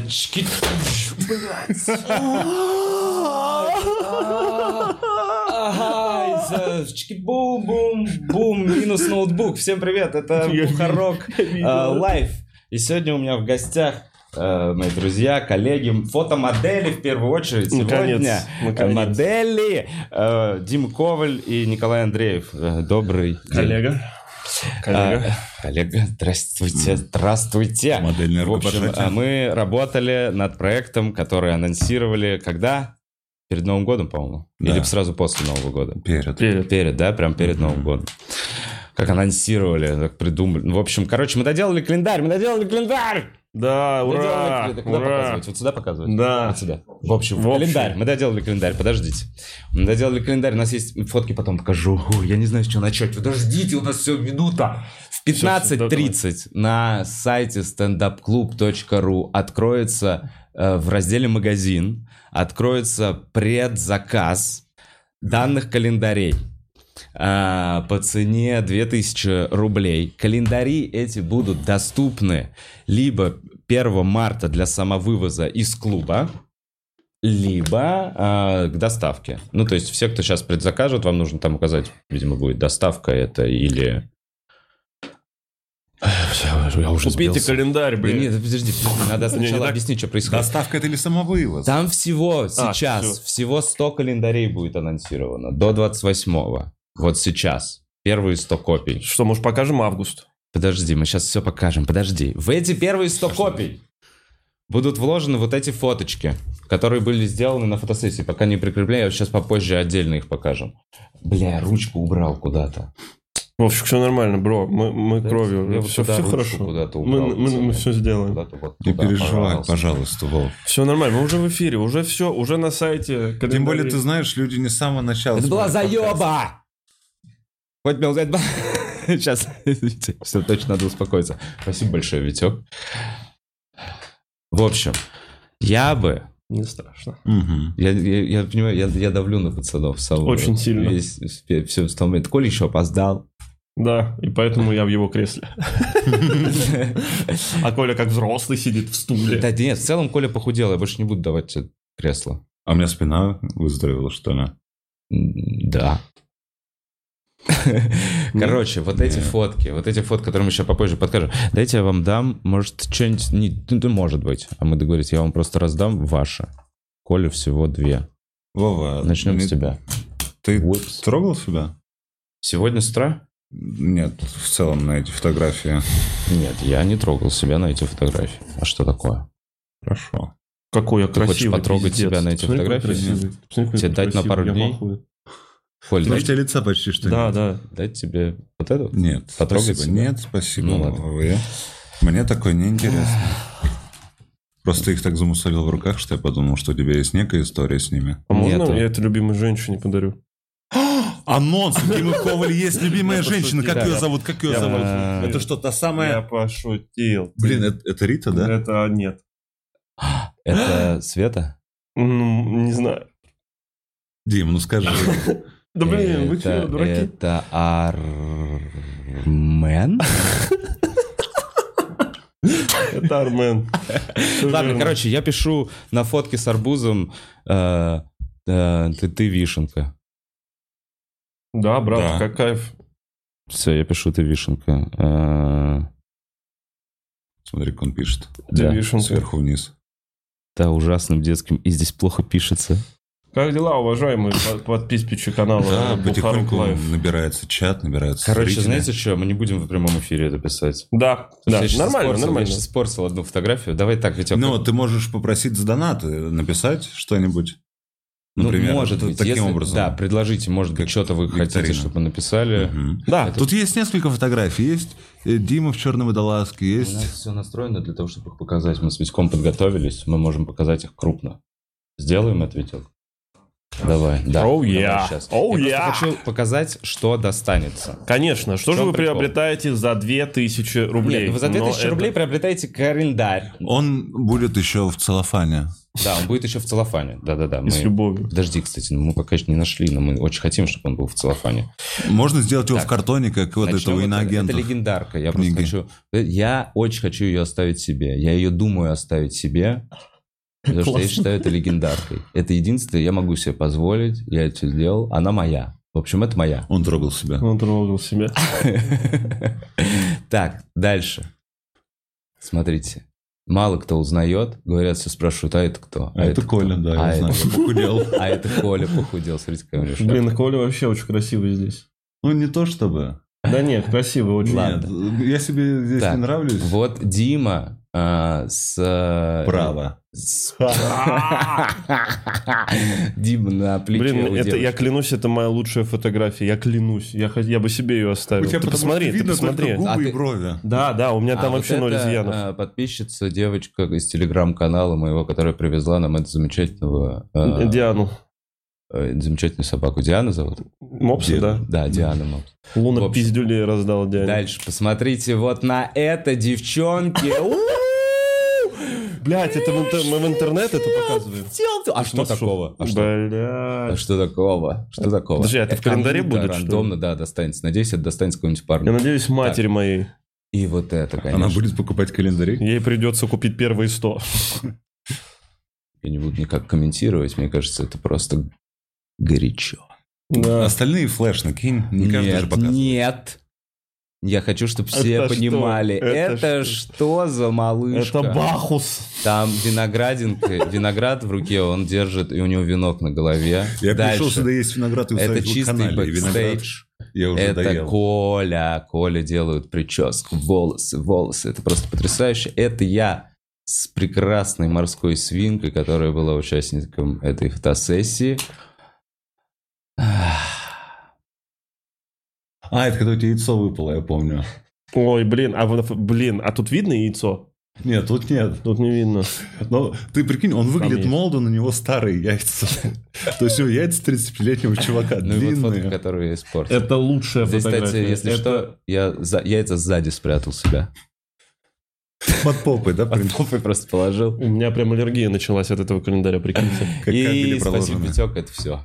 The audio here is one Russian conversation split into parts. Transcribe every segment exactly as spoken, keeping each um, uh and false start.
Чки... Блядь. Ага, чики-бум-бум-бум, минус ноутбук. Всем привет, это Бухарок Лайв. И сегодня у меня в гостях мои друзья, коллеги, фотомодели в первую очередь. Сегодня наконец, модели Дима Коваль и Николай Андреев. Добрый коллега. день. Коллега. А, коллега, здравствуйте, здравствуйте. Модельное В общем, рукопожатие. мы работали над проектом, который анонсировали когда? Перед Новым годом, по-моему? Да. Или сразу после Нового года? Перед. Перед, перед да? Прям перед mm-hmm. Новым годом. Как анонсировали, как придумали. В общем, короче, мы доделали календарь, мы доделали календарь! Да, ура! Доделали, куда ура. показывать? Вот сюда показывать? Да. Вот сюда. В общем, в общем, календарь. Мы доделали календарь, подождите. Мы доделали календарь, у нас есть фотки, потом покажу. Ой, я не знаю, с чего начать. Подождите, у нас все минута. В пятнадцать тридцать на сайте стендап-клуб точка ру откроется э, в разделе «Магазин» откроется предзаказ данных календарей. А, по цене две тысячи рублей. Календари эти будут доступны либо первого марта для самовывоза из клуба, либо а, к доставке. Ну, то есть все, кто сейчас предзакажет, вам нужно там указать, видимо, будет доставка это или... Все, я уже Купите сбился. календарь, блин. Да нет, подожди, подожди, надо сначала не, объяснить, что происходит. Доставка это или самовывоз? Там всего сейчас, все. всего сто календарей будет анонсировано до двадцать восьмого. Вот сейчас. Первые сто копий. Что, может, покажем август? Подожди, мы сейчас все покажем. Подожди. В эти первые сто копий будут вложены вот эти фоточки, которые были сделаны на фотосессии. Пока не прикрепляю, сейчас попозже отдельно их покажем. Бля, я ручку убрал куда-то. Вовчик, все нормально, бро. Мы, мы Да, кровью. я Все, вот все ручку хорошо. куда-то убрал. Мы, мы, мы все сделаем. Куда-то вот Не туда, переживай, пожалуйста. пожалуйста, Вов. Все нормально, мы уже в эфире, уже все, уже на сайте. Тем календарей. более, ты знаешь, люди не с самого начала... Это была смотрят подкаст. заеба! Хоть меня взять... Сейчас, извините, все, точно надо успокоиться. Спасибо большое, Витек. В общем, я бы... Не страшно. Мгм. Я, я, я понимаю, я, я давлю на пацанов. Сам, Очень сильно. Весь, все, в том момент. Коля еще опоздал. Да, и поэтому я в его кресле. А Коля как взрослый сидит в стуле. Да нет, в целом Коля похудел, я больше не буду давать тебе кресло. А у меня спина выздоровела, что ли? Да. Короче, вот эти фотки, вот эти фотки, которые мы сейчас попозже подкажем. Дайте я вам дам, может, что-нибудь, не, ну, может быть, а мы договорились, я вам просто раздам ваши. Коле всего две. Вова, Начнем не- с тебя. Ты Упс. трогал себя? Сегодня с утра? Нет, в целом на эти фотографии. Нет, я не трогал себя на эти фотографии. А что такое? Хорошо. Какой я Ты хочешь красивый. потрогать пиздец. себя на эти Посмотри, какой фотографии? красивый. Посмотри, какой Тебе дать на красивый, пару я дней? махаю. Коль, Потому дай, что у тебя лица почти что Да, нет. да. дать тебе вот эту? Нет, Потрогать спасибо. себя? Нет, спасибо. Ну, ладно. Вова, я- Мне такое неинтересно. Просто ты их так замусолил в руках, что я подумал, что у тебя есть некая история с ними. А можно Нету. я это любимой женщине подарю? Анонс! У Димы Коваля есть любимая Я женщина. Как пошутил. ее зовут? Как ее Я зовут? пошутил. Это что, та Я самая... пошутил. Блин, это, это Рита, да? Это нет. Это Света? Ну, не знаю. Дим, ну скажи. Да блин, вы Это- что, дураки? Это Армен? Это Армен. Всё Ладно, верно. короче, я пишу на фотке с арбузом э, э, ты, ты вишенка. Да, брат, Да. как кайф. Все, я пишу ты вишенка. Э, Смотри, как он пишет. Ты да. вишенка. Сверху вниз. Да, ужасным детским. И здесь плохо пишется. Как дела, уважаемые под- подписчики канала Да, Бухарок потихоньку Лайф? набирается чат, набирается Короче, зрители. знаете что? Мы не будем в прямом эфире это писать. Да, да, Я щас нормально, испортил- нормально. Я сейчас испортил одну фотографию. Давай так, Витек. Ну, ты можешь попросить за донаты написать что-нибудь. Ну, Например, может вот быть. таким если- образом. Да, предложите, может быть, Как что-то вы хотите, викторина. чтобы мы написали. Мгм. Да, Тут есть несколько фотографий. Есть э, Дима в черной водолазке, У есть... нас все настроено для того, чтобы их показать. Мы с Витьком подготовились, мы можем показать их крупно. Сделаем это, Витек? Давай, да. Oh, давай yeah. сейчас. Oh, Я yeah. просто хочу показать, что достанется. Конечно. Что В же чем вы прикол? приобретаете за две тысячи рублей? Нет, вы за две тысячи Но рублей это- приобретаете календарь. Он будет еще в целлофане. Да, он будет еще в целлофане. Да-да-да. И с мы- любовью. Подожди, кстати, ну, мы пока еще не нашли, но мы очень хотим, чтобы он был в целлофане. Можно сделать его Так. в картоне, как вот Начнем этого вот- иноагента. Это легендарка. Я Книги. просто хочу... Я очень хочу ее оставить себе. Я ее думаю оставить себе. Потому что я Классно. считаю это легендаркой. Это единственное, я могу себе позволить. Я это сделал. Она моя. В общем, это моя. Он трогал себя. Он трогал себя. Так, дальше. Смотрите. Мало кто узнает. Говорят, все спрашивают, а это кто? А это Коля, кто? да, а я знаю. это... Похудел. А это Коля похудел. Смотрите, какая у него шапка. Блин, Коля вообще очень красивый здесь. Ну, не то чтобы. Да нет, красивый очень. Ладно. Нет, я себе здесь Так, не нравлюсь. Вот Дима а, с... а, Право. с- Дима на плече Блин, у это, я девушки. клянусь, это моя лучшая фотография. Я клянусь. Я, хот- я бы себе ее У оставил. тебя Ты потому посмотри, что ты видно посмотри. только губы А и ты- брови. Да, да, у меня там А вообще вот ноль это, изъянов. а, подписчица, девочка из телеграм-канала моего, которая привезла нам эту замечательного... а, Диану. э, замечательную собаку. Диана зовут? Мопса, Ди- да. Да, Диана Мопс. В Луна общем. пиздюлей раздал Диане. Дальше посмотрите вот на это, девчонки. Блять, это в интер- мы в интернет это показываем. А что такого? А что? А Блядь. что такого? Что такого? Подожди, а это в календаре кому-то будет, что ли? рандомно, да, достанется. Надеюсь, это достанется какому-нибудь Я парню. надеюсь, матери моей. И вот это, конечно. Она будет покупать календари. Ей придется купить первые сто. Я не буду никак комментировать. Мне кажется, это просто горячо. Да. Остальные флеш накинь. Не каждый же Нет, показывает. нет. Я хочу, чтобы все Это что? понимали. Это Это, что? что за малышка? Это Бахус. Там виноградинка, виноград в руке он держит, и у него винок на голове. Я Дальше. пришел сюда есть виноград и Это усадил в чистый канале. И виноград бэкстейдж. я уже Это доел. Коля. Коля делают прическу, волосы, волосы. Это просто потрясающе. Это я с прекрасной морской свинкой, которая была участником этой фотосессии. А, это когда у тебя яйцо выпало, я помню. Ой, блин, а в- блин, а тут видно яйцо? Нет, тут нет. Тут не видно. Но ты прикинь, он выглядит есть. молодо, на него старые яйца. То есть у него яйца тридцатипятилетнего чувака, Ну и вот фотка, длинные. которую я испортил. Это лучшая Здесь, фотография. кстати, если Это- что, я за- яйца сзади спрятал себя. Под попой, да, в Под принципе? попой просто положил. У меня прям аллергия началась от этого календаря, прикиньте. Как кабели И спасибо, проложены. Витек, это все.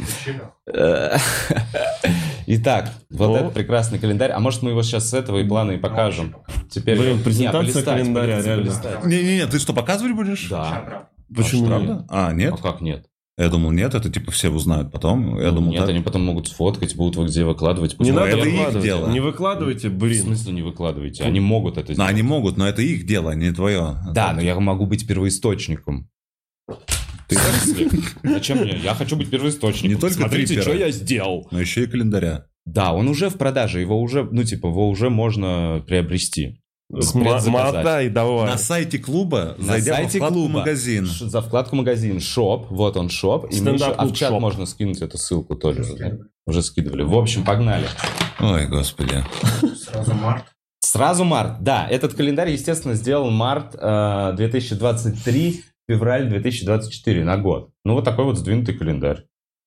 Итак, вот О. этот прекрасный календарь. А может, мы его сейчас с этого и плана и покажем? Теперь... Блин, Не, презентация полистать, календаря, полистать, реально. полистать. Не-не-не, ты что, показывать будешь? Да. Почему А, нет? правда? А, нет? А как нет? Я думал, нет, это типа все узнают потом. Я Ну, думал, нет, так. они потом могут сфоткать, будут везде выкладывать. Пусть Не мы надо это их выкладывать. дело. Не выкладывайте, В блин. смысле не выкладывайте? Они могут это Ну, сделать. они могут, но это их дело, а не твое. Да, но я могу быть первоисточником. Ты в смысле? Зачем мне? Я хочу быть первоисточником. Не только Смотрите, трипера. что я сделал. Но еще и календаря. Да, он уже в продаже, его уже, ну, типа, его уже можно приобрести. М- Предзаказать. Мотай, давай. На сайте клуба, На зайдя сайте во вкладку клуба. «Магазин». Ш- За вкладку магазин, шоп, вот он шоп. И мы еще, а Стендап-клуб в чат шоп. можно скинуть эту ссылку тоже. да? Уже скидывали. В общем, погнали. Ой, господи. Сразу март. Сразу март. Да, этот календарь, естественно, сделал март э, две тысячи двадцать три, февраль две тысячи двадцать четыре на год. Ну, вот такой вот сдвинутый календарь.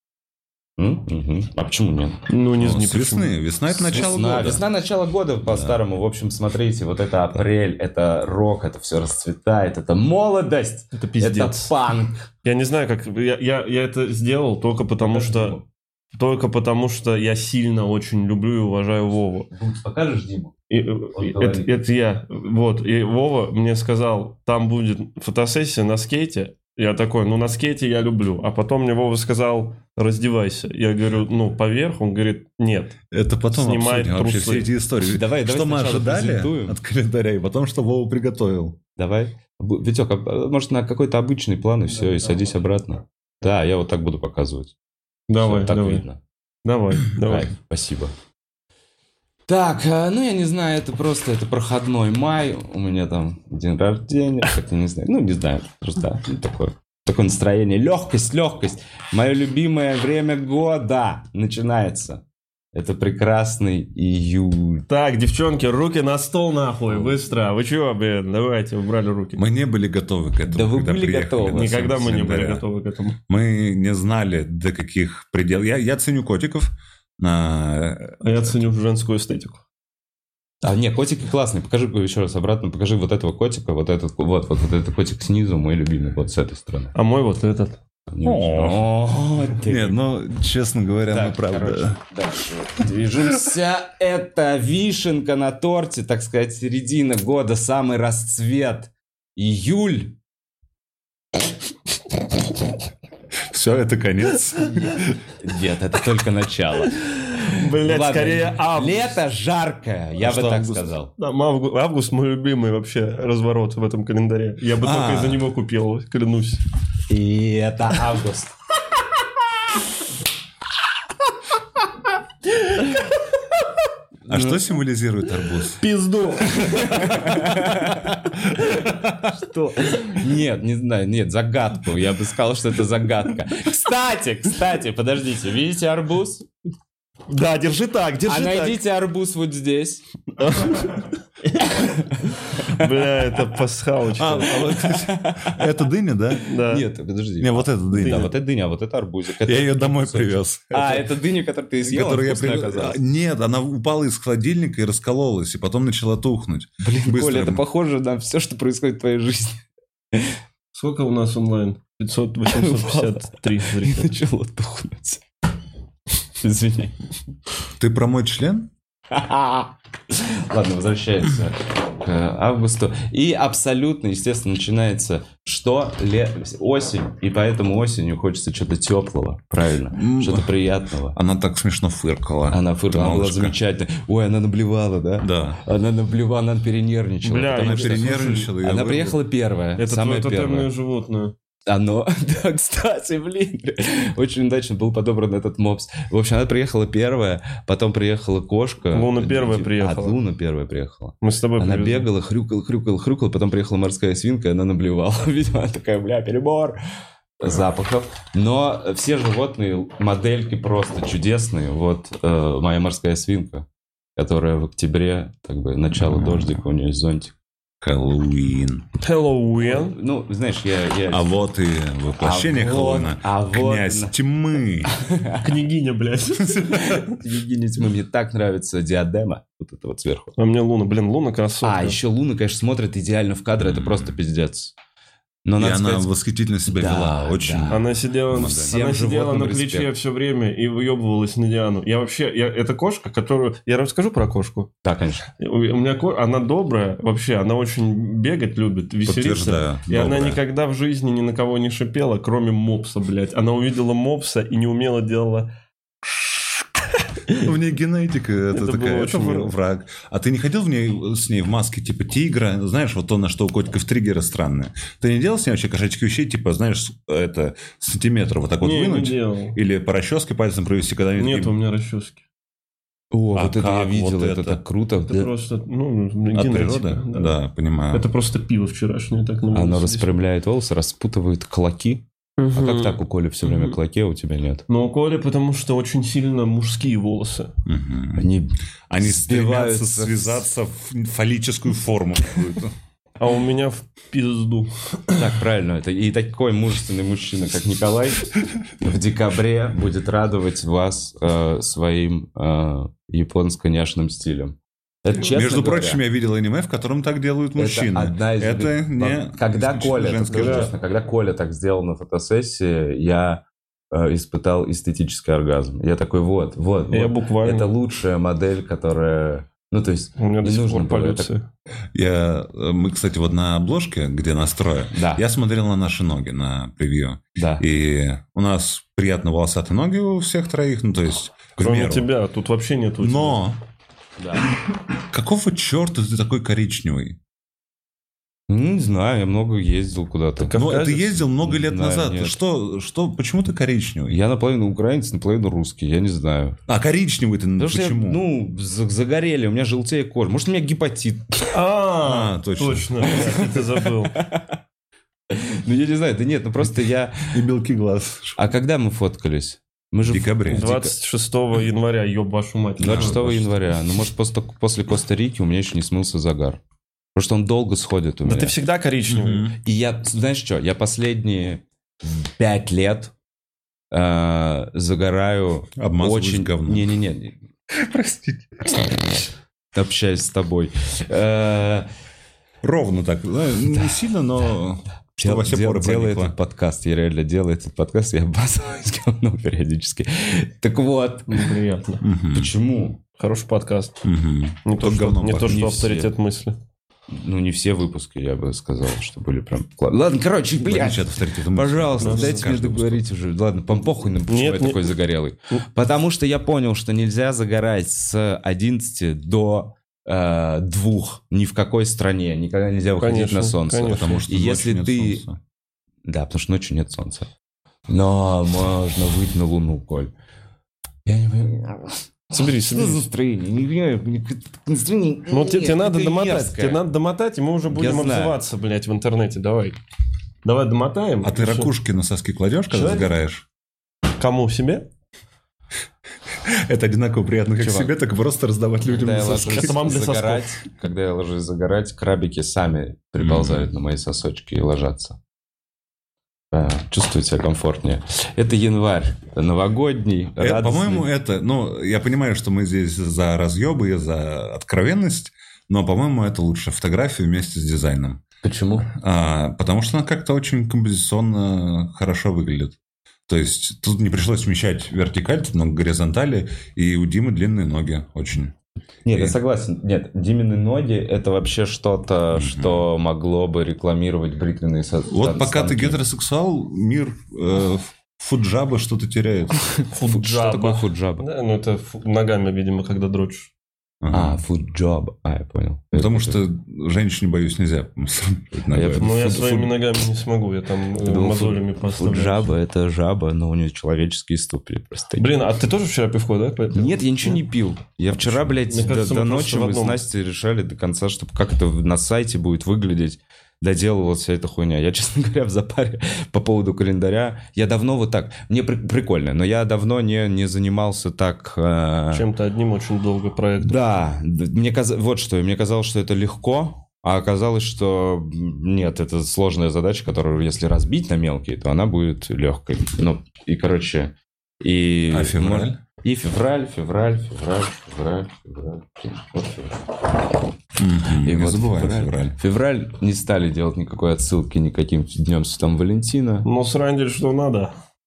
М? Мгм. А почему нет? Ну, не, Ну, не с весны. Весна — это начало Весна, года. весна, начало года по-старому. В общем, смотрите, вот это апрель, это рок, это все расцветает, это молодость, Это это пиздец. панк. Я не знаю, как... Я, я, я это сделал только потому, что... Только потому, что я сильно очень люблю и уважаю Вову. Покажешь Диму? И, э, Он это, говорит. это я. Вот. И Вова мне сказал, там будет фотосессия на скейте. Я такой, ну на скейте я люблю. А потом мне Вова сказал, раздевайся. Я говорю, ну поверх. Он говорит, нет. Это потом Снимает обсудим вообще трусы. все эти истории. Давай, давай что мы сначала ожидали презентуем. от календаря, и потом, что Вова приготовил. Давай. Бу- Витек, а, а, может, на какой-то обычный план и все, и садись обратно. Да, я вот так буду показывать. Давай, Всё, так давай. видно. Давай, давай. Кайф, спасибо. Так, а, ну я не знаю, это просто это проходной май, у меня там день рождения, как-то не знаю, ну не знаю, просто да, ну, такое, такое настроение, легкость, легкость. Мое любимое время года начинается. Это прекрасный июль. Так, девчонки, руки на стол нахуй, быстро. Вы чего, блин, давайте, убрали руки. Мы не были готовы к этому. Да вы когда были приехали готовы. на Никогда мы не были января. готовы к этому. Мы не знали, до каких пределов. Я, я ценю котиков. На... А я ценю женскую эстетику. А, не, котики классные. Покажи еще раз обратно. Покажи вот этого котика, вот этот, вот, вот, вот этот котик снизу, мой любимый, вот с этой стороны. А мой вот этот. О, Нет, ну, честно говоря, Так, мы правда... короче, дальше движемся. Это вишенка на торте, так сказать, середина года, самый расцвет. Июль. Все, это конец. Нет, это только начало. Блять, Ладно, скорее август. Лето жаркое, я А бы что так август? сказал. Да, август, август мой любимый вообще разворот в этом календаре. Я бы А. только из-за него купил, клянусь. И это август. А что символизирует арбуз? Пизду. Что? Нет, не знаю, нет, загадку. Я бы сказал, что это загадка. Кстати, кстати, подождите, видите арбуз? Да, держи так, держи А так. найдите арбуз вот здесь. Бля, это пасхалочка. А, а вот это дыня, да? Да. Нет, подожди. Не, вот это Да, дыня. вот это дыня, а вот это арбузик. Я Это ее домой кусочек. привез. А, это дыня, которую ты съел, Которую я вкусная привез. оказалась. Нет, она упала из холодильника и раскололась, и потом начала тухнуть. Блин, Быстро. Коля, это похоже на все, что происходит в твоей жизни. Сколько у нас онлайн? пятьсот восемьсот пятьдесят три И зрителя. начало тухнуть. Извини. Ты про мой член? Ладно, возвращаемся к августу. И абсолютно, естественно, начинается что? Ле... Осень. И поэтому осенью хочется чего-то теплого. Правильно. М. Что-то приятного. Она так смешно фыркала. Она фыркала, она была Малышка. замечательная. Ой, она наблевала, да? Да. Она наблевала, она перенервничала. Бля, потому Она что перенервничала. и Она я приехала первая. Это самая твое тотемное первая. животное. Оно, да, кстати, блин, очень удачно был подобран этот мопс. В общем, она приехала первая, потом приехала кошка. Луна первая А, приехала. Луна первая приехала. Мы с тобой Она привезли. бегала, хрюкала, хрюкала, хрюкала, потом приехала морская свинка, и она наблевала. Видимо, она такая, бля, перебор запахов. Но все животные, модельки просто чудесные. Вот э, моя морская свинка, которая в октябре, как бы, начало дождика, у нее есть зонтик. Хэллоуин. Хэллоуин. Ну, знаешь, я... я... А вот и воплощение А вот- Хэллоуина. а вот Князь на- тьмы. Княгиня, блядь. Княгиня тьмы, мне так нравится диадема, вот это вот сверху. А мне Луна, блин, Луна красотка. А, еще Луна, конечно, смотрит идеально в кадр, это просто пиздец. Но И надо она сказать, восхитительно себя Да, вела. Очень. да. Она сидела, Всем она сидела животным на плече респект. все время и выебывалась на Диану. Я вообще, я, это кошка, которую... Я расскажу про кошку. да, конечно. У у меня ко- она добрая, вообще, она очень бегать любит, веселиться. Подтверждаю, И она добрая. никогда в жизни ни на кого не шипела, кроме мопса, блядь. Она увидела мопса и неумело делала... В ней генетика, это, Это такая, было это очень вр- мило. враг. А ты не ходил в ней, с ней в маске типа тигра? Знаешь, вот то, на что у котиков триггеры странные. Ты не делал с ней вообще кошачьих вещей, типа, знаешь, это сантиметр вот так вот не, не вынуть? делал. Или по расческе пальцем провести, когда они Нет такие- у меня расчески. О, А вот это я как видел, вот это, это? так круто. Это Да. просто, ну, От генетика. природы? Да. Да, понимаю. Это просто пиво вчерашнее. Так на Оно волосы здесь. распрямляет волосы, распутывает клоки. А как так у Коли все время Мгм. клоки, а у тебя нет? Ну, у Коли, потому что очень сильно мужские волосы. Мгм. Они Они сбиваются стремятся с- связаться в фаллическую форму какую-то. А у меня в пизду. Так, правильно. Это и такой мужественный мужчина, как Николай, в декабре будет радовать вас э, своим э, японско-няшным стилем. Это, честно Между говоря, прочим, я видел аниме, в котором так делают это мужчины. одна из... Это не Когда исключительно Коля, женская скажу жизнь. честно, когда Коля так сделал на фотосессии, я э, испытал эстетический оргазм. Я такой, вот, вот, Я вот. буквально... Это лучшая модель, которая... Ну, то есть, У меня не до сих нужно пор было. полюция. Я, э, мы, кстати, вот на обложке, где настроя, Да, я смотрел на наши ноги, на превью. да. И у нас приятно волосатые ноги у всех троих, ну, то есть, в Кроме меру. тебя, тут вообще нет у тебя. Но да. какого черта ты такой коричневый? Ну, не знаю, я много ездил куда-то. Так, Ну, Кавказец? ты ездил много лет Не знаю, назад. нет. Что, что, почему ты коричневый? Я наполовину украинец, наполовину русский, я не знаю. А коричневый ты Потому что я, почему? ну, за- загорели, у меня желтее кожа. Может, у меня гепатит. А, А, точно. точно. блядь, я ты забыл. Ну, я не знаю, да нет, ну просто я... И белки глаз. А когда мы фоткались? Мы же в декабре. двадцать шестого января, ёб вашу мать. двадцать шестого января. Ну, может, после, после Коста-Рики у меня еще не смылся загар. Потому что он долго сходит у меня. Да ты всегда коричневый. И я, знаешь что, я последние пять лет э, загораю очень... говном. Не-не-не. Простите. Общаюсь с тобой. Э, Ровно так. Не сильно, но... Что Дел, во все дел, поры делаю проникло. этот подкаст, я реально делаю этот подкаст, я обмазываюсь говном периодически. Так вот. Неприятно. Мгм. Почему? Хороший подкаст. Мгм. Не то, Только что, говном не то, пахнет. что Не все. авторитет мысли. Ну, не все выпуски, я бы сказал, что были прям... Ладно, короче, В отличие блядь. от авторитета мысли. Пожалуйста, Просто дайте мне каждый договорить уже. Ладно, пом- похуй, на почему Нет, я не- такой загорелый. Ну. Потому что я понял, что нельзя загорать с одиннадцати до э, двух ни в какой стране. Никогда нельзя выходить Конечно, на солнце. конечно. Потому что И ночью если нет ты... солнца. Да, потому что ночью нет солнца. Но можно выйти на Луну, Коль. Я не понимаю. Соберись, Что за соберись. настроение? Не понимаю, настроение... Ну, тебе, тебе надо какое-то домотать. мерзкое. Тебе надо домотать, и мы уже будем знаю. обзываться, блядь, в интернете. Давай. Давай домотаем. А ты Всё. ракушки на соски кладешь, когда Человек? загораешь? Кому? Себе? Это одинаково приятно как Чувак, себе, так и просто раздавать людям Когда на я соски. ложусь Это вам для загорать, когда я ложусь загорать, крабики сами приползают на мои сосочки и ложатся. Да, чувствую себя комфортнее. Это январь, это новогодний, Э, радостный. По-моему, это... Ну, я понимаю, что мы здесь за разъебы и за откровенность, но, по-моему, это лучше фотография вместе с дизайном. Почему? А, потому что она как-то очень композиционно хорошо выглядит. То есть тут не пришлось вмещать вертикаль, тут много горизонтали, и у Димы длинные ноги очень. Нет, И- я согласен. Нет, Димины ноги — это вообще что-то, Мгм. что могло бы рекламировать бритвенные со- Вот стан- пока ты станки. гетеросексуал, мир э, фуджаба что-то теряет. Что такое фуджаба? Да, ну это фу- ногами, видимо, когда дрочишь. А, Ага. фуджаба. А, я понял. Потому Это- что женщине, боюсь, нельзя сравнивать ногами. Ну, я Фуд- своими фуд- ногами не смогу, я там э, Я думал, мозолями фуд- поставлю. Фуджаба — это жаба, но у нее человеческие ступни просто. Блин, а ты тоже вчера пивко, да? попил? Нет, я ничего не пил. Я вчера, блядь, Мне до, кажется, до мы ночи просто в мы с одном. Настей решали до конца, чтобы как это на сайте будет выглядеть. Доделывалась вся эта хуйня. Я, честно говоря, в запаре по поводу календаря. Я давно вот так... Мне при- прикольно, но я давно не, не занимался так... э, Чем-то одним очень долго проект. Да, д- мне казалось... Вот что, мне казалось, что это легко, а оказалось, что м, нет, это сложная задача, которую, если разбить на мелкие, то она будет легкой. Ну, и, короче... И, А февраль? И февраль, февраль, февраль, февраль, февраль. Вот февраль. Мгм. И Не вот забываем февраль. февраль. Февраль не стали делать никакой отсылки никаким днем Святого Валентина. Ну, срандель, что надо.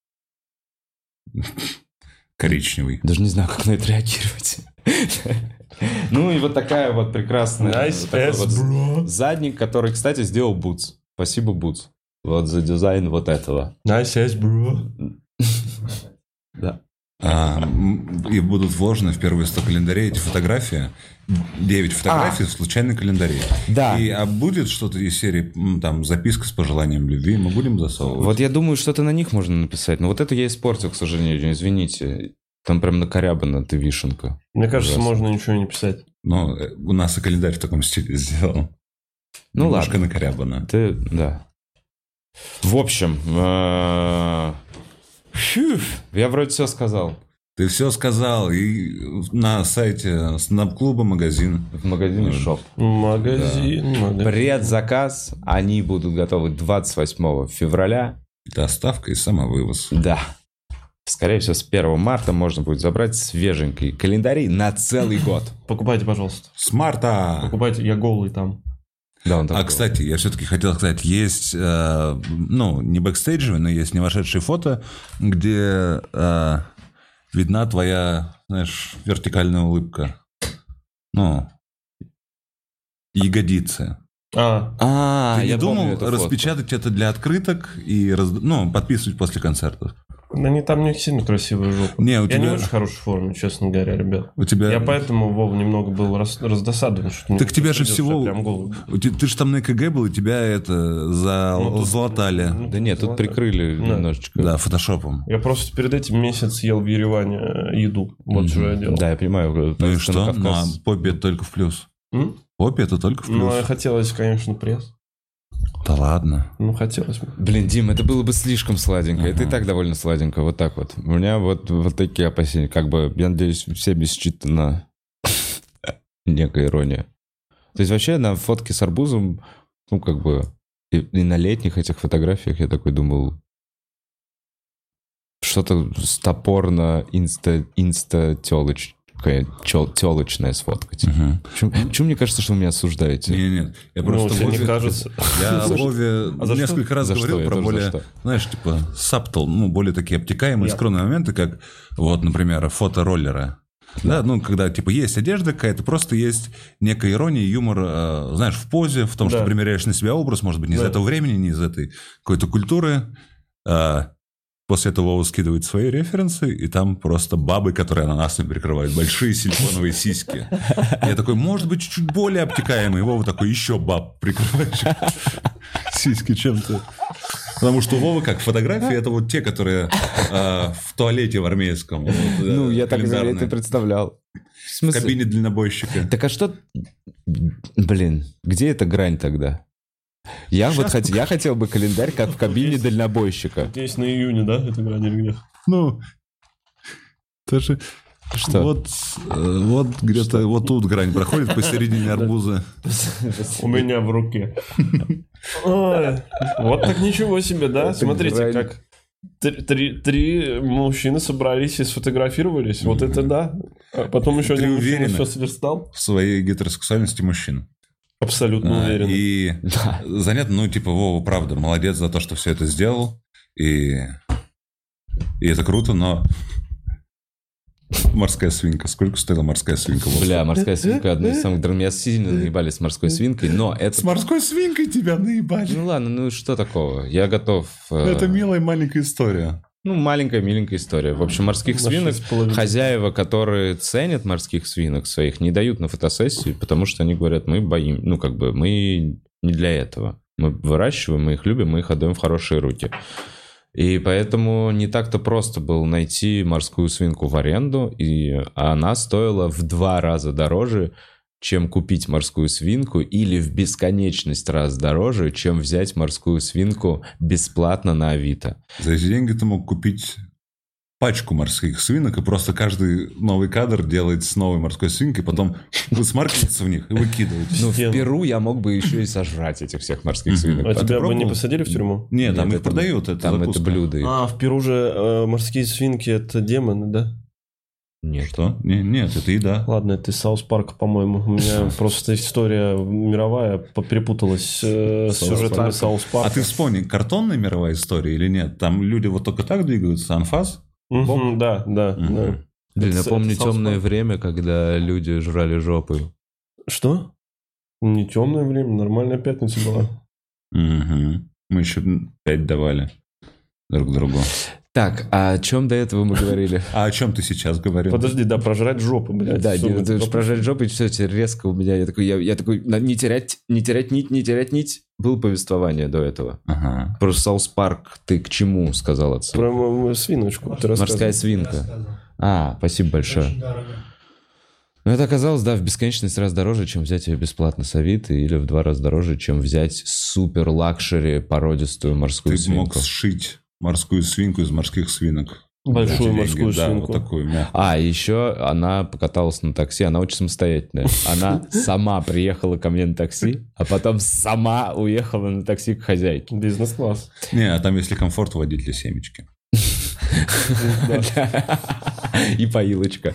Коричневый. Даже не знаю, как на это реагировать. Ну и вот такая вот прекрасная... Nice вот такой ass, вот bro. задник, который, кстати, сделал Бутс. Спасибо, Бутс. Вот за дизайн вот этого. Nice ass, bro. Да. А, м, и будут вложены в первые сто календарей эти фотографии. девять фотографий в случайный календарь. Да. И, а будет что-то из серии, м, там, записка с пожеланием любви, мы будем засовывать? Вот я думаю, что-то на них можно написать. Но вот это я испортил, к сожалению, извините. Там прям накорябана ты вишенка. Мне кажется, Ужасно. можно ничего не писать. Но э, у нас и календарь в таком стиле сделал. Ну Немножко ладно. накорябано. Ты, да. В общем, э, фью, я вроде все сказал. Ты все сказал. И на сайте Снап-клуба магазин. В магазине Мгм. шоп. Магазин, магазин. Предзаказ. Они будут готовы двадцать восьмого февраля. Доставка и самовывоз. Да. Скорее всего, с первого марта можно будет забрать свеженький календарь на целый год. Покупайте, пожалуйста. С марта! Покупайте, я голый там. Да, он А, такой. кстати, я все-таки хотел сказать, есть, э, ну, не бэкстейджевые, но есть не вошедшие фото, где э, видна твоя, знаешь, вертикальная улыбка. Ну, ягодицы. А, А, Ты я не помню думал эту фотку. распечатать это для открыток и раз- ну, подписывать после концертов? да не, там не сильно красивая жопа. Не, у Я тебя... не в очень хорошей форме, честно говоря, ребят. У тебя... Я поэтому, Вова, немного был рас- раздосадован. Что мне Так тебя же придется, всего... что я прям голый. у те- Ты же там на ЭКГ был, и тебя это Ну, тут- золотали. ну, Да нет, тут золотая. прикрыли Да. немножечко. Да, фотошопом. Я просто перед этим месяц ел в Ереване э, еду. Вот что я делал. Да, я понимаю. Ну и поездка что? на Ну, а Кавказ. попе это только в плюс. М? Попе это только в Ну, плюс. а хотелось, конечно, пресс. Да ладно. Ну, хотелось бы. Блин, Дим, это было бы слишком сладенько. Ага. Это и так довольно сладенько. Вот так вот. У меня вот, вот такие опасения. Как бы, я надеюсь, всеми считана некая ирония. То есть вообще на фотке с арбузом, ну, как бы, и, и на летних этих фотографиях я такой думал, что-то топорно инста, инста-телочное. Телочное сфоткать. Угу. Почему, почему мне кажется, что вы меня осуждаете? Нет, нет. Я Ну, просто тебе не Вове- кажется. Я Вове А за что? несколько раз За говорил что? Я про тоже за более, что. знаешь, типа, саптл, ну, более такие обтекаемые, Я- скромные моменты, как, вот, например, фото роллера. Да, ну, когда, типа, есть одежда какая-то, просто есть некая ирония, юмор, э, знаешь, в позе, в том, что Да. примеряешь на себя образ, может быть, не из Да. этого времени, не из этой какой-то культуры. Э, После этого Вова скидывает свои референсы, и там просто бабы, которые ананасами прикрывают, большие силиконовые сиськи. Я такой, может быть, чуть-чуть более обтекаемый. Вова такой, еще баб прикрывающих сиськи чем-то. Потому что у Вовы как фотографии, это вот те, которые э, в туалете в армейском. Вот, э, Ну, я так календарные. это представлял. В В смысле? кабине дальнобойщика. Так а что... Блин, где эта грань тогда? Я вот хот... я хотел бы календарь, как в кабине дальнобойщика. Есть на июне, да, эта грань или где? Ну, даже... Что? Вот, э, вот где-то вот тут грань проходит посередине арбуза. У меня в руке. Ой, вот так ничего себе, да? Это Смотрите, грань. как три, три- три мужчины собрались и сфотографировались. Вот это да. А потом еще Ты один мужчина уверена? все сверстал. В своей гетеросексуальности мужчин. Абсолютно А, уверен. И Да. занятно, ну, типа, Вова, правда, молодец за то, что все это сделал. И, и это круто, но морская свинка. Сколько стоила морская свинка? Вова? Бля, морская свинка одна из самых... Меня сильно наебали с морской свинкой, но это... С морской свинкой тебя наебали. Ну ладно, ну что такого? Я готов... э, Это милая маленькая история. Ну, маленькая, миленькая история. В общем, морских На свинок, шесть с половиной. хозяева, которые ценят морских свинок своих, не дают на фотосессии, потому что они говорят, мы боим, ну, как бы, мы не для этого. Мы выращиваем, мы их любим, мы их отдаем в хорошие руки. И поэтому не так-то просто было найти морскую свинку в аренду, и она стоила в два раза дороже, чем купить морскую свинку, или в бесконечность раз дороже, чем взять морскую свинку бесплатно на Авито. За эти деньги ты мог купить пачку морских свинок, и просто каждый новый кадр делает с новой морской свинкой, потом высмаркиваться в них и выкидывать. Ну, в Стену. Перу я мог бы еще и сожрать этих всех морских Мгм. свинок. А ты тебя бы не пробовал? посадили в тюрьму? Нет, там Нет, их это- продают, это Там закуска. это блюдо. А, в Перу же э, морские свинки это демоны, да? Нет. Что? Не- Нет, это еда. Ладно, это из Саус Парка, по-моему. У меня просто история мировая перепуталась э, с Саус сюжетами Парка. Саус Парка. А ты вспомни, картонная мировая история или нет? Там люди вот только так двигаются, анфас? Мгм, да, да, Мгм. да. Блин, Это я с- помню это Саус темное Парк. время, когда люди жрали жопы. Что? Не темное время, нормальная пятница была. Мгм. Мы еще пять давали друг другу. Так, а о чем до этого мы говорили? А о чем ты сейчас говорил? Подожди, да, прожрать жопу, блядь. Да, Всё, не, это ты пропуск- прожать жопу, и все, теперь резко у меня, я такой, я, я такой, на- не терять, не терять нить, не терять нить. Было повествование до этого. Ага. Просто Саус Парк, ты к чему сказал отцу? Про м- м- свиночку ты Морская рассказывал. свинка. А, спасибо большое. Ну, это оказалось, да, в бесконечность раз дороже, чем взять ее бесплатно с Авито, или в два раза дороже, чем взять супер лакшери породистую морскую Ты свинку. мог сшить морскую свинку из морских свинок. Большую За эти морскую деньги, да, свинку. вот такую мягкую. А, еще она покаталась на такси, она очень самостоятельная. Она сама приехала ко мне на такси, а потом сама уехала на такси к хозяйке. Бизнес-класс. Не, а там если комфорт водителя семечки. И поилочка.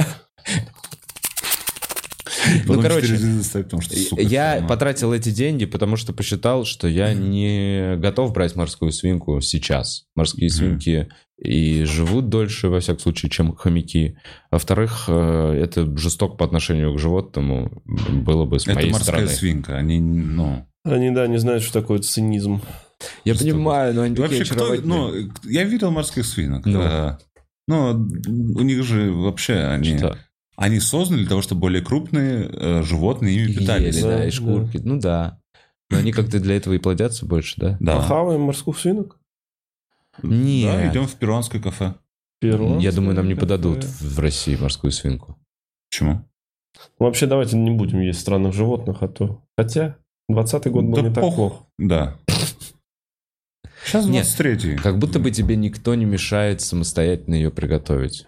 Ну, Потом короче, четыре звезды ставить, потому что, сука, я сама. потратил эти деньги, потому что посчитал, что я не готов брать морскую свинку сейчас. Морские Мгм. свинки и живут дольше, во всяком случае, чем хомяки. Во-вторых, э, это жестоко по отношению к животному было бы с Это моей морская стороны. свинка. Они, ну... Они, да, не знают, что такое цинизм. Я Жестоко. понимаю, но они И такие вообще, кто... очаровательные. Ну, я видел морских свинок. Ну. Э, Ну, у них же вообще... Они, Что? они созданы для того, чтобы более крупные э, животные ими питались. Ели, да, Да, и шкурки. Ну да. Но они как-то для этого и плодятся больше, да? Да. Похаваем морских свинок? Нет. Да, идем в перуанское кафе. Перуанское Я думаю, нам не кафе. подадут в России морскую свинку. Почему? Вообще, давайте не будем есть странных животных, а то... Хотя, двадцатый год был Да не так пох- плохо. Да. Сейчас Нет, двадцать третий. Как будто бы тебе никто не мешает самостоятельно ее приготовить.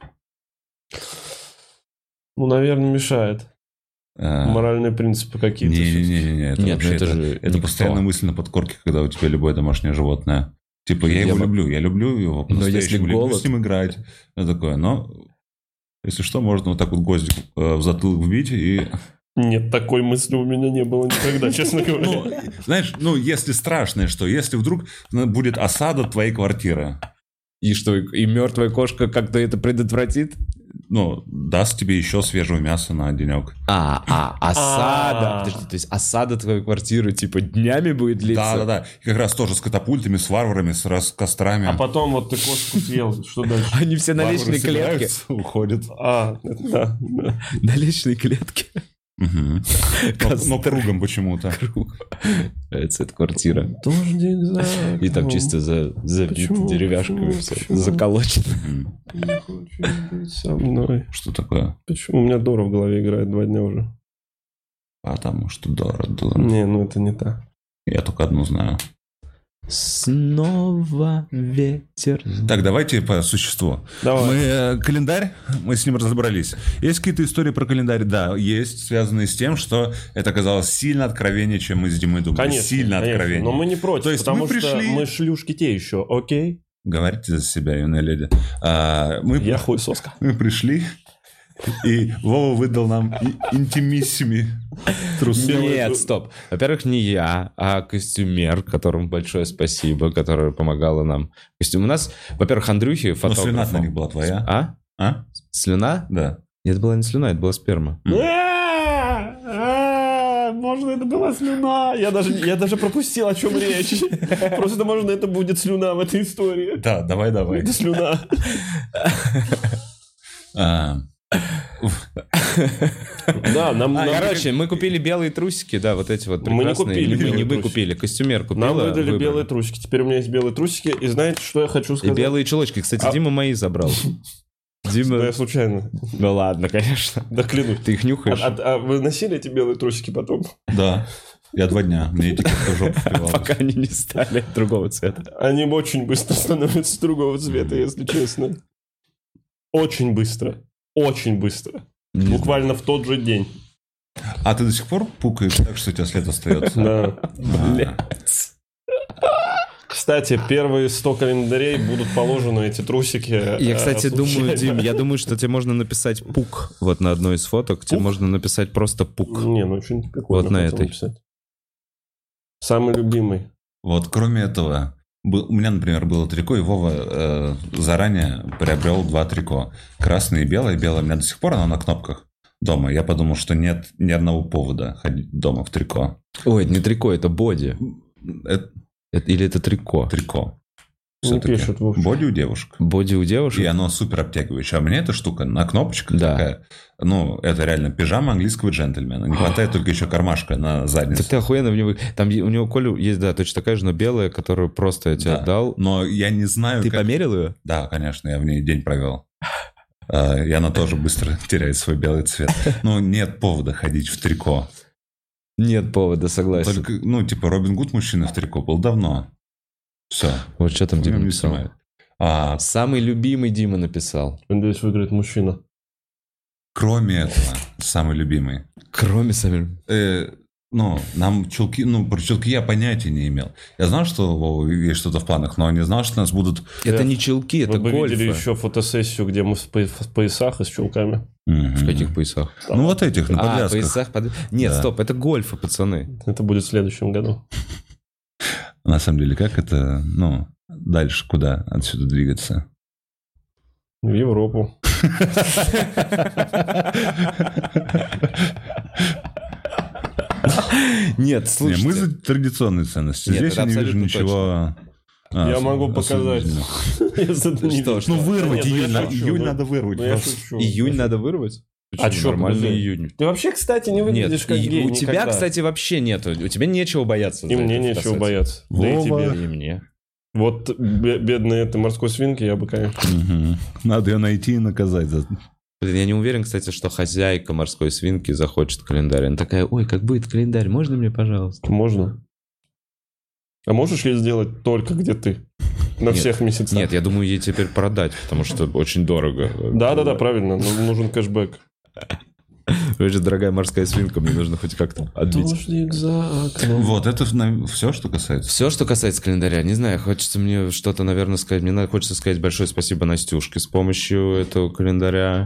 Ну, наверное, мешает. А, Моральные принципы какие-то. Не-не-не, это Нет, ну вообще это это, же это никто. постоянная мысль на подкорке, когда у тебя любое домашнее животное. Типа, я, Я его мо- люблю, я люблю его, Но если по-настоящему люблю голод- с ним играть. Ну, такое, но если что, можно вот так вот гвоздик э, в затылок вбить и... Нет, такой мысли у меня не было никогда, честно говоря. Ну, знаешь, ну, если страшное что, если вдруг ну, будет осада твоей квартиры, И что, и мертвая кошка как-то это предотвратит? ну, даст тебе еще свежего мяса на денек. А, а, осада. А. Подожди, то есть осада твоей квартиры типа днями будет длиться? Да-да-да. И как раз тоже с катапультами, с варварами, с раз- кострами. А потом вот ты кошку съел, что дальше? Они все на Варвары личной клетке. собираются, уходят. А, да, да. На личной клетке. Мгм. Но, Костры. но кругом почему-то. Круг. Это квартира. Дождик за И там окном. чисто за, забито Почему? деревяшками Почему? все, Почему? заколочено. Мгм. Не хочешь быть со мной. Что такое? Почему? У меня Дора в голове играет два дня уже. Потому что Дора, Дора. Не, ну это не так. Я только одну знаю. Снова ветер. Так, давайте по существу. Давай. Мы э, календарь, мы с ним разобрались. Есть какие-то истории про календарь? Да, есть, связанные с тем, что это оказалось сильно откровеннее, чем мы с Димой думали. Конечно, Сильно конечно. откровеннее. Но мы не против, То есть потому мы что пришли- мы шлюшки те еще, окей? Говорите за себя, юная леди. А, мы, Я хуесоска. мы пришли, и Вова выдал нам и- интимиссими трусы. Нет, стоп. Во-первых, не я, а костюмер, которому большое спасибо, которая помогала нам. Костюм у нас, во-первых, Андрюхи, Но фотограф. слюна на них была твоя. А? А? Слюна? Да. Нет, это была не слюна, это была сперма. Можно это была слюна. Я даже, я даже пропустил, о чем речь. Просто, можно, это будет слюна в этой истории. Да, давай, давай. Это слюна. А, Да, нам, А, нам- короче, мы купили белые трусики, да, вот эти вот Мы не прекрасные. купили Или мы белые не вы трусики. купили, костюмер купил. нам выдали белые трусики. Теперь у меня есть белые трусики. И знаете, что я хочу И сказать? белые чулочки. Кстати, А- Дима мои забрал. Да Дима... я случайно. Ну ладно, конечно. Да клянусь. Ты их А, нюхаешь? а- а вы носили эти белые трусики потом? да. Я два дня. Мне этикетка в жопу впивалась. Пока они не стали другого цвета. Они очень быстро становятся другого цвета, если честно. Очень быстро. Очень быстро. Не знаю. Буквально в тот же день. А ты до сих пор пукаешь так, что у тебя след остается? Да. Блядь. Кстати, первые сто календарей будут положены эти трусики. Я, э, кстати, думаю, случайно. Дим, я думаю, что тебе можно написать пук вот на одной из фоток. Тебе можно написать просто пук. Не, ну очень прикольно. Вот на хотел этой. написать. Самый любимый. Вот, кроме этого, был- у меня, например, было трико, и Вова э, заранее приобрел два трико. Красное и белое. Белое у меня до сих пор, оно на кнопках дома. Я подумал, что нет ни одного повода ходить дома в трико. Ой, это не трико, это боди. Это Это- Или это трико? трико. Не Всё-таки. пишут вовсе. Боди у девушек. Боди у девушек? И оно супер обтягивающее. А у меня эта штука на кнопочках Да. такая. Ну, это реально пижама английского джентльмена. Не хватает только еще кармашка на заднице. Так ты охуенно в него... Там е- у него Колю есть, да, точно такая же, но белая, которую просто я тебе Да. отдал. Но я не знаю, Ты как... померил ее? Да, конечно, я в ней день провел. А, И она тоже быстро теряет свой белый цвет. Но нет повода ходить в трико. Нет повода, согласен. Только, ну, типа, Робин Гуд мужчина в трико был давно. Все. Вот что там Дима не написал. снимает. А Самый любимый Дима написал. Надеюсь, выиграет мужчина. кроме этого, самый любимый. Кроме самих... Э, ну, нам чулки, ну, про чулки я понятия не имел. Я знал, что Вова, есть что-то в планах, но не знал, что нас будут... Это не чулки, это Вы бы гольфы. видели еще фотосессию, где мы в по- в поясах и с чулками. Мгм. В каких поясах? Ну, вот этих, на А, подвязках. поясах под... Нет, Да. стоп, это гольфы, пацаны. Это будет в следующем году. На самом деле, как это, ну, дальше куда отсюда двигаться? В Европу. Нет, Не, слушайте. мы за традиционные ценности. Нет, Здесь это я не вижу абсолютно ничего... а, Я ос- могу показать. осудительного. Если ты не Что, видишь. что? Ну, вырвать Да нет, ну июнь, я на- шучу, июнь ну. надо вырвать. Ну, я просто. шучу. Июнь надо вырвать? А Почему? чё, Нормальный подожди. июнь. Ты вообще, кстати, не Нет, выглядишь как и гей у тебя, никогда. кстати, вообще нету. У тебя нечего бояться. И за мне это нечего касаться. бояться. Да и Вова. тебе. И мне. Вот бе- бедной этой морской свинки я бы, конечно... Мгм. Надо ее найти и наказать за Блин, я не уверен, кстати, что хозяйка морской свинки захочет календарь. Она такая, ой, как будет календарь, можно мне, пожалуйста? Можно. А можешь ли сделать только где ты? На Нет. всех месяцах? Нет, я думаю, ей теперь продать, потому что очень дорого. Да-да-да, правильно. Нам нужен кэшбэк. Очень дорогая морская свинка, мне нужно хоть как-то отбить. Дождик за окном. Вот, это все, что касается. Все, что касается календаря, не знаю, хочется мне что-то, наверное, сказать. Мне надо, хочется сказать большое спасибо Настюшке с помощью этого календаря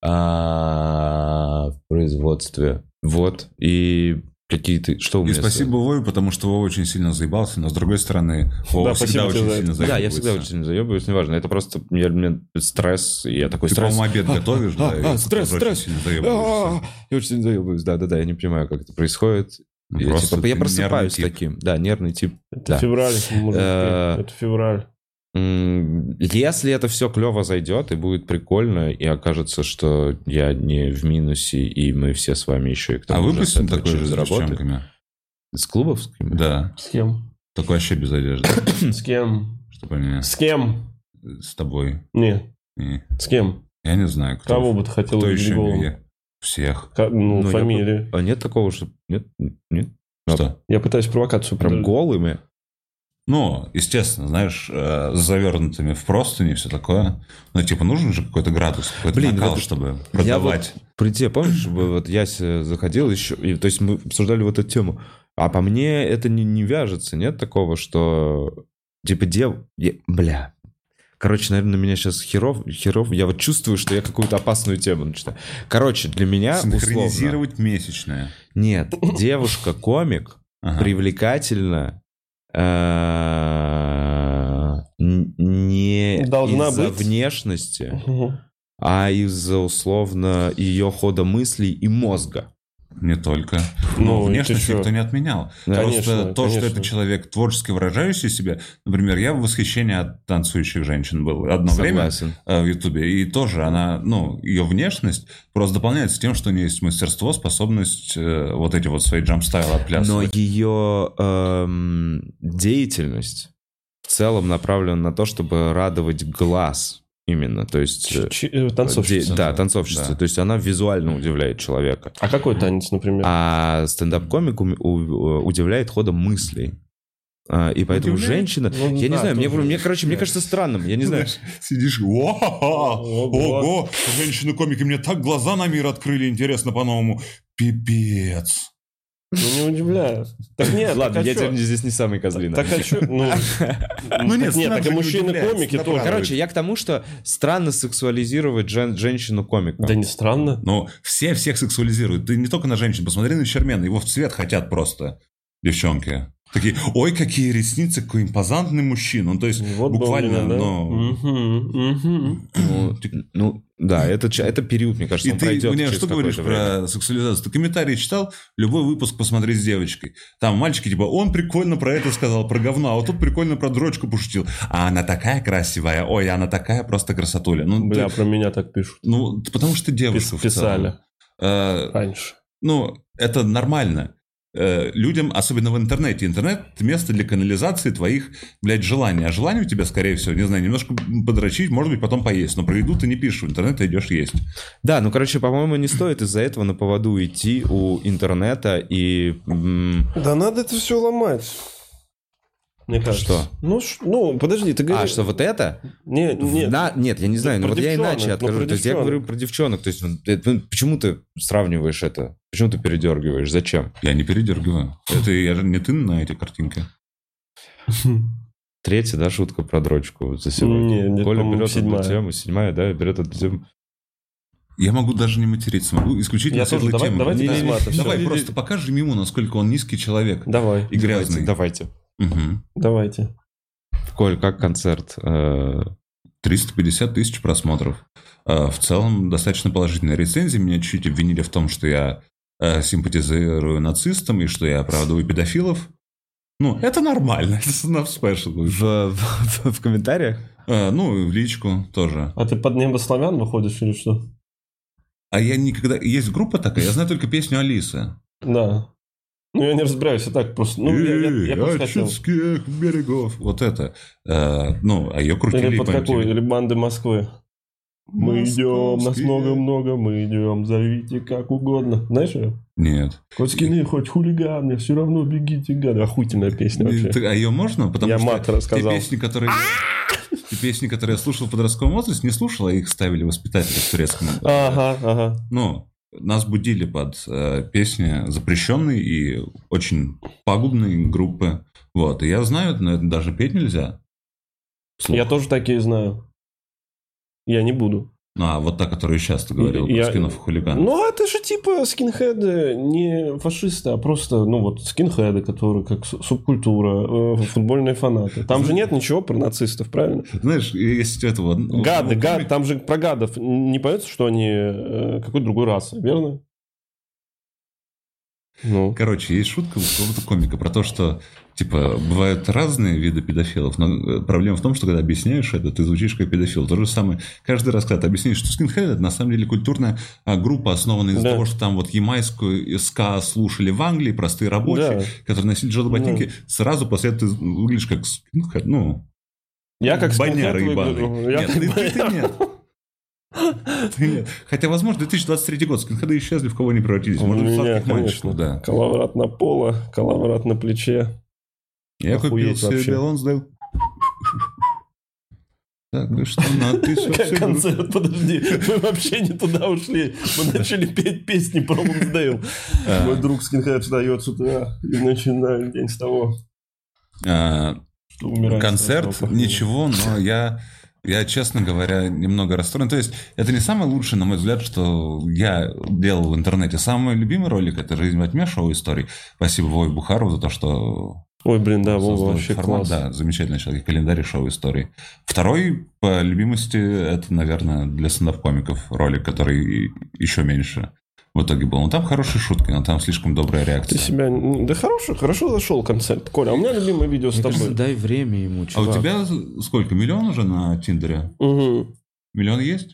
а, в производстве. Вот, и какие-то... Что у меня? И спасибо Вове, потому что Вова очень сильно заебался, но с другой стороны, Вова Да, всегда очень спасибо тебе сильно за это. Да, заебывается. я всегда очень сильно заебываюсь, неважно. Это просто я, мне стресс, и я такой Ты, стресс. по-моему, обед готовишь, да? А, и стресс, тоже стресс. очень сильно заебываешься. Я очень сильно заебываюсь, да-да-да, я не понимаю, как это происходит. Ну, Я, просто типа, я ты просыпаюсь нервный тип. таким. Да, нервный тип. Это Да. февраль, мужики. Э, Это февраль. М, Если это все клево зайдет и будет прикольно, и окажется, что я не в минусе, и мы все с вами еще и к А тому же выпустим с этого такой же через с работу. девчонками? С клубовскими? Да. С кем? Только вообще без одежды. С кем? Чтобы меня... С кем? С тобой. Нет. И С кем? я не знаю, кто. Кого бы ты хотел Кто увидеть еще? голым? Я- Всех. Ка- Ну, Ну, я фамилии. А нет такого, что... Нет? Нет? Что? Я пытаюсь провокацию Прям подожди. голыми? Ну, естественно, знаешь, э, с завернутыми в простыни и все такое. Ну, типа, нужен же какой-то градус, какой-то Блин, накал, вот чтобы Я продавать. вот при тебе, помнишь, вот Яся заходил еще, и, то есть мы обсуждали вот эту тему, а по мне это не, не вяжется, нет такого, что типа дев... я- Бля. Короче, наверное, на меня сейчас херов, херов, я вот чувствую, что я какую-то опасную тему начинаю. Короче, для меня условно... Синхронизировать месячное. Нет, девушка-комик Ага. привлекательна э, н- не Должна из-за быть. внешности, Мгм. а из-за, условно, ее хода мыслей и мозга. Не только. Ну, Но и внешность ты чё? никто не отменял. Да. Просто Конечно, то, что конечно. это человек творчески выражающий себя. Например, я в восхищении от танцующих женщин был одно время Согласен. э, в Ютубе. И тоже она, ну, ее внешность просто дополняется тем, что у нее есть мастерство, способность э, вот эти вот свои джамп-стайлы Но отплясывать. ее эм, деятельность в целом направлена на то, чтобы радовать глаз именно. То есть... э, Ч- э, Танцовщица. де- Да, танцовщица. Да. То есть она визуально удивляет человека. А какой танец, например? А стендап-комик у- у- удивляет ходом мыслей. А, И поэтому Удивляет? женщина... Ну, Я не да, знаю, мне, тоже. мне, короче, мне кажется странным. Я не знаю. Сидишь, ого, ого, женщины-комики мне так глаза на мир открыли, интересно по-новому. Пипец. Ну, не удивляю. Так нет, Ладно, так а я чё? теперь здесь не самый козлина. Так а чё? Ну, Ну, нет, так нет, stand-up так и же не мужчины-комики удивляется, тоже. да, Короче, я к тому, что странно сексуализировать жен- женщину-комика. Да не странно. Но все всех сексуализируют. Ты не только на женщин. Посмотри на Чермена. Его в цвет хотят просто девчонки. Такие, ой, какие ресницы, какой импозантный мужчина. Ну, то есть, Вот бы у буквально, меня, да? ну... Мгм, мгм. Ну, ну, да, это, ча- это период, мне кажется, И он ты пройдет мне через что говоришь какое-то время. про сексуализацию? Ты комментарии читал? Любой выпуск посмотри с девочкой. Там мальчики типа, он прикольно про это сказал, про говно, а вот тут прикольно про дрочку пошутил. А она такая красивая, ой, она такая просто красотуля. Ну, Бля, ты- про меня так пишут. ну потому что ты девушка в Писали целом. Э, раньше. Ну, это нормально. Э, Людям, особенно в интернете. Интернет – место для канализации твоих, блядь, желаний. А желание у тебя, скорее всего, не знаю, немножко подрочить, может быть, потом поесть. Но про еду ты не пишешь, в интернет ты идешь есть. Да, ну, короче, по-моему, не стоит из-за этого на поводу идти у интернета и... м, Да надо это все ломать. Мне кажется. Что? Ну, ш- ну подожди, ты А, говоришь... что вот это? Не, нет. На- Нет, я не знаю, про ну вот я девчонок, иначе ну, откажу. про То есть я девчонок. говорю про девчонок. То есть ну, ты- ну, почему ты сравниваешь это? Почему ты передергиваешь? Зачем? Я не передергиваю. Это я же не ты на эти картинки. Третья, да, шутка про дрочку за сегодня. Не, нет, Коля по-моему, берет седьмая. эту тему, седьмая, да, берет эту тему. Я могу даже не материться, могу исключительно Я тоже. светлые Давай- темы. давайте Да, без мата, всё. Давай Не-не-не. просто покажем ему, насколько он низкий человек Давай, и грязный. Давайте. Мгм. давайте. Коль, как концерт? Э, триста пятьдесят тысяч просмотров. Э, В целом, достаточно положительная рецензия. Меня чуть обвинили в том, что я э, симпатизирую нацистам и что я оправдываю педофилов. Ну, это нормально. Это stand-up special. В, в, в комментариях? Э, Ну, и в личку тоже. А ты под небо славян выходишь или что? А я никогда... Есть группа такая, я знаю только песню Алисы. Да. Ну, я не разбираюсь, я так просто... Ну, я, я- я Эй, просто от хотел. чудских берегов. Вот это. Э, Ну, а ее крутили Или и под какую? понтили. Или банды Москвы. Мы идем, нас Московские. много-много, мы идем, зовите как угодно. Знаешь ее? Нет. Хоть скины, хоть хулиганы, все равно бегите, гады. Охуительная песня вообще. Ты- а ее можно? Потому Я что мат рассказал. те песни, которые... Те песни, которые я слушал в подростковом возрасте, не слушал, а их ставили воспитатели в турецком. Ага, ага. Ну, нас будили под э, песни запрещенные и очень пагубные группы. Вот. И я знаю, но это даже петь нельзя. Вслух. Я тоже такие знаю. Я не буду. Ну, а вот та, которую сейчас ты говорил, Я- про скинов и хулиганов. Ну, это же типа скинхеды не фашисты, а просто, ну, вот скинхеды, которые как су- субкультура, э, футбольные фанаты. Там же нет ничего про нацистов, правильно? Знаешь, если этого... ну, Гады, ну, гад, там же про гадов не поется, что они э, какой-то другой расы, верно? Ну, Короче, есть шутка у какого-то комика про то, что, типа, бывают разные виды педофилов, но проблема в том, что когда объясняешь это, ты звучишь как педофил. То же самое, каждый раз, когда ты объясняешь, что скинхед, это на самом деле культурная а, группа, основанная из-за Да. того, что там вот ямайскую ска слушали в Англии, простые рабочие, Да. которые носили джелы ботинки, сразу после этого ты выглядишь как скинхед, ну, я как баняра скинхед ебаный. выгляжу. Я Нет, как ты, ты- ты баняра. нет. Ты нет. Хотя, возможно, две тысячи двадцать третий год, скинхеды исчезли, в кого не превратились. У Может быть, меня, сладких конечно. мальчиков, да. Коловрат на поло, коловрат на плече. Я купил Охуеть себе вообще. Лонсдейл. Так, и что надо? Ты всё- Как всё концерт, подожди, мы вообще не туда ушли. Мы начали петь песни про Лонсдейл. А. Мой друг скинхед встает с утра и начинает день с того, А, что умирает. концерт, сразу похмелья. ничего, но я, я, честно говоря, немного расстроен. То есть, это не самое лучшее, на мой взгляд, что я делал в интернете. Самый любимый ролик – это «Жизнь во тьме», шоу историй. Спасибо Вове Бухарову за то, что Ой, блин, да, Вова создал вообще этот формат. класс. Да, замечательный человек. Календарь шоу историй. Второй по любимости – это, наверное, для стендап-комиков ролик, который еще меньше в итоге был. Но там хорошие шутки, но там слишком добрая Ты реакция. себя... Да хорошо, хорошо зашел концерт. Коля, а у меня любимое видео с Мне кажется, тобой. дай время ему, А чувак. у тебя сколько? Миллион уже на Тиндере? Угу. Миллион есть?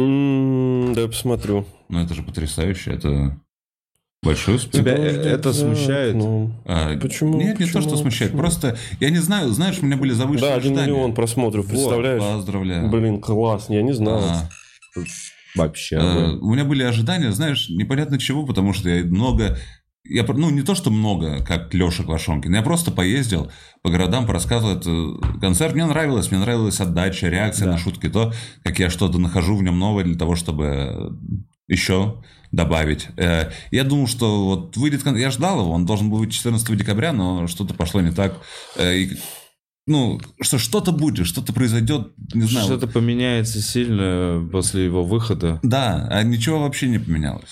М, Да, я посмотрю. Ну, это же потрясающе. Это большой успех. Тебя Подожди, это так, смущает? ну. А, Почему? Нет, не то, Почему? что смущает. Почему? Просто, я не знаю, знаешь, у меня были завышенные Да, один ожидания. миллион просмотров, Вот, представляешь? поздравляю. Блин, класс, я не знал. А, Вообще. э, да. у меня были ожидания, знаешь, непонятно чего, потому что я много... Я, про- ну, не то, что много, как Леша Квашонкин. Я просто поездил по городам, порассказывал этот концерт. Мне нравилось, мне нравилась отдача, реакция Да. на шутки, то, как я что-то нахожу в нем новое для того, чтобы еще добавить. Э, Я думал, что вот выйдет... кон- Я ждал его, он должен был быть четырнадцатого декабря, но что-то пошло не так. Э, и, ну, что что-то будет, что-то произойдет, не знаю. Что-то поменяется сильно после его выхода. Да, а ничего вообще не поменялось.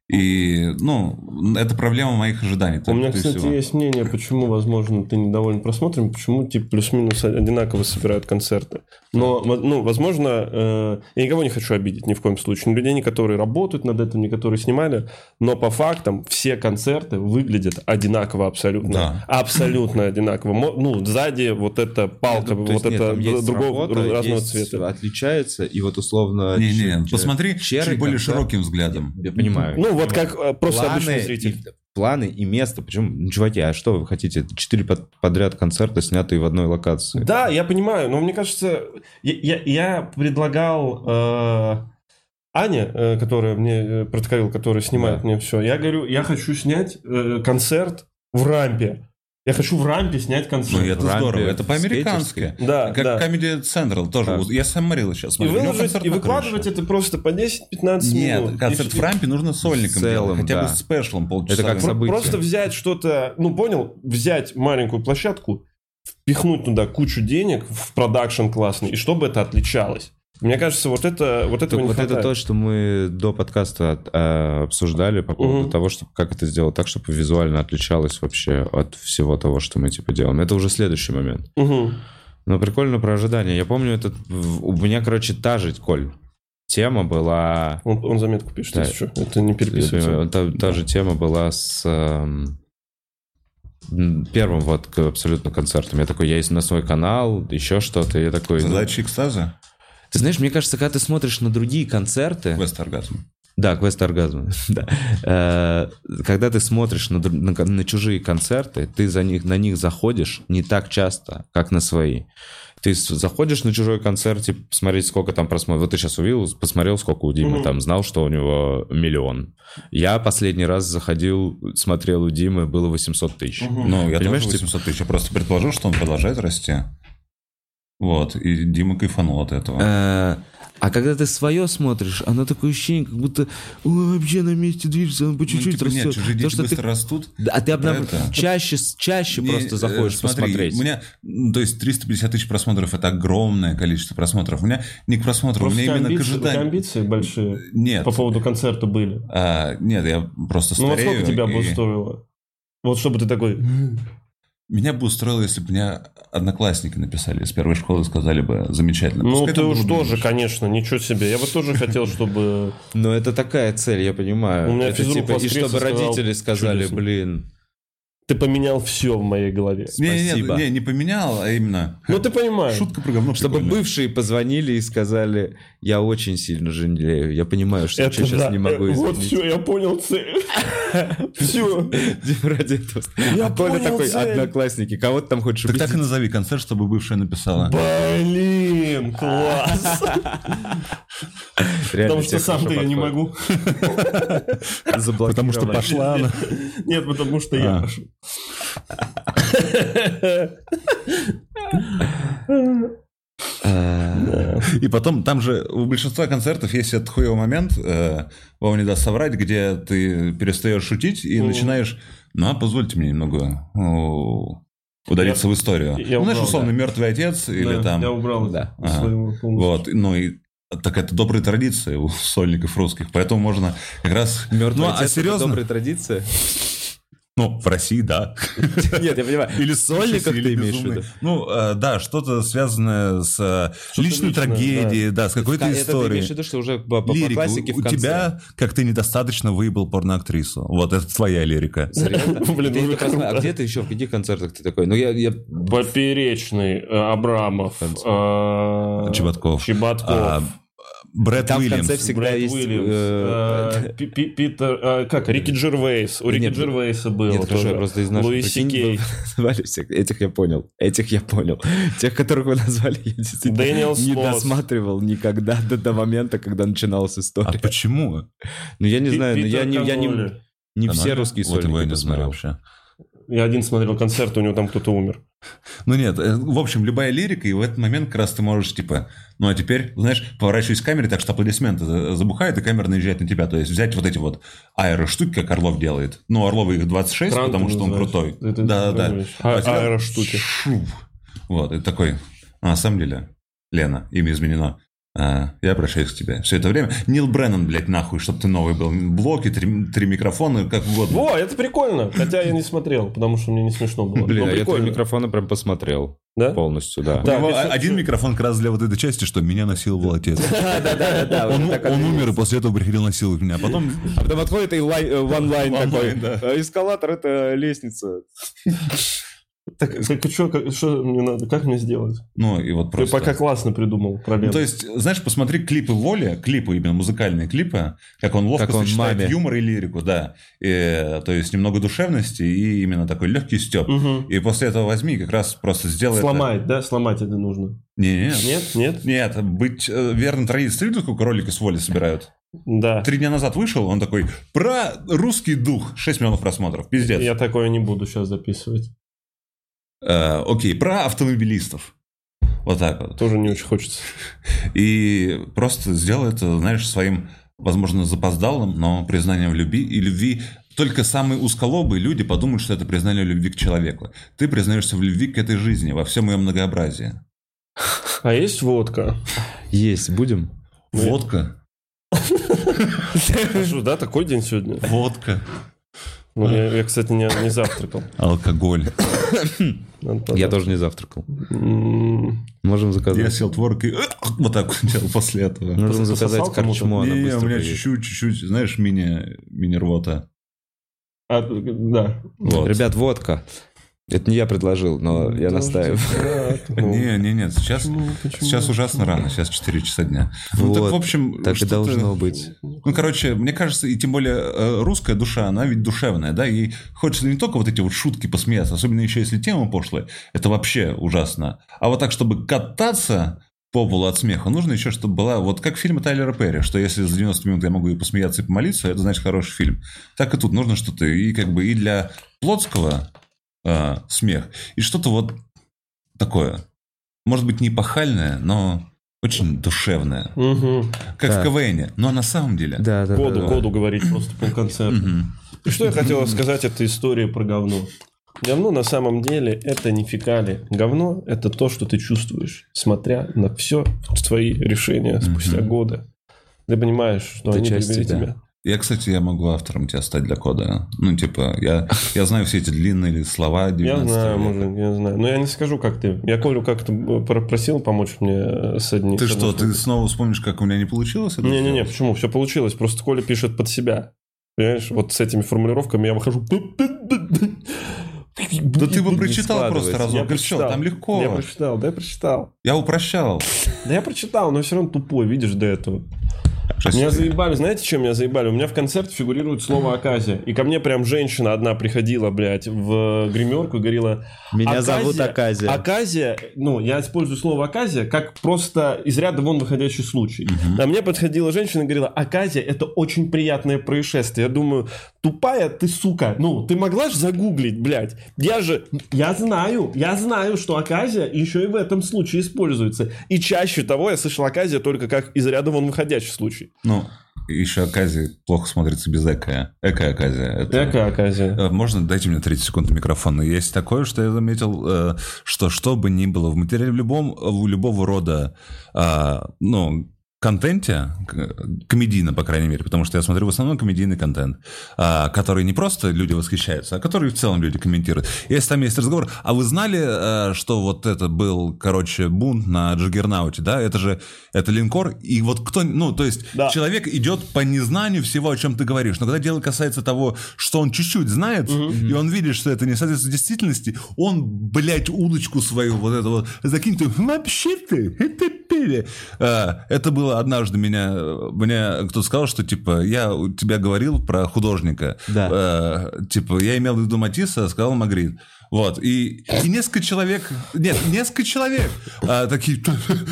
И, ну, это проблема моих ожиданий. У только меня, и кстати, всего. есть мнение, почему, возможно, ты недоволен просмотрами, почему, типа, плюс-минус одинаково собирают концерты. Но, ну, возможно, э, я никого не хочу обидеть ни в коем случае. Ни людей, ни которые работают над этим, ни которые снимали, но по фактам все концерты выглядят одинаково абсолютно. Да. Абсолютно одинаково. Мо- Ну, сзади вот эта палка, Ну, то вот есть, нет, это там есть другого работа, разного есть, цвета. отличается, и вот условно... Не-не, ч- посмотри черный чуть более концерт. широким взглядом. Я понимаю. Ну, вот понимаю. как э, просто Планы обычный и- зритель. планы и место. Почему? Ну, чуваки, а что вы хотите? Четыре под- подряд концерта, снятые в одной локации. Да, я понимаю, но мне кажется, я, я, я предлагал э, Ане, э, которая мне э, протоколил, которая снимает Да. мне все, я говорю, я хочу снять э, концерт в рампе. Я хочу в рампе снять концерт. Ну, это Рампе, здорово, это в по-американски. Да, Как да. Comedy Central тоже. Так. Я сам Марила сейчас И смотрю. У него выложить, концерт и на выкладывать крыше. это просто по десять-пятнадцать минут. Нет, концерт И- в рампе нужно сольником В целом, делать, хотя да. бы с спешлом полчаса. Это как Про- событие. Просто взять что-то, ну, понял, взять маленькую площадку, впихнуть туда кучу денег в продакшн классный, и чтобы это отличалось. Мне кажется, вот это вот этого Так не вот хватает. это то, что мы до подкаста от- а, обсуждали по поводу Мгм. того, чтобы как это сделать так, чтобы визуально отличалось вообще от всего того, что мы типа делаем. Это уже следующий момент. Мгм. Но прикольно про ожидания. Я помню, этот, в- у меня, короче, та же, Коль, тема была... Он, он заметку пишет, Да. если что. Это не Я переписывается. понимаю, Та, та же тема была с эм, м, первым вот к- абсолютно концертом. Я такой, я есть на свой канал, еще что-то. Я такой... ну, Задача экстаза? ты знаешь, мне кажется, когда ты смотришь на другие концерты... Вест оргазм. Да, квест оргазма. Да. Когда ты смотришь на, на, на чужие концерты, ты за них, на них заходишь не так часто, как на свои. Ты заходишь на чужой концерт, типа, посмотреть, сколько там просмотров. Вот ты сейчас увидел, посмотрел, сколько у Димы, mm-hmm. там, знал, что у него миллион. Я последний раз заходил, смотрел у Димы, было восемьсот тысяч. Mm-hmm. Ну, я Понимаешь, тоже восемьсот тысяч. Я просто предположил, что он продолжает расти. Вот, и Дима кайфанул от этого. А когда ты свое смотришь, оно такое ощущение, как будто вообще на месте движется, оно по чуть-чуть ну, типа, растет. Нет, чужие дети то, быстро ты... растут. Да, а ты обнаруживаешь, чаще, чаще не, просто заходишь смотри, посмотреть. У меня, то есть триста пятьдесят тысяч просмотров – это огромное количество просмотров. У меня не к просмотру, просто у меня именно амбиции, к ожиданию. амбиции большие нет. по поводу концерта были? А, нет, я просто старею. Ну вот сколько тебя и... бы устроило? Вот чтобы ты такой... Меня бы устроило, если бы меня одноклассники написали из первой школы и сказали бы замечательно. Ну, ты уж тоже, конечно, ничего себе. Я бы тоже хотел, чтобы... Но это такая цель, я понимаю. У меня это физрук типа, и чтобы родители сказали, блин... Ты поменял все в моей голове. Спасибо. Не, не, не поменял, а именно... Ну, ты понимаешь. Шутка про говно. Чтобы прикольная. бывшие позвонили и сказали, я очень сильно жалею, я понимаю, что это я сейчас да. не могу изменить. Вот все, я понял цель. Все. Дима ради этого. Я а Коля такой, цель. Одноклассники, кого ты там хочешь Так убедить? так и назови концерт, чтобы бывшая написала. Блин, класс. Реально, потому что сам-то я не могу. Потому что пошла она. Нет, потому что я пошел. И потом, там же у большинства концертов есть этот хуевый момент, э, Вова не даст соврать, где ты перестаешь шутить и mm. начинаешь, ну, а позвольте мне немного о, удалиться я, в историю. Я ну, убрал, знаешь, условно, да. «Мертвый отец» да, или там... Я убрал, да. Ага. Вот, ну и... Так это добрая традиция у сольников русских, поэтому можно как раз... «Мертвый ну, отец» а серьезно? Это добрая традиция? Ну, в России, да. Нет, я понимаю. Или сольников ты имеешь в виду? Ну, да, что-то связанное с личной трагедией, да, с какой-то историей. Это ты имеешь в виду, что уже по классике в конце. У тебя, как ты недостаточно выебал порноактрису. Вот, это твоя лирика. Блин, а где ты еще, в каких концертах ты такой? Ну, я... Поперечный, Абрамов, Чеботков. Чеботков. Брэд там Уильямс. в конце всегда Брэд есть... Уильямс. Э, Питер... Э, как? Рики Джервейс. У Рики нет, Джервейса был. Нет, хорошо, просто из наших... Луи Си Кей. Назвали всех. Этих я понял. Этих я понял. Тех, которых вы назвали, я действительно Дэниел не Смот. досматривал никогда до, до момента, когда начиналась история. А почему? Ну, я не Пи- знаю, но я не, я не, не Каноли? все русские Вот его я сольники не знаю посмотрел. вообще. Я один смотрел концерт, у него там кто-то умер. Ну нет, в общем, любая лирика, и в этот момент как раз ты можешь, типа, ну а теперь, знаешь, поворачиваюсь к камере, так что аплодисменты забухают, и камера наезжает на тебя. То есть взять вот эти вот аэроштуки, как Орлов делает. Ну, Орлова их двадцать шесть, Трант потому что он крутой. Да-да-да. А, а тебя... аэроштуки. Шуп. Вот, и такой, а, на самом деле, Лена, имя изменено. А, я обращаюсь к тебе. Все это время. Нил Бреннан, блядь, нахуй, чтобы ты новый был. Блоки, три, три микрофона, как угодно. Во, это прикольно. Хотя я не смотрел, потому что мне не смешно было. Блин, но а я прикольно. три микрофона прям посмотрел. Да? Полностью, да. Да, У него без- один микрофон как раз для вот этой части, что меня насиловал отец. Да-да-да. Он, он умер и после этого приходил насиловать меня. А потом... А потом отходит и ван-лайн такой. One-line, да. «А эскалатор — это лестница. Так, так что, как, что мне надо, как мне сделать? Ну, и вот Ты просто... пока классно придумал проблему. Ну, то есть, знаешь, посмотри клипы Воли, клипы, именно музыкальные клипы, как он ловко Как он сочетает маме. юмор и лирику, да. И, то есть, немного душевности и именно такой легкий стёб. Мгм. И после этого возьми, как раз просто сделай Сломать, да? Сломать это нужно. это. Нет, Нет? Нет? Нет, быть э, верным традиции. Видел, сколько ролики с Воли собирают? Да. Три дня назад вышел, он такой, про русский дух, шесть миллионов просмотров, пиздец. Я такое не буду сейчас записывать. Э, окей, про автомобилистов. Вот так вот. Тоже не очень хочется. И просто сделай это, знаешь, своим, возможно, запоздалым, но признанием в любви. И любви только самые узколобые люди подумают, что это признание любви к человеку. Ты признаешься в любви к этой жизни, во всем ее многообразии. А есть водка? Есть, будем? Водка. А что, да, такой день сегодня? Водка. Ну, я, я, кстати, не, не завтракал. Алкоголь. Надо Я позавтракать. тоже не завтракал. М, Можем Я заказать. сел творог и вот так вот делал после этого. Можем Пососал заказать кому-то? корчму, она Не, у быстро меня приедет. чуть-чуть, чуть-чуть, знаешь, мини, мини-рвота. а, да. Вот. Ребят, водка. Это не я предложил, но я настаиваю. Не, не, нет, сейчас, сейчас ужасно рано, сейчас четыре часа дня. Вот, ну, так, в общем, так и должно быть. Ну, короче, мне кажется, и тем более русская душа, она ведь душевная, да, и хочется не только вот эти вот шутки посмеяться, особенно еще если тема пошлая, это вообще ужасно. А вот так, чтобы кататься по полу от смеха, нужно еще, чтобы была, вот как в фильме Тайлера Перри, что если за девяносто минут я могу и посмеяться, и помолиться, это значит хороший фильм. Так и тут нужно что-то и как бы и для плотского а, смех, и что-то вот такое, может быть, не эпохальное, но очень душевное, угу. как да. в КВНе, но на самом деле... Да, да, коду, да, коду да. говорить просто полконцерта. Угу. И что я хотел сказать этой истории про говно? Говно на самом деле это не фекалии. Говно это то, что ты чувствуешь, смотря на все твои решения спустя mm-hmm. годы. Ты понимаешь, что это они привели тебя. тебя. Я, кстати, я могу автором тебя стать для кода. Ну, типа, я, я знаю все эти длинные слова. Я знаю, мужик, я знаю. Но я не скажу, как ты. Я Колю как-то просил помочь мне с одним. Ты что, ты снова вспомнишь, как у меня не получилось? Не-не-не, почему? Все получилось. Просто Коля пишет под себя. Понимаешь? Вот с этими формулировками я выхожу... Да ты бы прочитал просто разок. Прочитал. Там легко. Я прочитал, да я прочитал. Я упрощал. Да я прочитал, но все равно тупой, видишь, до этого. Меня заебали, знаете, чем меня заебали? У меня в концерте фигурирует слово «Аказия». И ко мне прям женщина одна приходила, блядь, в гримерку и говорила... Меня Аказия, зовут Аказия. Аказия, ну, я использую слово «Аказия» как просто из ряда вон выходящий случай. Uh-huh. А мне подходила женщина и говорила: «Аказия – это очень приятное происшествие». Я думаю, тупая ты, сука, ну, ты могла же загуглить, блядь? Я же, я знаю, я знаю, что Аказия еще и в этом случае используется. И чаще того я слышал Аказия только как из ряда вон выходящий случай. Ну, еще Аказия плохо смотрится без эко. Эко-Аказия. Это... Эко-Аказия. Можно, дайте мне тридцать секунд на микрофон. Есть такое, что я заметил, что что бы ни было в материале, в любом, в любого рода, ну, контенте, комедийно, по крайней мере, потому что я смотрю в основном комедийный контент, который не просто люди восхищаются, а который в целом люди комментируют. Если там есть разговор, а вы знали, что вот это был, короче, бунт на Джаггернауте, да, это же, это линкор, и вот кто, ну, то есть да. человек идет по незнанию всего, о чем ты говоришь, но когда дело касается того, что он чуть-чуть знает, угу. и он видит, что это не соответствует действительности, он, блядь, удочку свою вот эту вот закинет, вообще-то, это пили. Это было однажды меня, мне кто-то сказал, что, типа, я у тебя говорил про художника. Да. Э, типа, я имел в виду Матисса, сказал Магрит. Вот, и, и несколько человек, нет, несколько человек а, такие,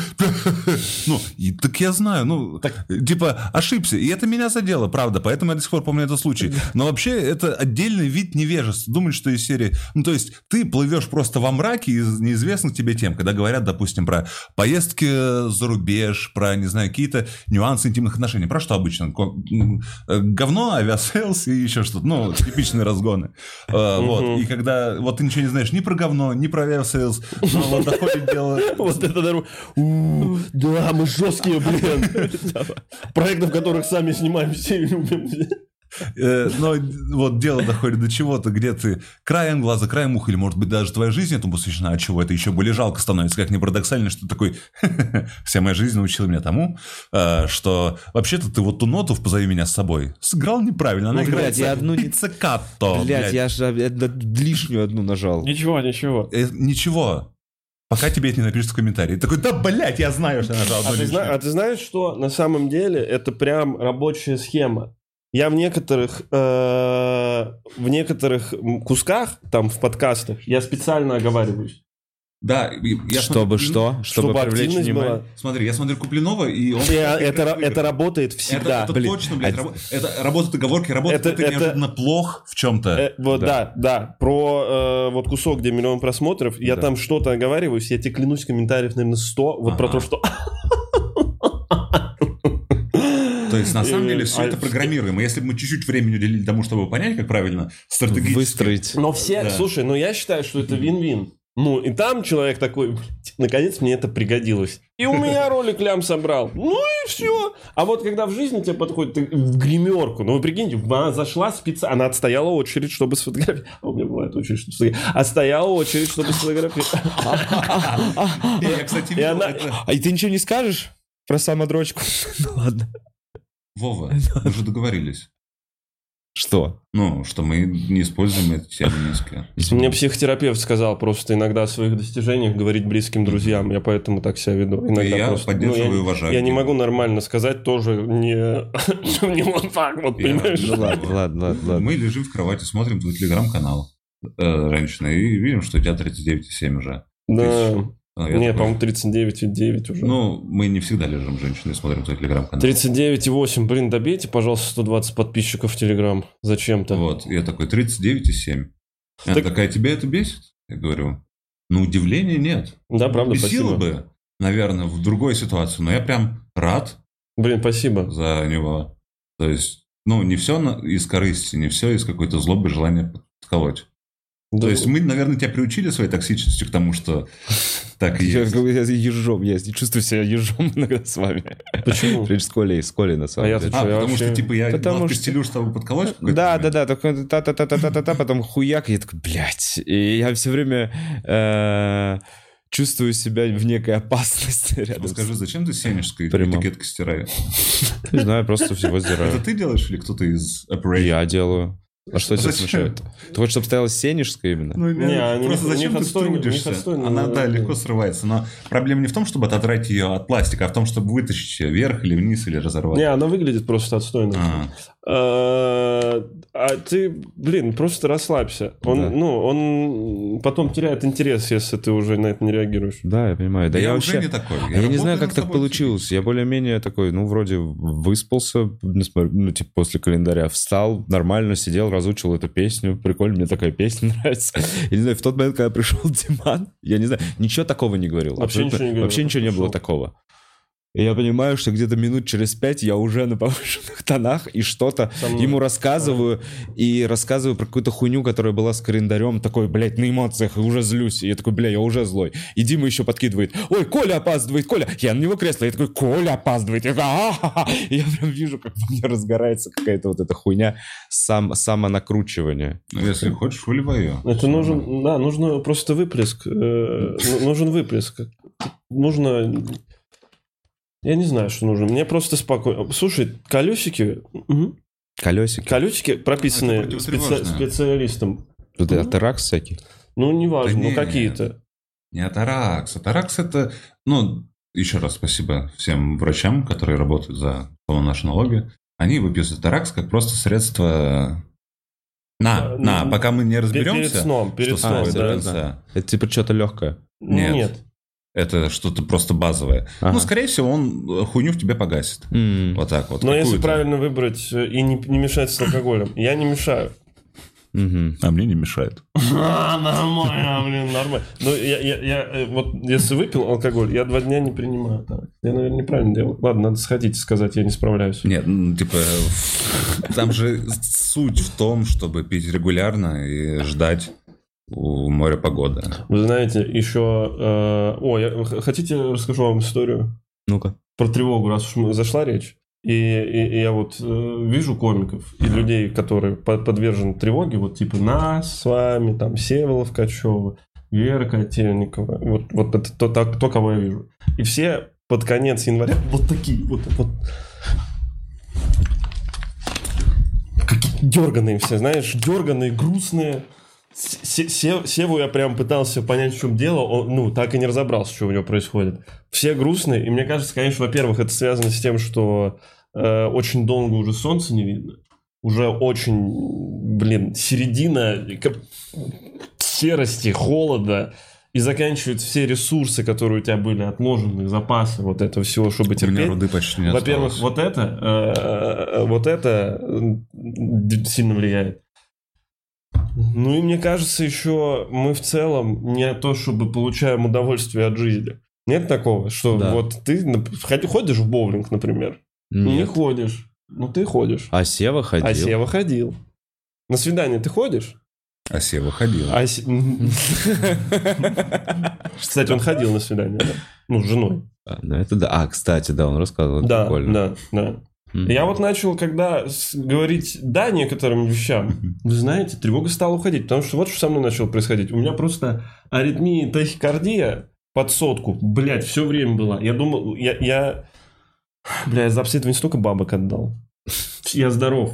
ну, и, так я знаю, ну, так, типа, ошибся, и это меня задело, правда, поэтому я до сих пор помню этот случай, но вообще это отдельный вид невежества, думать, что из серии, ну, то есть ты плывешь просто во мраке из неизвестных тебе тем, когда говорят, допустим, про поездки за рубеж, про, не знаю, какие-то нюансы интимных отношений, про что обычно? Говно, авиасейлс и еще что-то, ну, типичные разгоны, вот, и когда, вот ты ничего не знаешь ни про говно, ни про авиасейлс, но вот доходит дело... Вот это нормально. Да, мы жесткие, блин. Проектов, которых сами снимаем, все любим. Но вот дело доходит до чего-то, где ты краем глаза, краем уха, или, может быть, даже твоя жизнь этому посвящена, от чего это еще более жалко становится, как ни парадоксально, что такой, вся моя жизнь научила меня тому, что вообще-то ты вот ту ноту в «Позови меня с собой» сыграл неправильно, она ну, играется блядь, одну... пиццикатто. Блядь, я же лишнюю одну нажал. Ничего, ничего. Э, ничего. Пока тебе это не напишут в комментарии. Ты такой, да, блядь, я знаю, что я нажал одну а, ты зна- а ты знаешь, что на самом деле это прям рабочая схема. Я в некоторых, э, в некоторых кусках, там, в подкастах, я специально оговариваюсь. Да, я чтобы смотрю, что? Чтобы, чтобы привлечь активность внимание. была. Смотри, я смотрю Куплинова, и он... И это, это работает всегда. Это, это точно, блядь, а... раб... это работают оговорки, работает это, это неожиданно плох в чем-то. Э, вот, да, да. да. Про э, вот кусок, где миллион просмотров, я да. там что-то оговариваюсь, я тебе клянусь, комментариев, наверное, сто, вот ага. про то, что... То есть, на самом деле, все это программируемо. Если бы мы чуть-чуть времени уделили тому, чтобы понять, как правильно стратегически... Выстроить. Но все... Да. Слушай, ну я считаю, что это вин-вин. Ну, и там человек такой, блядь, наконец мне это пригодилось. И у меня ролик лям собрал. Ну и все. А вот когда в жизни тебе подходит ты в гримерку, ну вы прикиньте, она зашла специально, она отстояла очередь, чтобы сфотографировать. А у меня бывает очередь, чтобы сфотографировать. Отстояла очередь, чтобы сфотографировать. Я, кстати, видел это. А ты ничего не скажешь про самодрочку? Ну ладно. Вова, мы же договорились. Что? Ну, что мы не используем эти термины низкие. Мне психотерапевт сказал просто иногда о своих достижениях говорить близким друзьям. Я поэтому так себя веду. Иногда И я просто, поддерживаю ну, я, и уважаю. Я не могу нормально сказать тоже не, не вот так вот, Я- понимаешь? Ну ладно, ладно, ладно. ладно. Мы лежим в кровати, смотрим твой телеграм-канал, э, женщина, и видим, что у тебя тридцать девять и семь уже. Да. Тысяч. А я Не, такой, по-моему, тридцать девять и девять уже. Ну, мы не всегда лежим, женщины, и смотрим твой телеграм-канал. тридцать девять и восемь. Блин, добейте, пожалуйста, сто двадцать подписчиков в Телеграм. Зачем-то. Вот, я такой, тридцать девять и семь. Она Так- такая, тебя это бесит? Я говорю, на удивление нет. Да, правда, Бесило спасибо. бы, наверное, в другой ситуации, но я прям рад Блин, спасибо. за него. То есть, ну, не все из корысти, не все из какой-то злобы, желания подколоть. Да. То есть мы, наверное, тебя приучили своей токсичностью к тому, что так и Я, есть. как бы, я ежом, я не чувствую себя ежом иногда с вами. Почему? Речь с Колей, с Колей, на самом А я деле. тут А, Я потому вообще- что, типа, я Потому лавку что- стелю, чтобы подколоть? в какой-то Да, момент? да, да, такой та-та-та-та-та-та, потом хуяк, и я такой, блядь. И я все время э, чувствую себя в некой опасности рядом. Ну, скажи, зачем ты семечкой Прямо. этикетку стираешь? Не знаю, просто всего сдираю. Это ты делаешь или кто-то из Operation? Я делаю. А что тебя Зачем? смущает? Ты хочешь, чтобы стояла сенежская именно? Ну, Не, они- просто у зачем них ты отстойно- у них трудишься? отстойно, Она, ну, да, ну. легко срывается. Но проблема не в том, чтобы отодрать ее от пластика, а в том, чтобы вытащить ее вверх или вниз, или разорвать. Не, она выглядит просто отстойно. А, А а ты, блин, просто расслабься. Он, Да. ну, он потом теряет интерес, если ты уже на это не реагируешь. Да, я понимаю. Да я, я, уже вообще... не такой. Я, не работаю знаю, как над так собой получилось. Я более-менее такой, ну, вроде выспался, несмотря- ну, типа, после календаря. Встал, нормально сидел, разучил эту песню. Прикольно, мне такая песня нравится. Я не знаю, в тот момент, когда пришел Диман, я не знаю, ничего такого не говорил. Вообще Абсолютно- ничего не говорил, Вообще ничего не было пришел. такого. И я понимаю, что где-то минут через пять я уже на повышенных тонах и что-то Со мной. ему рассказываю. И рассказываю про какую-то хуйню, которая была с календарем. Такой, блядь, на эмоциях, и уже злюсь. И я такой, бля, я уже злой. И Дима еще подкидывает. Ой, Коля опаздывает, Коля. Я на него кресло. Я такой, Коля опаздывает. Я такой, «А-ха-ха». И я прям вижу, как во мне разгорается какая-то вот эта хуйня сам, самонакручивание. Ну, если хочешь, выливай ее. Это нужен, да, нужно просто выплеск. э, ну, Нужен выплеск. Нужно... Я не знаю, что нужно. Мне просто спокойно. Слушай, колесики... мгм. Колесики. Колесики прописаны Это противотревожное. специ- специалистом. Тут это ракс всякий. Ну, неважно, Да ну не. какие-то. Не атаракс. Атаракс это, ну, еще раз спасибо всем врачам, которые работают за по-моему, наши налоги. Они выписывают атаракс как просто средство... На, А, на, ну, пока мы не Перед разберемся, сном, перед что сном, такое да. деменция, Это типа что-то легкое. Нет. Нет. это что-то просто базовое. Ага. Ну, скорее всего, он хуйню в тебе погасит. М. Вот так вот. Но если какую-то. правильно выбрать э, и не, не мешать с алкоголем. Я не мешаю. Мгм. А мне не мешает. А, нормально, блин, нормально. Ну, я, я, я, э, вот если выпил алкоголь, я два дня не принимаю. Так. Я, наверное, неправильно делаю. Ладно, надо сходить и сказать, я не справляюсь. Нет, ну, типа, там же суть в том, чтобы пить регулярно и ждать у моря погоды. Вы знаете, еще... э, о, я, х- хотите, расскажу вам историю Ну-ка. про тревогу, раз уж мы- зашла речь. И, и- и я вот э, вижу комиков и людей, которые по- подвержены тревоге, вот типа нас с вами, там, Всеволод Качева, Вера Котельникова, вот, вот это то, так- то, кого я вижу. И все под конец января вот такие, вот, вот какие дерганые все, знаешь, дерганые, грустные. Се- се- Севу я прям пытался понять, в чем дело, он, ну, так и не разобрался, что у него происходит. Все грустные, и мне кажется, конечно, во-первых, это связано с тем, что э, очень долго уже солнца не видно. Уже очень, блин, середина как- серости, холода, и заканчиваются все ресурсы, которые у тебя были отложены, запасы вот этого всего, чтобы У меня терпеть. руды почти не Во-первых, осталось. вот это, э, вот это э, сильно влияет. Ну и мне кажется, еще мы в целом не то, чтобы получаем удовольствие от жизни. Нет такого, что Да. вот ты нап- ходи- ходишь в боулинг, например. Не Нет. ходишь. Ну ты ходишь. А Сева ходил. А Сева ходил. На свидание ты ходишь? А Сева ходил. А Се- Кстати, он ходил на свидание, да? Ну, с женой. А, ну это да. А, кстати, да, он рассказывал. это Да, прикольно. да, да. М. Я вот начал, когда с- говорить «да» некоторым вещам, вы знаете, тревога стала уходить, потому что вот что со мной начало происходить. У меня просто аритмия, тахикардия под сотку, блядь, все время была. Я думал, я, я... Бля, я за обследование столько бабок отдал. Я здоров.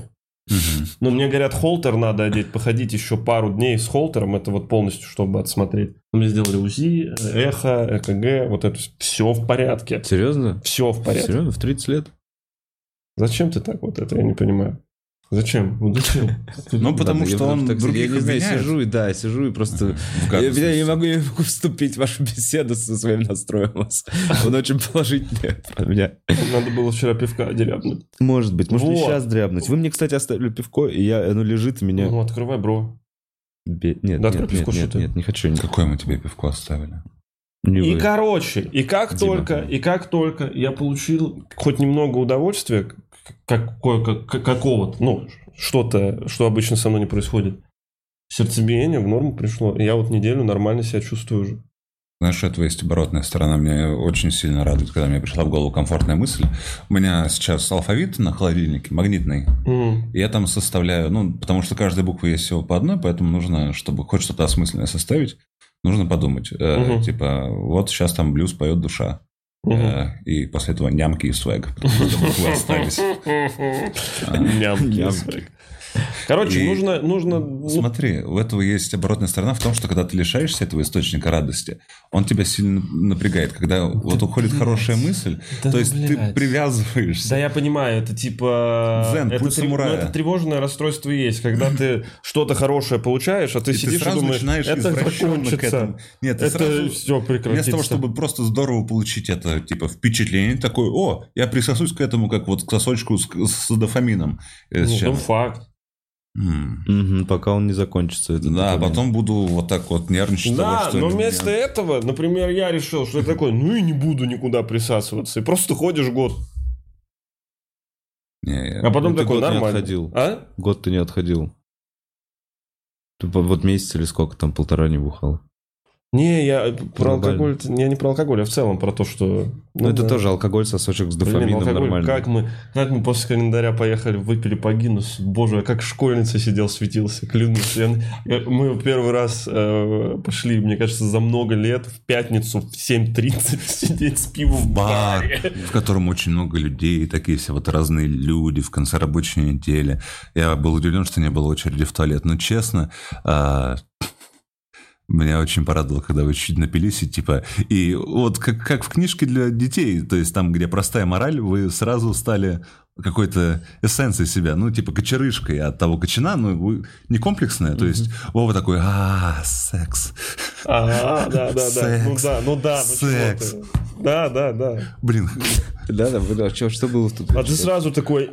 Мгм. Но мне говорят, холтер надо одеть, походить еще пару дней с холтером, это вот полностью, чтобы отсмотреть. Мне сделали УЗИ, эхо, ЭКГ, вот это все в порядке. Серьезно? Все в порядке. Серьезно? В тридцать лет? Зачем ты так вот это, я не понимаю. Зачем? Ну, зачем? Ну, потому Ладно, что я он так- других Я не знаю, обвиняет. сижу и да, сижу и просто... В Я, гадостности. я не могу, я не могу вступить в вашу беседу со своим настроем. у вас. Он очень положительный про меня. Надо было вчера пивка дерябнуть. Может быть, может мне Вот. сейчас дрябнуть. Вы мне, кстати, оставили пивко, и я, оно лежит у меня... Ну, открывай, бро. Бе- Нет, Да, нет, открой нет, пивко, нет, что ты. нет, не хочу. не- Какое мы тебе пивко оставили? не И вы. короче, и как Дима. только, и как только я получил хоть немного удовольствия, к- какое- как- какого-то, ну, что-то, что обычно со мной не происходит, сердцебиение в норму пришло. И я вот неделю нормально себя чувствую уже. Знаешь, у этого есть оборотная сторона. Меня очень сильно радует, когда мне пришла в голову комфортная мысль. У меня сейчас алфавит на холодильнике, магнитный. М. И я там составляю, ну, потому что каждая буква есть всего по одной, поэтому нужно, чтобы хоть что-то осмысленное составить, нужно подумать. Э, Мгм. Типа, вот сейчас там блюз поет душа. Мгм. Э, и после этого нямки и свэг. Потому что буквы остались. Нямки. Нямки. Короче, И нужно, нужно, ну, Смотри, у этого есть оборотная сторона в том, что когда ты лишаешься этого источника радости, он тебя сильно напрягает. Когда вот уходит блядь. хорошая мысль, Да то есть ты блядь. привязываешься. Да, я понимаю, это типа... Дзен, это, путь трев- самурая. ну, это тревожное расстройство есть, когда ты что-то хорошее получаешь, а ты И ты сидишь и сразу думаешь, начинаешь это извращенно к закончится. этому. Нет, ты Это сразу... все прекратится. Вместо того, чтобы просто здорово получить это, типа, впечатление, такой, о, я присосусь к этому, как вот к сосочку с, с дофамином. э, с Ну, чем. ну, факт. М. Мгм, пока он не закончится. этот Да, документ. потом буду вот так вот нервничать. того, Да, что но меня- вместо этого, например, я решил, что я такой, ну и не буду никуда присасываться. И просто ходишь год. Не, я- А потом Ну, ты такой, год не нормально. отходил. А? Год ты не отходил. Ты по- вот месяц или сколько там, полтора не бухал. Не, я про Глобально. алкоголь, я не про алкоголь, а в целом про то, что... Ну, это да. тоже алкоголь, сосочек с Блин, дофамином алкоголь, нормально. как мы, как мы после календаря поехали, выпили по Гиннесу. Боже, я как школьница сидел, светился, клянусь. Я- я- мы первый раз э, пошли, мне кажется, за много лет в пятницу в семь тридцать сидеть с пивом в бар, баре. в котором очень много людей, такие все вот разные люди в конце рабочей недели. Я был удивлен, что не было очереди в туалет. Но честно, а, меня очень порадовало, когда вы чуть напились, и типа, и вот как, как в книжке для детей, то есть там, где простая мораль, вы сразу стали какой-то эссенцией себя, ну, типа кочерышкой от того кочана, ну, вы не комплексная, то есть Вова такой, а, секс. Ага, да, да, да. Ну Секс. да, ну да. ну чего Секс. ты. Да, да, да. Блин, Да, да, вы- а что, что было тут? А ты сразу такой...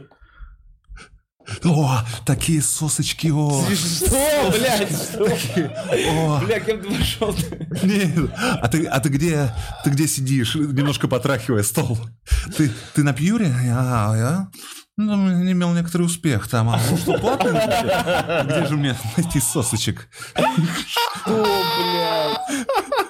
о, такие сосочки, о. Что, блядь, что? О, Бля, кем ты пошел? нет, а ты, а ты где, ты где сидишь, немножко потрахивая стол? Ты, ты на пьюре? А, я ну, имел некоторый успех там. А ну что, платно? Где же мне найти сосочек? Что, блядь?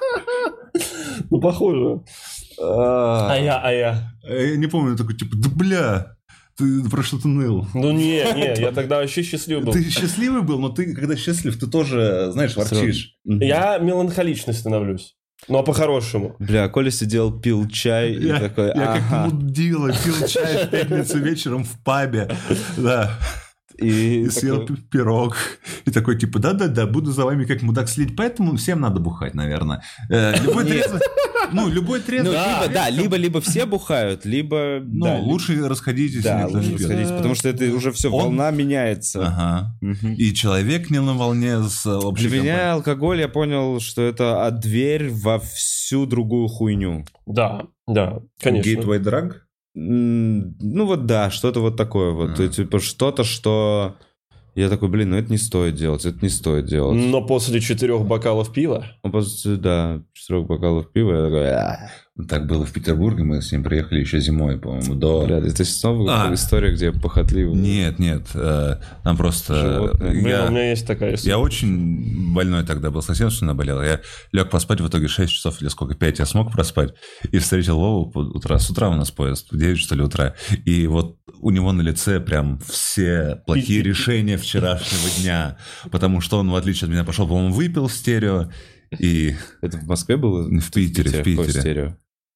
Ну, похоже. А, А я, а я. Я не помню, такой, типа, да бля, ты про что-то ныл. Ну не, не, я тогда вообще счастливый был. Ты счастливый был, но ты, когда счастлив, ты тоже, знаешь, ворчишь. Я меланхоличный становлюсь. Ну, а по-хорошему. Бля, Коля сидел, пил чай и Я, такой, я как ага. мудила, пил чай в пятницу вечером в пабе. Да. И И съел такой, пи- пирог. И такой, типа, да-да-да, буду за вами как мудак следить. Поэтому всем надо бухать, наверное. Э, Любой трезвый... Ну, любой ну, трезвый... либо, да, либо, либо все бухают, либо... Ну, да, лучше расходитесь. Да, никто не лучше пьет. расходитесь, потому что это уже все, Он- волна меняется. Ага. Мгм. И человек не на волне с общей Для меня компанией. алкоголь, я понял, что это от дверь во всю другую хуйню. Да, да, конечно. Gateway drug? М, Ну вот да, что-то вот такое вот. А. Типа что-то, что... Я такой, блин, ну это не стоит делать, это не стоит делать. Но после четырех бокалов пива... Ну, после, да, четырех бокалов пива, я такой, «А». Так было в Петербурге, мы с ним приехали еще зимой, по-моему, до... Блядь, это снова А. история, где я похотливый. Нет, нет, э, там просто... Животное. Блин, я- у меня есть такая история. Я очень больной тогда был, совсем что наболел. Я лег поспать в итоге шесть часов или сколько, пять я смог проспать. И встретил Вову под утра. С утра у нас поезд, в девять что ли утра. И вот у него на лице прям все плохие решения вчерашнего дня. Потому что он, в отличие от меня, пошел, по-моему, выпил в стерео. И Это в Москве было? в Питере, в Какое Питере. стерео?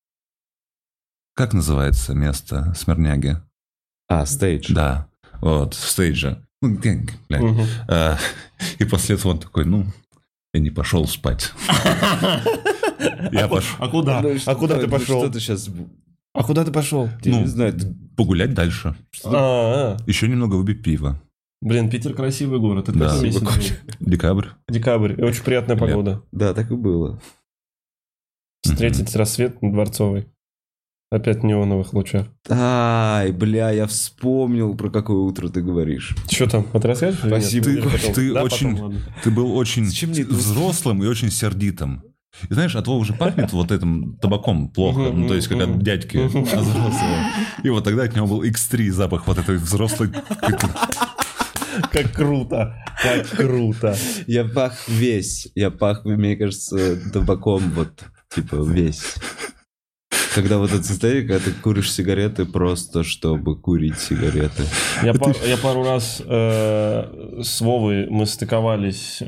Как называется место Смирняги? А, стейдж. Да, вот, в стейдже. Ну, гэнг, блядь. Мгм. А, И после этого он такой, ну, я не пошел спать. Я пошел А куда? Ну, А что- куда ты ну, пошел? Что ты сейчас... А куда ты пошел? Я Ну, не знаю, ты- погулять дальше. А, а. Еще немного выпить пива. Блин, Питер красивый город. Это Да. какой месяц Спасибо. был? Декабрь. Декабрь. И очень приятная Лето. погода. Да, так и было. Встретить рассвет на Дворцовой. Опять в неоновых лучах. Ай, бля, я вспомнил, про какое утро ты говоришь. Что там? Вот расскажешь? или нет? Спасибо. Или Ты- потом? ты Да, очень- потом, ладно. Ты был очень Зачем мне это взрослым и очень сердитым. И знаешь, от Вовы уже пахнет вот этим табаком плохо. Мгм, Ну, то есть, как от мгм. дядьки Мгм. от взрослого. И вот тогда от него был икс три запах вот этой взрослой... какой-то- Как круто. Как круто. Я пах весь. Я пах, мне кажется, табаком вот, типа, весь. Когда вот это состояние, когда ты куришь сигареты просто, чтобы курить сигареты. Я, пар- я пару раз э, с Вовой мы стыковались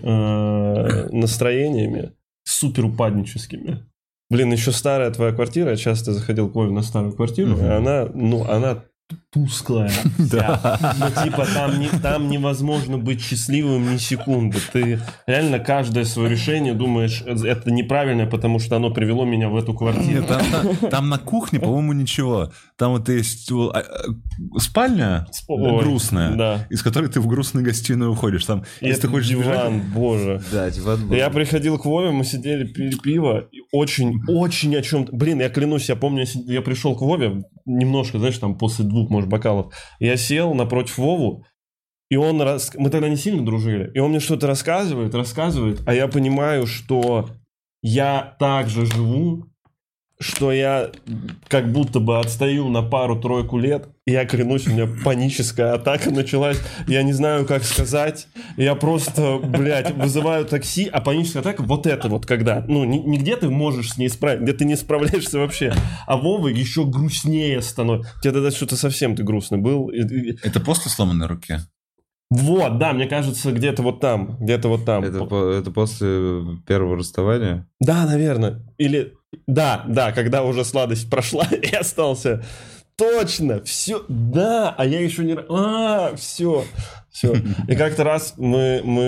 э, настроениями супер упадническими. Блин, еще старая твоя квартира. Я часто заходил к Вове на старую квартиру, Мгм. и она, ну, она тусклая. вся. Ну, типа, там, не, там невозможно быть счастливым ни секунды. Ты реально каждое свое решение думаешь, это неправильное, потому что оно привело меня в эту квартиру. Нет, там, там- там на кухне, по-моему, ничего. Там вот есть а, а, спальня Ой, грустная, Да. из которой ты в грустную гостиную уходишь. Там, И если ты этот хочешь диван, бежать... боже. Да, диван был. Я приходил к Вове, мы сидели, пили пиво, и очень, очень о чем-то... Блин, я клянусь, я помню, я, сид- я пришел к Вове, немножко, знаешь, там после двух, может, бокалов. Я сел напротив Вову, и он... Рас... Мы тогда не сильно дружили. И он мне что-то рассказывает, рассказывает, а я понимаю, что я так же живу, что я как будто бы отстаю на пару-тройку лет. И я клянусь, у меня паническая атака началась. Я не знаю, как сказать. Я просто, блядь, вызываю такси, а паническая атака вот это вот когда. Ну, не, не где ты можешь с ней справиться, где ты не справляешься вообще. А Вова еще грустнее становится. Тебе тогда что-то совсем ты грустный был. И- и- Это после сломанной руки? Вот, да, мне кажется, где-то вот там. Где-то вот там. Это, по- это после первого расставания? Да, наверное. Или... Да, да, когда уже сладость прошла и остался. Точно, все. Да, а я еще не... А, все. Все. И как-то раз мы, мы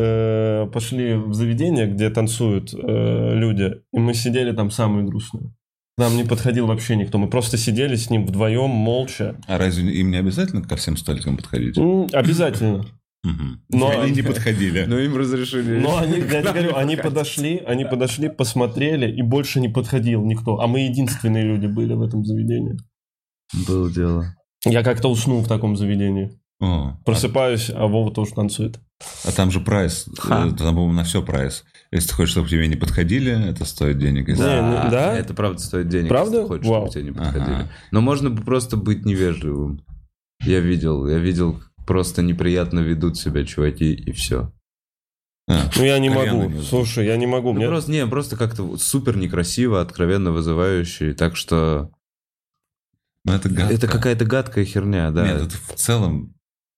э, пошли в заведение, где танцуют э, люди, и мы сидели там самые грустные. Нам не подходил вообще никто. Мы просто сидели с ним вдвоем, молча. А разве им не обязательно ко всем столикам подходить? М, Обязательно. Мгм. Но- Они не подходили. Но им разрешили. Но они, я тебе говорю, они подошли, они подошли, посмотрели, и больше не подходил никто. А мы единственные люди были в этом заведении. Было дело. Я как-то уснул в таком заведении. О, Просыпаюсь, а Вова тоже танцует. а там же прайс. Ха. э, Там, по-моему, на все прайс. Если ты хочешь, чтобы к тебе не подходили, это стоит денег. Если- Не, ну, да? Это правда стоит денег, Правда? если ты хочешь, Вау. чтобы тебе не подходили. Ага. Но можно бы просто быть невежливым. Я видел, я видел, просто неприятно ведут себя чуваки, и все. А, Ну, я не кальян могу. имел. Слушай, я не могу. Ну, Мне... просто, не, просто как-то вот супер некрасиво, откровенно вызывающе. Так что Ну, это гадко. это какая-то гадкая херня, да. Нет, это в целом...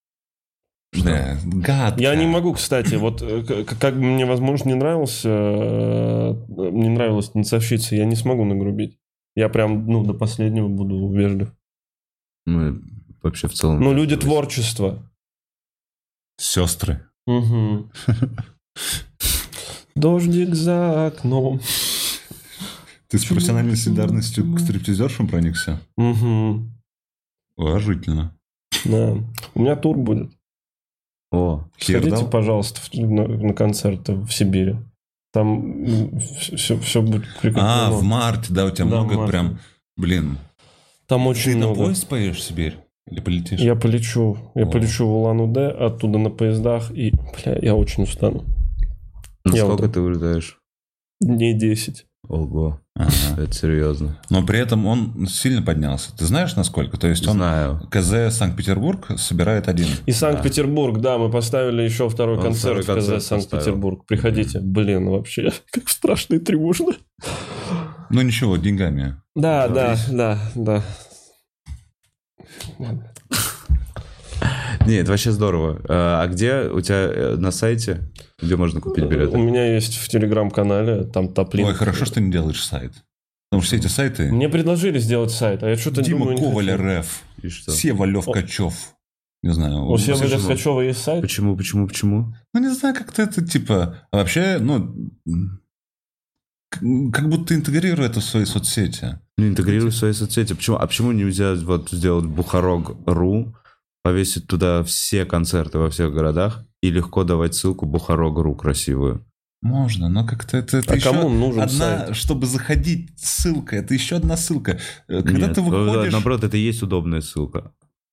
Да, гадко. Я не могу, кстати, вот э, к- как бы мне, возможно, не нравился, э, не нравилась танцовщица, я не смогу нагрубить. Я прям, ну, до последнего буду вежлив. Мы вообще в целом... Ну, люди творчества. Сестры. Мгм. Дождик за окном. Ты с профессиональной солидарностью к стриптизершам проникся? Мгм. Уважительно. Да. У меня тур будет. О, Сходите, Хердал? пожалуйста, в- на, на концерты в Сибири. Там все, все будет А, прекрасно. в марте, да, у тебя Да, в много марте. прям... Блин, Там очень ты на много. поезд поедешь в Сибирь? Или полетишь? Я полечу. Я О. полечу в Улан-Удэ, оттуда на поездах, и, бля, я очень устану. на Я сколько вот- ты улетаешь? Дней десять. Ого, Ага. это серьезно. Но при этом он сильно поднялся. Ты знаешь, насколько? То есть он Знаю. КЗ Санкт-Петербург собирает один. И Санкт-Петербург, да, мы поставили еще второй Он концерт второй в КЗ концерт Санкт-Петербург. Приходите. Блин, вообще, как страшно и тревожно. Ну ничего, деньгами. Да, да, Говоришь. да, да. Нет, это вообще здорово. А а где у тебя э, на сайте, где можно купить У билеты? меня есть в Телеграм-канале, там топлин. Ой, хорошо, что ты не делаешь сайт. Потому что все эти сайты... Мне предложили сделать сайт, а я что-то Дима думаю, не Коваль хочу. РФ, И что? Сева Лев О. Качев. Не знаю. У Севы Лескачева есть сайт? Почему, почему, почему? Ну, не знаю, как-то это, типа... Вообще, ну... Как будто интегрирую это в свои соцсети. Ну, интегрирую в свои соцсети. Почему? А почему нельзя вот сделать Бухарог.ру, повесить туда все концерты во всех городах и легко давать ссылку Бухарог.ру красивую? Можно, но как-то это, это а еще кому нужен одна, сайт? Чтобы заходить, ссылка, это еще одна ссылка. Когда Нет, ты выходишь... наоборот, это и есть удобная ссылка.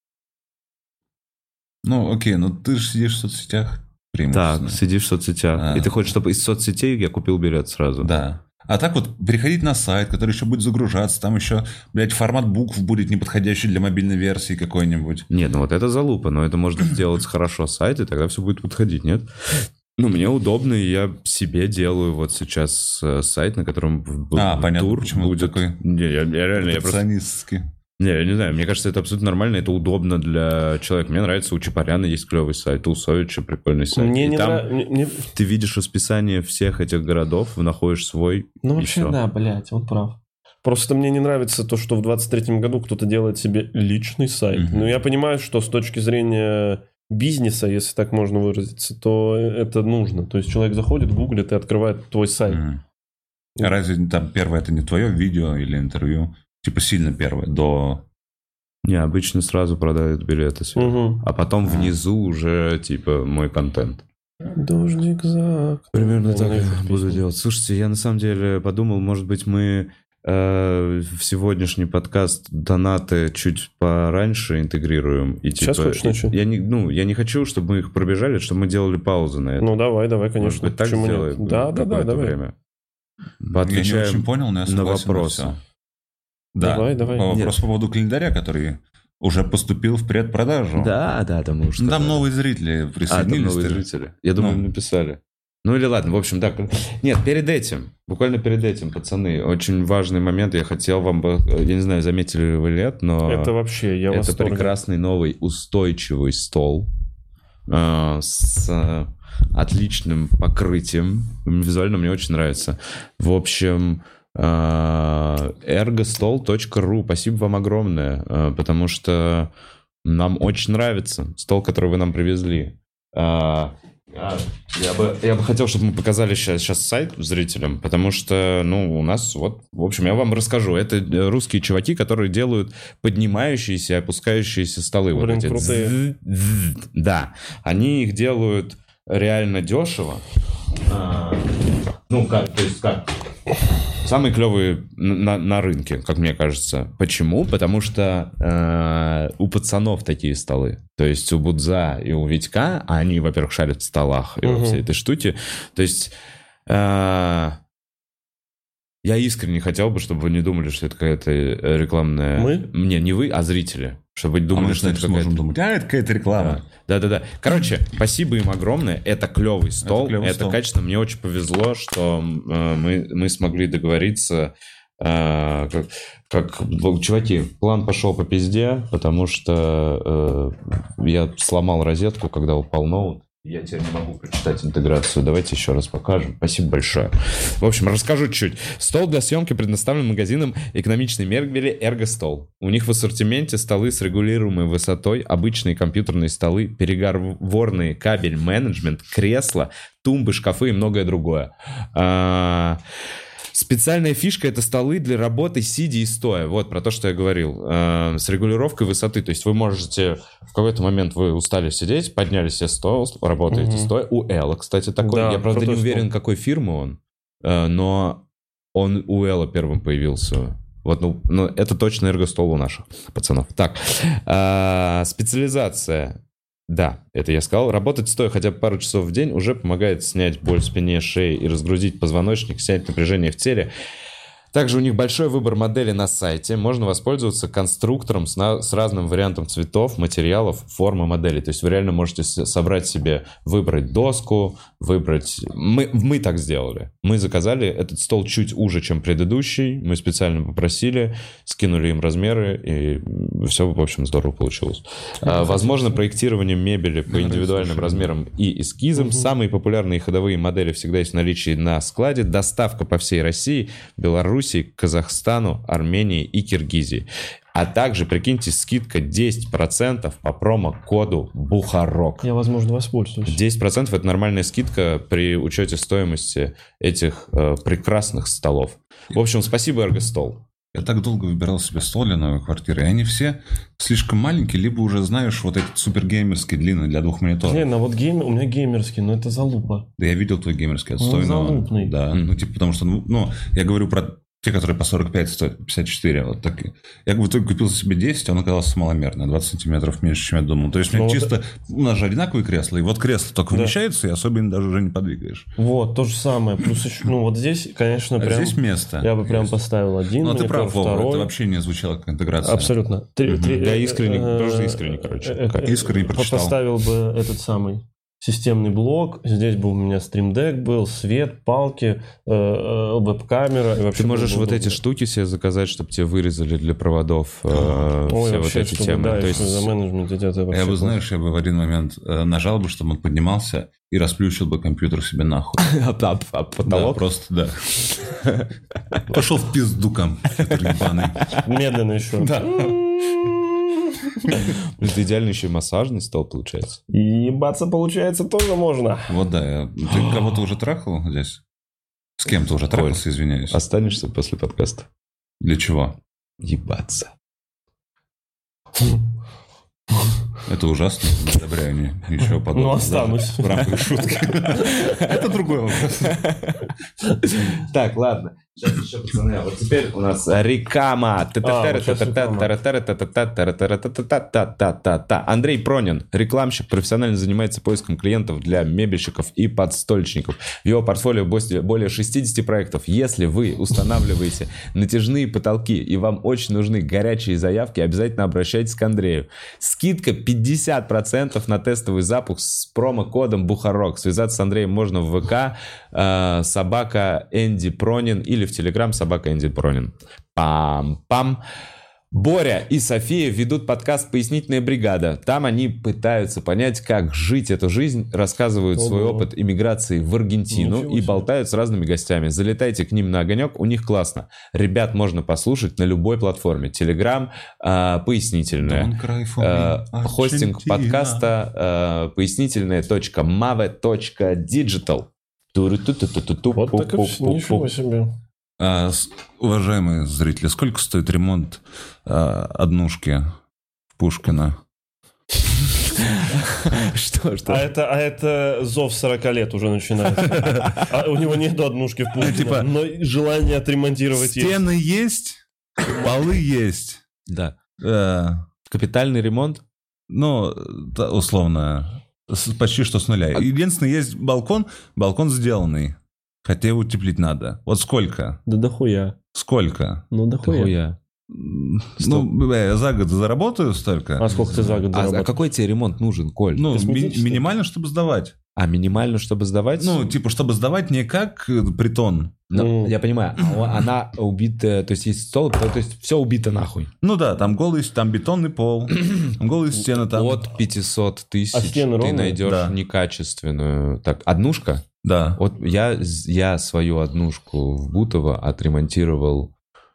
Ну, окей, но ты же сидишь в соцсетях преимущественно. Так, сидишь в соцсетях. А. И ты хочешь, чтобы из соцсетей я купил билет сразу? Да. А так вот, переходить на сайт, который еще будет загружаться, там еще, блядь, формат букв будет неподходящий для мобильной версии какой-нибудь. Нет, ну вот это залупа, но это можно сделать хорошо сайт, и тогда все будет подходить, нет? Ну, мне удобно, и я себе делаю вот сейчас сайт, на котором а, понятно, тур почему будет... такой Не, я, я реально... Я просто... Не, я не знаю, мне кажется, это абсолютно нормально, это удобно для человека. Мне нравится, у Чапаряна есть клевый сайт, у Усовича прикольный сайт. Мне и не там нравится... Ты видишь расписание всех этих городов, находишь свой, Ну, и вообще, все. да, блядь, он прав. Просто мне не нравится то, что в двадцать третьем году кто-то делает себе личный сайт. Mm-hmm. Но я понимаю, что с точки зрения бизнеса, если так можно выразиться, то это нужно. То есть человек заходит, гуглит и открывает твой сайт. Mm-hmm. А разве там первое это не твое видео или интервью? Типа сильно первое, до... Не, обычно сразу продают билеты сверху. Угу. А потом А. внизу уже, типа, мой контент. Дождик за... Примерно так я Песню. буду делать. Слушайте, я на самом деле подумал, может быть, мы э, в сегодняшний подкаст донаты чуть пораньше интегрируем. И, Сейчас типа, хочешь начать? Я не, ну, я не хочу, чтобы мы их пробежали, чтобы мы делали паузу на это. Ну, давай, давай, Может конечно. быть, так Почему сделаем? нет? Да, да, да, какое-то давай. время. Я не Поотвечаем очень понял, но я на согласен вопросы. всё. Да. Давай, давай. Вопрос Нет. по поводу календаря, который уже поступил в предпродажу. Да, да, там уже. Ну, там новые зрители А, там присоединились. новые ты- зрители. Я думаю, Ну. им написали. Ну или ладно, в общем, так. Нет, перед этим, буквально перед этим, пацаны, очень важный момент. Я хотел вам бы, я не знаю, заметили ли вы или нет, но Это вообще, я в это восторге. прекрасный новый устойчивый стол э, с э, отличным покрытием. Визуально мне очень нравится. В общем, эргостол точка ру. Спасибо вам огромное, э, потому что нам очень нравится стол, который вы нам привезли. Э, Я бы, я бы хотел, чтобы мы показали сейчас, сейчас сайт зрителям, потому что, ну, у нас вот, в общем, я вам расскажу. Это русские чуваки, которые делают поднимающиеся и опускающиеся столы. Блин, вот эти. крутые. Да, они их делают реально дешево. А, ну, как, то есть как? Самые клевые на, на рынке, как мне кажется. Почему? Потому что э, у пацанов такие столы. То есть у Будза и у Витька, они, во-первых, шарят в столах и Угу. во всей этой штуке. То есть э, я искренне хотел бы, чтобы вы не думали, что это какая-то рекламная... Мы? Не, не вы, а зрители. Чтобы вы А думали, мы, что это кстати, сможем какая-то... думать, а, это какая-то реклама. Да-да-да. Короче, спасибо им огромное. Это клевый стол. Это клевый Это стол. качественно. Мне очень повезло, что э, мы, мы смогли договориться. э, как, как, ну, чуваки, план пошел по пизде, потому что э, я сломал розетку, когда упал ноут. Я теперь не могу прочитать интеграцию. Давайте еще раз покажем. Спасибо большое. В общем, расскажу чуть. Стол для съемки предоставлен магазином экономичной мебели «Эргостол». У них в ассортименте столы с регулируемой высотой, обычные компьютерные столы, переговорные, кабель, менеджмент, кресла, тумбы, шкафы и многое другое. А- Специальная фишка — это столы для работы сидя и стоя. Вот про то, что я говорил. Э, с регулировкой высоты. То есть вы можете... В какой-то момент вы устали сидеть, подняли себе стол, работаете Мгм. стоя. У Элла, кстати, такой. Да, я, правда, не крутой уверен, стол. какой фирмы он. Э, но он у Элла первым появился. Вот, ну, ну, это точно эргостол у наших пацанов. Так, э, специализация. Да, это я сказал. Работать стоя хотя бы пару часов в день уже помогает снять боль в спине, шее и разгрузить позвоночник, снять напряжение в теле. Также у них большой выбор моделей на сайте. Можно воспользоваться конструктором с, на- с разным вариантом цветов, материалов, формы моделей. То есть вы реально можете с- собрать себе, выбрать доску, выбрать... Мы, мы так сделали. Мы заказали этот стол чуть уже, чем предыдущий. Мы специально попросили, скинули им размеры, и все, в общем, здорово получилось. А, возможно, проектирование мебели по индивидуальным размерам и эскизам. Самые популярные ходовые модели всегда есть в наличии на складе. Доставка по всей России, Беларуси, Белоруссии, Казахстану, Армении и Киргизии. А также, прикиньте, скидка десять процентов по промокоду Бухарок. Я, возможно, воспользуюсь. десять процентов это нормальная скидка при учете стоимости этих э, прекрасных столов. В общем, спасибо, Эргостол. Я так долго выбирал себе стол для новой квартиры, и они все слишком маленькие, либо уже, знаешь, вот этот супергеймерский, длинный, для двух мониторов. Не, ну вот гейм... у меня геймерский, но это залупа. Да я видел твой геймерский, отстойный. Он залупный. Да, ну типа, потому что, ну, я говорю про те, которые по сорок пять стоят, пятьдесят четыре, вот так. Я в итоге купил себе десять, он оказался маломерный, двадцать сантиметров меньше, чем я думал. То есть, у меня ну, чисто, вот... у нас же одинаковые кресла, и вот кресло только да. вмещается, и особенно даже уже не подвигаешь. Вот, то же самое. Плюс еще, ну вот здесь, конечно, а прям... здесь место. Я бы прям есть. Поставил один Ну, монитор, ты прав, второй. Вова, это вообще не звучало как интеграция. Абсолютно. Три, угу. три, да, искренне, э, просто искренне, короче. Э, э, искренне прочитал. Поставил бы этот самый... системный блок, здесь бы у меня стримдек был, свет, палки, э, э, веб-камера. И вообще ты можешь вот удобно. Эти штуки себе заказать, чтобы тебе вырезали для проводов э, Ой, все вообще, вот эти чтобы, темы. Да, то есть... за менеджмент это вообще... Я бы, знаешь, я бы в один момент э, нажал бы, чтобы он поднимался и расплющил бы компьютер себе нахуй. А потолок? Да, просто, да. Пошел в пизду компьютер ебаный. Медленно еще. Да. Это идеально еще и массажный стол получается. И ебаться, получается, тоже можно. Вот да. Ты кого-то уже трахал здесь? С кем-то уже трахался, извиняюсь. Останешься после подкаста? Для чего? Ебаться. Это ужасно, не одобряю ни, ничего подобного. Ну, останусь. В рамках шутки. Это другой вопрос. Так, ладно. Сейчас еще, пацаны, а вот теперь у нас реклама. Андрей Пронин, рекламщик, профессионально занимается поиском клиентов для мебельщиков и подстольчиков. В его портфолио более шестьдесят проектов. Если вы устанавливаете натяжные потолки и вам очень нужны горячие заявки, обязательно обращайтесь к Андрею. Скидка пятьдесят процентов на тестовый запуск с промокодом Бухарок. Связаться с Андреем можно в ВК э, собака Энди Пронин или в Телеграм собака Энди Пронин. Пам-пам. Боря и София ведут подкаст «Пояснительная бригада». Там они пытаются понять, как жить эту жизнь, рассказывают Ого. свой опыт иммиграции в Аргентину и болтают с разными гостями. Залетайте к ним на огонек, у них классно. Ребят можно послушать на любой платформе. Телеграм, э, «Пояснительная». Э, хостинг подкаста э, пояснительная точка маве точка диджитал. Вот так ничего себе. А, уважаемые зрители, сколько стоит ремонт а, однушки в Пушкино? Что, что? А это, а это зов сорока лет уже начинается. А у него нет однушки в Пушкино, но желание отремонтировать есть. Стены есть, полы есть. Да. Капитальный ремонт? Ну, условно, почти что с нуля. Единственное, есть балкон, балкон сделанный. Хотя его утеплить надо. Вот сколько? Да дохуя. Сколько? Ну дохуя. дохуя. Ну, я за год заработаю столько. А сколько ты за год заработаешь? А, а какой тебе ремонт нужен, Коль? Ну, ми- минимально, чтобы сдавать. А минимально, чтобы сдавать? Ну, типа, чтобы сдавать не как притон. Ну, mm. Я понимаю, она убитая, то есть есть стол, то есть все убито нахуй. Ну да, там голый, там бетонный пол, голые стены там. От пятьсот тысяч а ты ровные? Найдешь да. некачественную. Так, однушка? Да. Вот я, я свою однушку в Бутово отремонтировал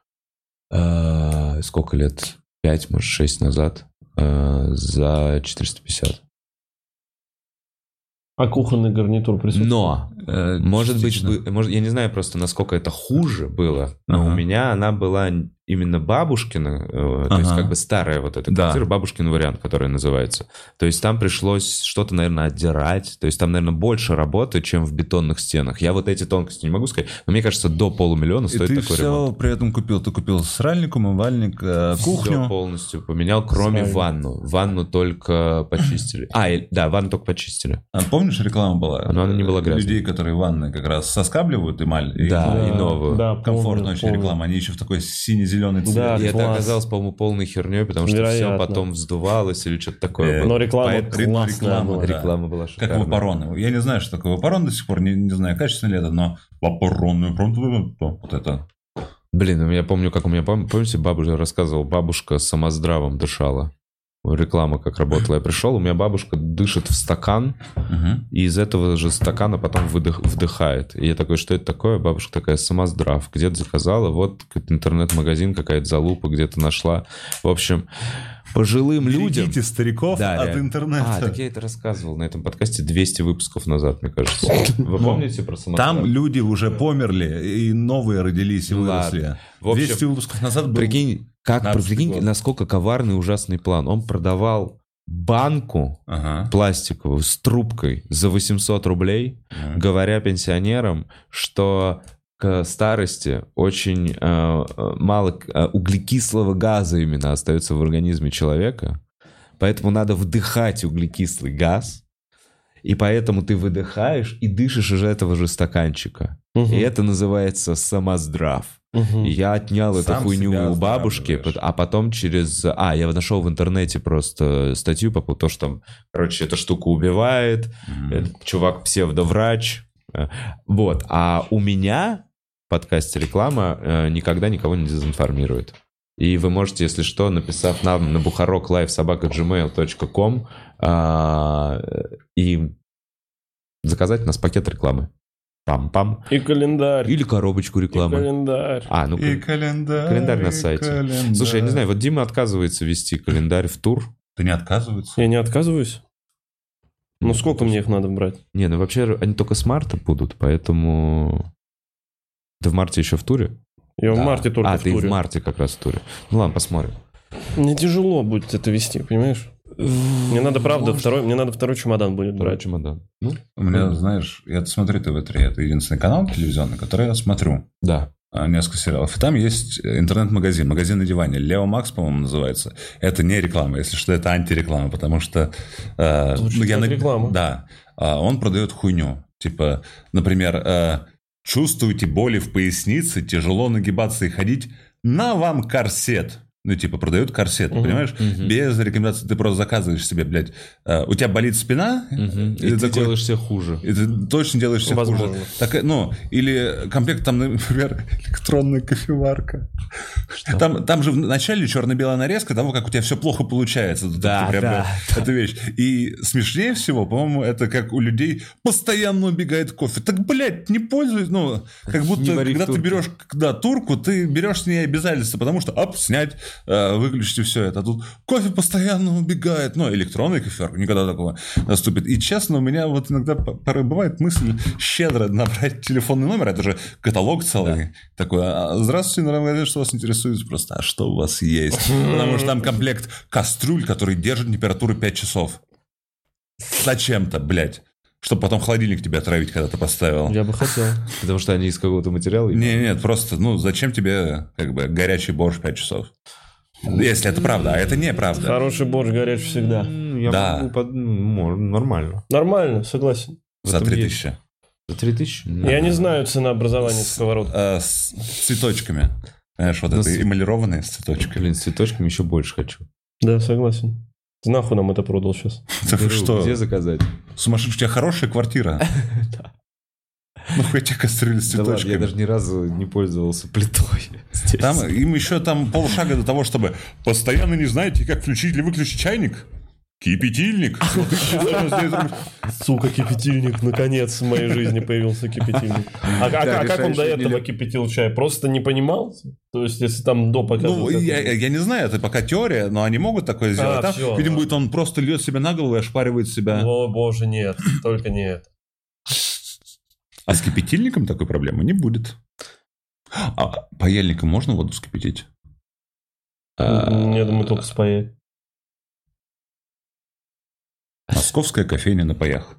э, сколько лет? Пять, может, шесть назад э, за четыреста пятьдесят. А кухонный гарнитур присутствует? Но, э, может быть, может, я не знаю просто, насколько это хуже было, но ага. у меня она была именно бабушкина, э, то ага. есть как бы старая вот эта квартира, да. бабушкин вариант, который называется. То есть там пришлось что-то, наверное, отдирать, то есть там, наверное, больше работы, чем в бетонных стенах. Я вот эти тонкости не могу сказать, но мне кажется, до полумиллиона стоит и такой ты ремонт. все при этом купил? Ты купил сральник, умывальник, э, кухню? Все полностью поменял, кроме Сральник. ванну. Ванну только почистили. А, да, ванну только почистили. А помнишь, реклама была? Но она не была грязной. Людей, которые ванны как раз соскабливают эмаль. Да, и, да, и новую. Да, комфортная очень реклама. Они еще в такой сине-зеленый цвет. Да, и это оказалось, по-моему, полной херней, потому что Вероятно. все потом вздувалось или что-то такое. Э, но реклама классная реклама, была. Да. Реклама была шикарная. Как вапорон. Я не знаю, что такое вапорон до сих пор, не, не знаю, качественно ли это, но вапорон, вот это. Блин, я помню, как у меня, помните, бабушка рассказывала, бабушка самоздравом дышала. реклама как работала. Я пришел, у меня бабушка дышит в стакан, Мгм. и из этого же стакана потом выдох, вдыхает. И я такой, что это такое? Бабушка такая, самоздрав. Где-то заказала, вот какой-то интернет-магазин, какая-то залупа где-то нашла. В общем, пожилым людям... Берегите стариков Да, от реально. интернета. А, так я это рассказывал на этом подкасте двести выпусков назад, мне кажется. Вы помните про самоздрав? Там люди уже померли, и новые родились и Ну выросли. ладно. В общем, двести выпусков назад был... Прикинь, как, пятнадцатый прикинь, год. насколько коварный ужасный план. Он продавал банку Ага. пластиковую с трубкой за восемьсот рублей, Ага. говоря пенсионерам, что к старости очень э, мало э, углекислого газа именно остается в организме человека, поэтому надо вдыхать углекислый газ, и поэтому ты выдыхаешь и дышишь из этого же стаканчика. Мгм. И это называется самоздрав. Мгм. И я отнял эту Сам хуйню себя у бабушки, оздоравливаешь. а потом через... А, я нашел в интернете просто статью по поводу того, что там, короче, эта штука убивает, Мгм. этот чувак псевдоврач. Э, Вот. А у меня в подкасте реклама э, никогда никого не дезинформирует. И вы можете, если что, написав нам на бухароклайв собака джи мейл точка ком и заказать у нас пакет рекламы. Пам-пам. И календарь. Или коробочку И рекламы. календарь. А, ну И календарь. календарь на и сайте. календарь. Слушай, я не знаю, вот Дима отказывается вести календарь в тур. Ты не отказывается? Я не отказываюсь. Ну сколько мне их надо брать? Не, ну вообще они только с марта будут, поэтому... Ты в марте еще в туре? Я в Да. марте только а, в ты туре. в марте как раз в туре. Ну ладно, посмотрим. Мне тяжело будет это вести, понимаешь? Мне надо, правда, Может. второй, мне надо второй чемодан будет Второй брать. чемодан. Ну, У меня, знаешь, я смотрю тэ вэ три, это единственный канал телевизионный, который я смотрю. да. а, Несколько сериалов. И там есть интернет-магазин, магазин на диване. Лео Макс, по-моему, называется. Это не реклама, если что, это антиреклама, потому что... э, Звучит как на- реклама. Да. А, Он продает хуйню. Типа, например, э, чувствуете боли в пояснице, тяжело нагибаться и ходить, на вам корсет. Ну, типа, продают корсет, Мгм. понимаешь? Мгм. Без рекомендаций ты просто заказываешь себе, блядь. э, У тебя болит спина, Мгм. И ты ты такой- делаешь себе хуже. и ты точно делаешь себе Возможно. хуже. Так, э, ну, или комплект там, например, электронная кофеварка. Там, там же в начале черно-белая нарезка того, как у тебя все плохо получается. Тут Да, прям, да, эта вещь. И смешнее всего, по-моему, это как у людей постоянно убегает кофе. Так, блядь, не пользуйся. Ну, как будто, Не вари в когда ты турке. берешь да, турку, ты берешь с ней обязательства, потому что, оп, снять, э, выключить и все это. А тут кофе постоянно убегает. Ну, электронный кофеварка, никогда такого наступит. И честно, у меня вот иногда порой бывает мысль щедро набрать телефонный номер. Это же каталог целый. Такой, а, здравствуйте, наверное, магазин, что вас интересует? Просто, а что у вас есть? Потому что там комплект кастрюль, который держит температуру пять часов. Зачем-то, блядь. Чтобы потом холодильник тебя отравить, когда ты поставил. Я бы хотел. Потому что они из какого-то материала. Не, нет, просто, ну, зачем тебе, как бы, горячий борщ пять часов? Если это правда, а это неправда. Хороший борщ горячий всегда. М, Я Да. могу под- ну, мо- нормально. Нормально, согласен. За этом три есть. тысячи. За три тысячи? Я не знаю ценообразования сковородки. Э, С цветочками. Понимаешь, вот Ну, это с- эмалированные с цветочками. Блин, с цветочками еще больше хочу. Да, согласен. Ты нахуй нам это продал сейчас? Да вы Беру, что? Где заказать? Сумасшедший, у тебя хорошая квартира. Ну, хоть тебе кастрюли с Да ладно, я цветочками. даже ни разу не пользовался плитой здесь. Там им еще там полшага до того, чтобы постоянно не знаете, как включить или выключить чайник. Кипятильник. Сука, кипятильник, наконец в моей жизни появился кипятильник. А, а- Да, а как он до решаешь, этого или- кипятил чай? Просто не понимал? То есть, если там до показывал... Ну, как я, он- я не знаю, это пока теория, но они могут такое сделать. А, Там, всё, видимо, да. будет он просто льет себя на голову и ошпаривает себя. О, боже, нет. Только не это. А с кипятильником такой проблемы не будет. А паяльником можно воду вскипятить? А, Я думаю, только спаять. Московская кофейня на паях.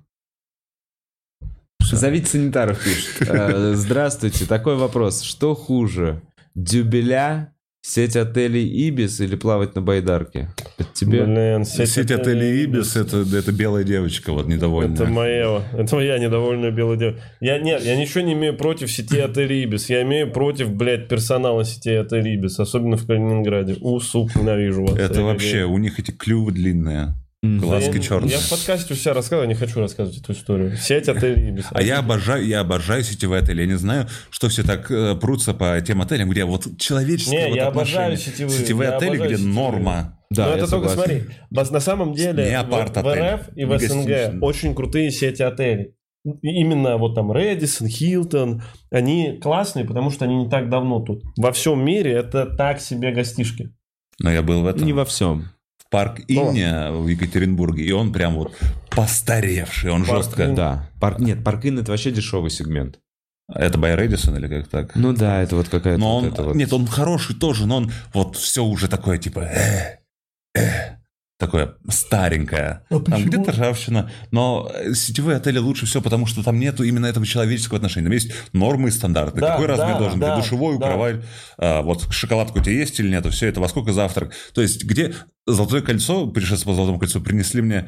Зовите санитаров, пишет. Э, Здравствуйте, такой вопрос. Что хуже? Дюбеля, сеть отелей Ибис или плавать на байдарке? Это тебе? Блин, Сеть отелей Ибис это, это белая девочка, вот недовольная. Это моя, это моя недовольная белая девочка. Я, нет, я ничего не имею против сети отелей Ибис. Я имею против, блядь, персонала сети отелей Ибис. Особенно в Калининграде. У, сук, ненавижу вас. Это Я- вообще, у них эти клювы длинные. Глазки я, черные. Я в подкасте у себя рассказывал, не хочу рассказывать эту историю. Сеть отелей Ибис. А я обожаю, я обожаю сетевые отели. Я не знаю, что все так э, прутся по тем отелям, где вот человеческое не, вот я отношение. обожаю сетевые. Сетевые я отели, где сетевые. норма. Да, Но я это только согласен. смотри, на самом деле Не в, апарт-отель. в РФ и в СНГ очень крутые сети отелей. Именно вот там Рэдисон, Хилтон, они классные, потому что они не так давно тут. Во всем мире это так себе гостишки. Но я был в этом. Не во всем. В парк Инне в Екатеринбурге, и он прям вот постаревший, он Парк жестко. Инн. Да. Парк... Нет, Парк Инн — это вообще дешевый сегмент. Это Бай Рэдисон или как так? Ну да, это вот какая-то... Но вот он, это вот... нет, он хороший тоже, но он вот все уже такое, типа, э, э, такое старенькое. А Там почему? где-то ржавчина. Но сетевые отели лучше всего, потому что там нету именно этого человеческого отношения. Там есть нормы и стандарты. Да, Какой размер да, должен да, быть? Душевой, да. кровать. А, вот шоколадка у тебя есть или нету? Все это. Во сколько завтрак? То есть, где Золотое кольцо, путешествие по Золотому кольцу, принесли мне...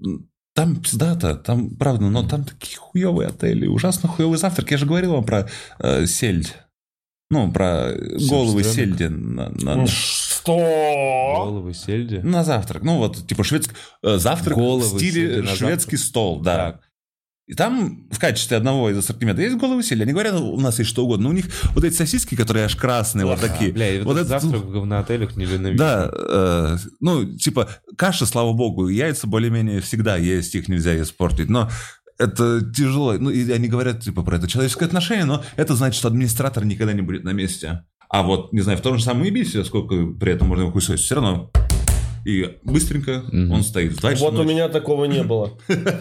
Там пиздато, там, правда, но там такие хуевые отели, ужасно хуевый завтрак. Я же говорил вам про э, сельдь. Ну, про головы Сельдь сельди на, на, на, Что? Головы сельди. на завтрак. Ну, вот, типа, шведск... э, завтрак Головы в стиле сельди на шведский стол, да. Так. И там в качестве одного из ассортимента есть головы сельди. Они говорят, у нас есть что угодно. Но у них вот эти сосиски, которые аж красные, вот такие. Бля, и вот, Вот этот это- завтрак в говноотелях не ненавижу. Да, э, ну, типа, каша, слава богу, яйца более-менее всегда есть, их нельзя испортить, но это тяжело. Ну, и они говорят, типа, про это человеческое отношение, но это значит, что администратор никогда не будет на месте. А вот, не знаю, в том же самом Ибисе, сколько при этом можно его кусать, все равно... И быстренько Мгм. он стоит. В два часа Вот у ночи. меня такого не было.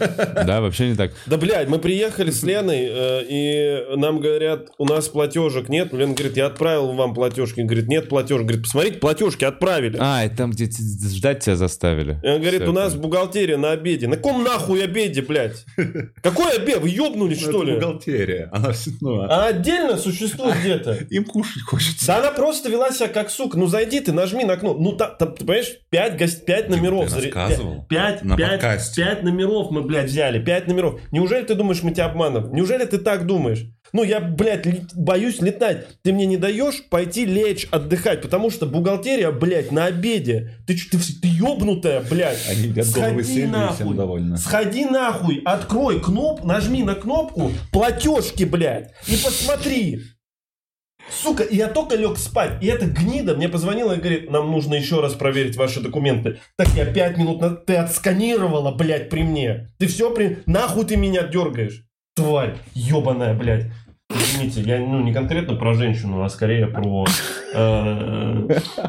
Да, вообще не так. Да, блядь, мы приехали с Леной, э, и нам говорят, у нас платежек нет. Лена говорит, я отправил вам платежки. Говорит, нет платежек. Говорит, посмотрите, платежки отправили. А, это там, где т- ждать тебя заставили. И он говорит, Всё у нас это. бухгалтерия на обеде. На ком нахуй обеде, блядь? Какой обед? Вы ёбнулись, Ну, что это ли? бухгалтерия. Она все, ну, а А отдельно существует где-то. им кушать хочется. Да она просто вела себя как сука. Ну зайди ты, нажми на кнопку. Ну там, там, ты понимаешь, пять, гость, пять номеров. ты Заре- рассказывал Пять, на пять, подкасте. пять номеров мы, блядь, взяли. Пять номеров. Неужели ты думаешь, мы тебя обманываем? Неужели ты так думаешь? Ну, я, блядь, ли- боюсь летать. Ты мне не даешь пойти лечь, отдыхать, потому что бухгалтерия, блядь, на обеде. Ты, чё, ты, ты ёбнутая, блядь. Они едят головы Сходи сельди, и нахуй. всем довольны. Сходи нахуй, открой кнопку, нажми на кнопку платежки, блядь, и посмотри. Сука, и я только лег спать, и эта гнида мне позвонила и говорит, нам нужно еще раз проверить ваши документы. Так я пять минут назад, ты отсканировала, блядь, при мне. Ты все при... Нахуй ты меня дергаешь, тварь, ебаная, блядь. Извините, я ну, не конкретно про женщину, а скорее про... э,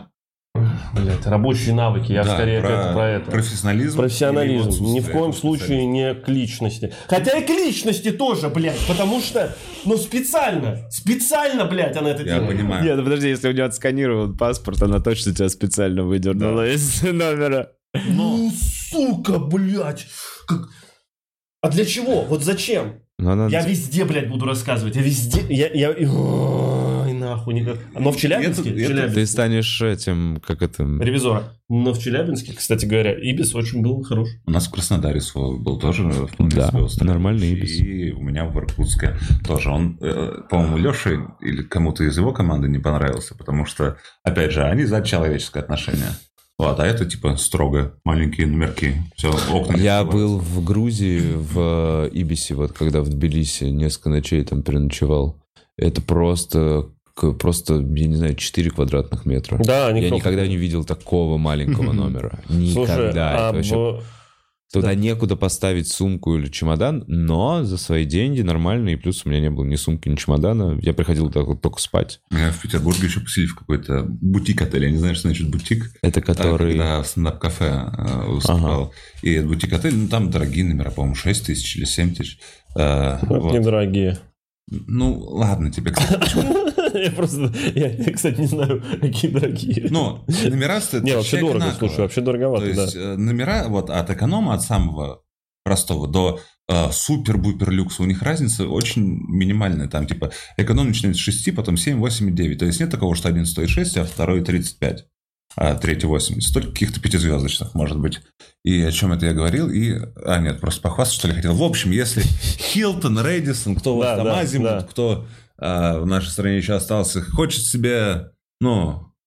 Блядь, рабочие навыки. Я Да, скорее про, это, про это. профессионализм. Профессионализм. или Ни в отсутствие коем этого случае не к личности. Хотя и к личности тоже, блядь. Потому что, ну, специально. Специально, блядь, она это Я делает. понимаю. Нет, ну подожди, если у нее отсканирован паспорт, она точно тебя специально выдернула из номера. Ну, сука, блядь. Как... А для чего? Вот зачем? Но она... Я везде, блядь, буду рассказывать. Я везде... Я... я... Ой, нахуй. никак. Но в Челябинске... Это- это- Челябинске. Ты станешь этим, как это... Ревизора. Но в Челябинске, кстати говоря, Ибис очень был хорош. У нас в Краснодаре свой был тоже вполне Да, себе устраивающий. нормальный Ибис. И у меня в Иркутске тоже. Он, э, по-моему, Леше или кому-то из его команды не понравился, потому что, опять же, они за человеческое отношение. Вот, а это типа строго маленькие номерки. Все, окна не Я открываются. был в Грузии, в Ибисе, вот когда в Тбилиси несколько ночей там переночевал. Это просто, к- просто, я не знаю, четыре квадратных метра. Да, они Я крохотные. никогда не видел такого маленького номера. Слушай, Никогда. а Это вообще- в- Туда некуда поставить сумку или чемодан, но за свои деньги нормально, и плюс у меня не было ни сумки, ни чемодана. Я приходил так вот только спать. Меня в Петербурге еще посели в какой-то бутик-отель. Я не знаю, что значит бутик. Это А, который... Когда в стендап-кафе э, выступал. И этот бутик-отель, ну, там дорогие номера, по-моему, шесть тысяч или семь тысяч. Э, Вот вот. недорогие. Ну, ладно, тебе, кстати, Я просто, я, кстати, не знаю, какие дорогие. ну, номера стоят Не, вообще почти дорого, одинаково. слушай, вообще То дороговато, есть да. э, номера вот от эконома, от самого простого до э, супер-бупер люкса, у них разница очень минимальная. Там типа эконом начинается с шести, потом семь, восемь, девять. То есть нет такого, что один стоит шесть, а второй тридцать пять. А третий восемьдесят. Только каких-то пятизвездочных, может быть. И о чем это я говорил? И... А, нет, просто похвастаться, что ли, хотел. В общем, если Хилтон, Рэдисон, кто у вас Да, там, да, Азимут, да. кто а, в нашей стране еще остался, хочет себе, ну,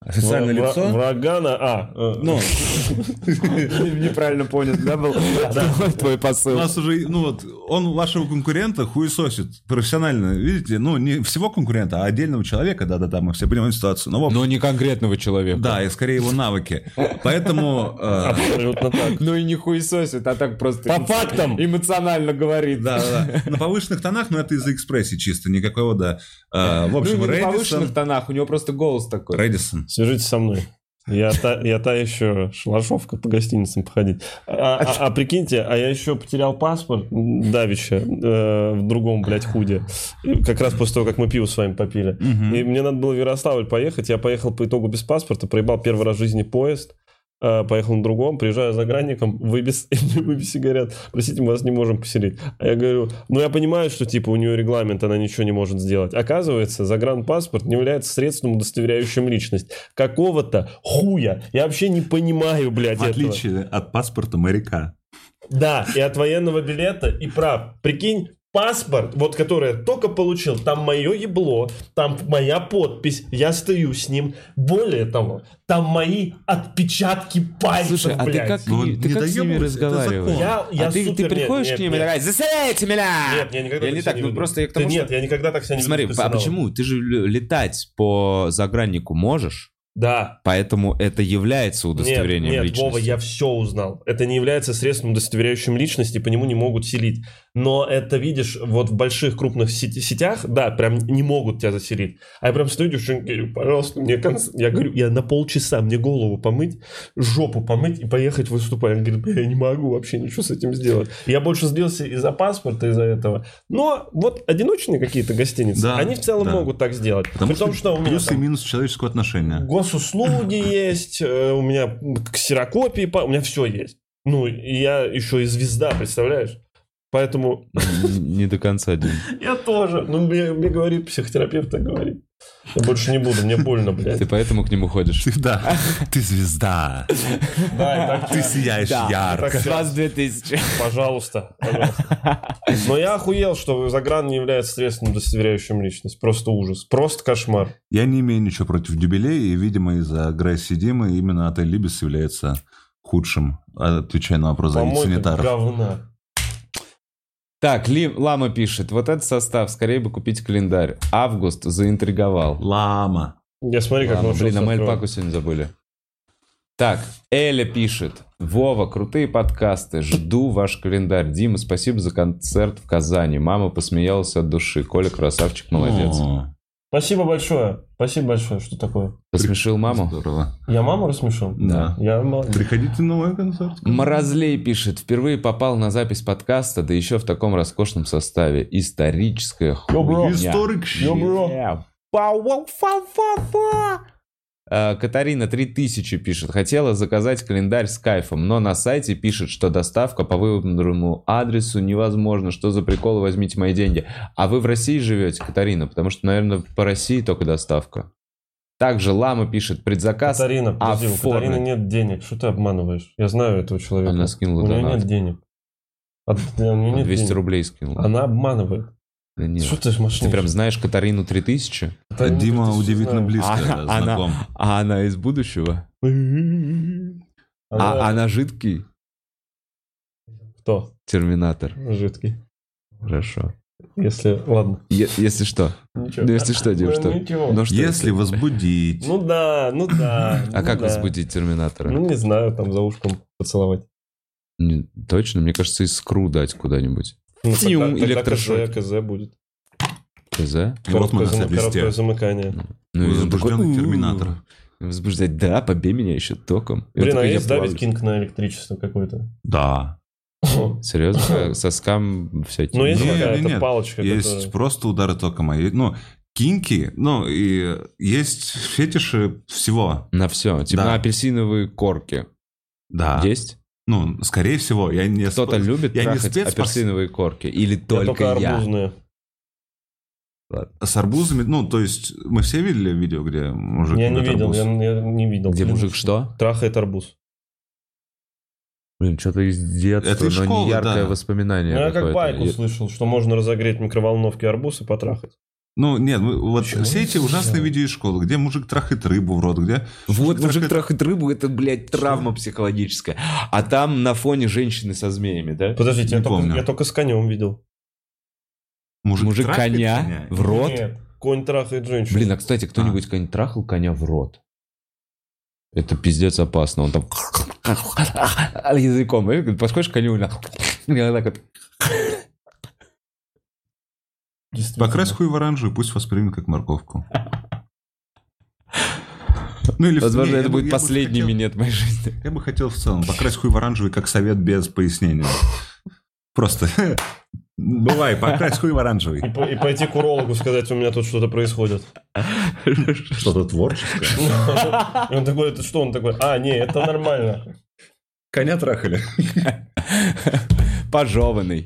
Официальное Вра- лицо. Врага на... А, э, Ну, Неправильно понял, да, был твой у посыл? нас уже, ну вот, он вашего конкурента хуесосит профессионально, видите? Ну, не всего конкурента, а отдельного человека, да-да-да, мы все понимаем ситуацию. Но, в общем, Но не конкретного человека. да, и скорее его навыки. Поэтому... э, абсолютно так. Ну и не хуесосит, а так просто... По фактам. Эмоционально говорит. Да, да. На повышенных тонах, но это из-за экспрессии чисто, никакого, да. Э, В общем, Ну, не на повышенных Рэдисон... тонах, у него просто голос такой. Рэдисон. Свяжитесь со мной. Я та, я та еще шалашовка по гостиницам походить. А, а- а прикиньте, а я еще потерял паспорт давеча э, в другом, блядь, худе. Как раз после того, как мы пиво с вами попили. Мгм. И мне надо было в Ярославль поехать. Я поехал по итогу без паспорта, проебал первый раз в жизни поезд. э, Поехал на другом, приезжаю за загранником, выбес, выбеси, говорят, простите, мы вас не можем поселить. А я говорю, ну я понимаю, что типа у нее регламент, она ничего не может сделать. Оказывается, загранпаспорт не является средством, удостоверяющим личность. Какого-то хуя. Я вообще не понимаю, блядь, В этого. отличие от паспорта моряка. Да, и от военного билета, и прав. Прикинь, паспорт, вот который я только получил, там мое ебло, там моя подпись, я стою с ним. Более того, там мои отпечатки пальцев, Слушай, а ты блядь. как, Ну, ты не как с ними доебывайся, это разговариваешь? закон. Я- я а ты, супер- ты нет, приходишь нет, к ним нет. и такая, засейте меня! Нет, я никогда Я не себя так, ну веду. просто я к Ты тому, Нет, что... я никогда так себя не веду. Смотри, к а персоналу. почему? Ты же лю- летать по заграннику можешь, Да. поэтому это является удостоверением нет, нет, личности. Вова, я все узнал. Это не является средством, удостоверяющим личность, и по нему не могут селить. Но это, видишь, вот в больших крупных сети- сетях, да, прям не могут тебя заселить. А я прям стою, девчонки, говорю, пожалуйста, мне конц... Я говорю, я на полчаса, мне голову помыть, жопу помыть и поехать выступать. Он говорит, бля, я не могу вообще ничего с этим сделать. Я больше злился из-за паспорта, из-за этого. Но вот одиночные какие-то гостиницы, Да, они в целом да. могут так сделать. Потому При том, что у меня плюсы там и минусы человеческого отношения. госуслуги есть, э, у меня ксерокопии, по- у меня все есть. Ну, и я еще и звезда, представляешь? Поэтому Н- Не до конца, Дим. я тоже. Ну, мне, мне говорит психотерапевт, так говорит. Я больше не буду, мне больно, блядь. Ты поэтому к нему ходишь? Ты, да, ты звезда. Да, и так Ты сияешь ярко. Так, С вас две тысячи. Пожалуйста, пожалуйста. Но я охуел, что загран не является средством, удостоверяющим личность. Просто ужас. Просто кошмар. Я не имею ничего против юбилея, и, видимо, из-за агрессии Димы именно отель Либес является худшим, отвечая на вопрос за Помойка санитаров. говна. Так, Ли, Лама пишет, вот этот состав, скорее бы купить календарь. Август заинтриговал. Лама. Я смотри, как Ладно, научился блин, а мы открывать. Эльпаку сегодня забыли. Так, Эля пишет. Вова, крутые подкасты. Жду ваш календарь. Дима, спасибо за концерт в Казани. Мама посмеялась от души. Коля, красавчик, молодец. О, Спасибо большое. Спасибо большое. Что такое? Посмешил маму? здорово. Я маму рассмешил? Да. Я молодец. Приходите на мой концерт. Морозлей пишет. Впервые попал на запись подкаста, да еще в таком роскошном составе. Историческая Йо, бро. хуйня. Историк Йо, бро. Yeah. Пау-вау-фа-фа-фа. Э, Катарина три тысячи пишет. Хотела заказать календарь с кайфом, но на сайте пишет, что доставка по выбранному адресу невозможно. Что за прикол, возьмите мои деньги. А вы в России живете, Катарина? Потому что, наверное, по России только доставка. Также Лама пишет предзаказ. Катарина, подожди, у оформить. Катарины нет денег. Что ты обманываешь? Я знаю этого человека. Она скинула У нее донат. нет денег. От- у нее нет двести денег. рублей скинула. Она обманывает. Да нет. Что ты ж Ты мошенничаешь? прям знаешь Катарину три тысячи? Катарину Дима ты всё удивительно знаешь. близко Она, она, знаком. а она из будущего? А Она- она жидкий Кто? терминатор. Жидкий. Хорошо. Если... Ладно. Е- если что. Ничего. Ну, если что, Дим, Ну, что? ничего. Ну, что Если это? возбудить. Ну да, ну да. А ну как да. возбудить терминатора? Ну не знаю, там за ушком поцеловать. Не- точно? Мне кажется, искру дать куда-нибудь. Ну, Тиум, тогда- тогда электрошок. КЗ, КЗ будет. КЗ? Вот мы Короткое на зам- листе. короткое замыкание. Ну, и он такой, Возбужденный «У-у-у». терминатор. Возбуждать, да, побей меня еще током. И он Блин, а такой, «Я есть, да, плавлюсь». ведь кинг на электричество какой-то? Да. Серьезно? Соскам всякие. Ну, есть Не, какая-то не, нет. палочка, Есть которая... просто удары током. а есть- Ну, кинки, ну, и есть фетиши всего. На все. Типа Да. на апельсиновые корки. Да. Есть? Ну, скорее всего. Я не Кто-то спо- любит я не трахать спец по- апельсиновые корки? Или Я только, только я? арбузные. С арбузами, ну, то есть, мы все видели видео, где мужик Я не любит видел, арбуз? я, я не видел. Где Клянусь. мужик что? Трахает арбуз. Блин, что-то из детства, Это из но школы, не яркое да. воспоминание Ну, я как какое-то. байку И- слышал, что можно разогреть в микроволновке арбуз и потрахать. Ну, нет, вот Почему? все эти ужасные видео из школы, где мужик трахает рыбу в рот, где... Вот мужик мужик трахает- трахает рыбу, это, блядь, травма психологическая. А там на фоне женщины со змеями, да? Подождите, Не я только, помню. я только с конем видел. Мужик трахает коня в рот. Нет, конь трахает женщину. Блин, а кстати, кто-нибудь конь трахал коня в рот? Это пиздец опасно. Он там языком, э, подходишь к коню, и так вот. Действительно. Покрась хуй в оранжевый, пусть воспримет как морковку. Ну, или в- Возможно, не, это я бы- будет я бы последний хотел- минет моей жизни. Я бы хотел в целом покрась хуй в оранжевый как совет без пояснения. Просто бывай, покрась хуй в оранжевый. И, по- и пойти к урологу сказать, у меня тут что-то происходит. Что-то творческое. И он такой, это что? Он такой, а, не, это нормально. Коня трахали. Пожеванный.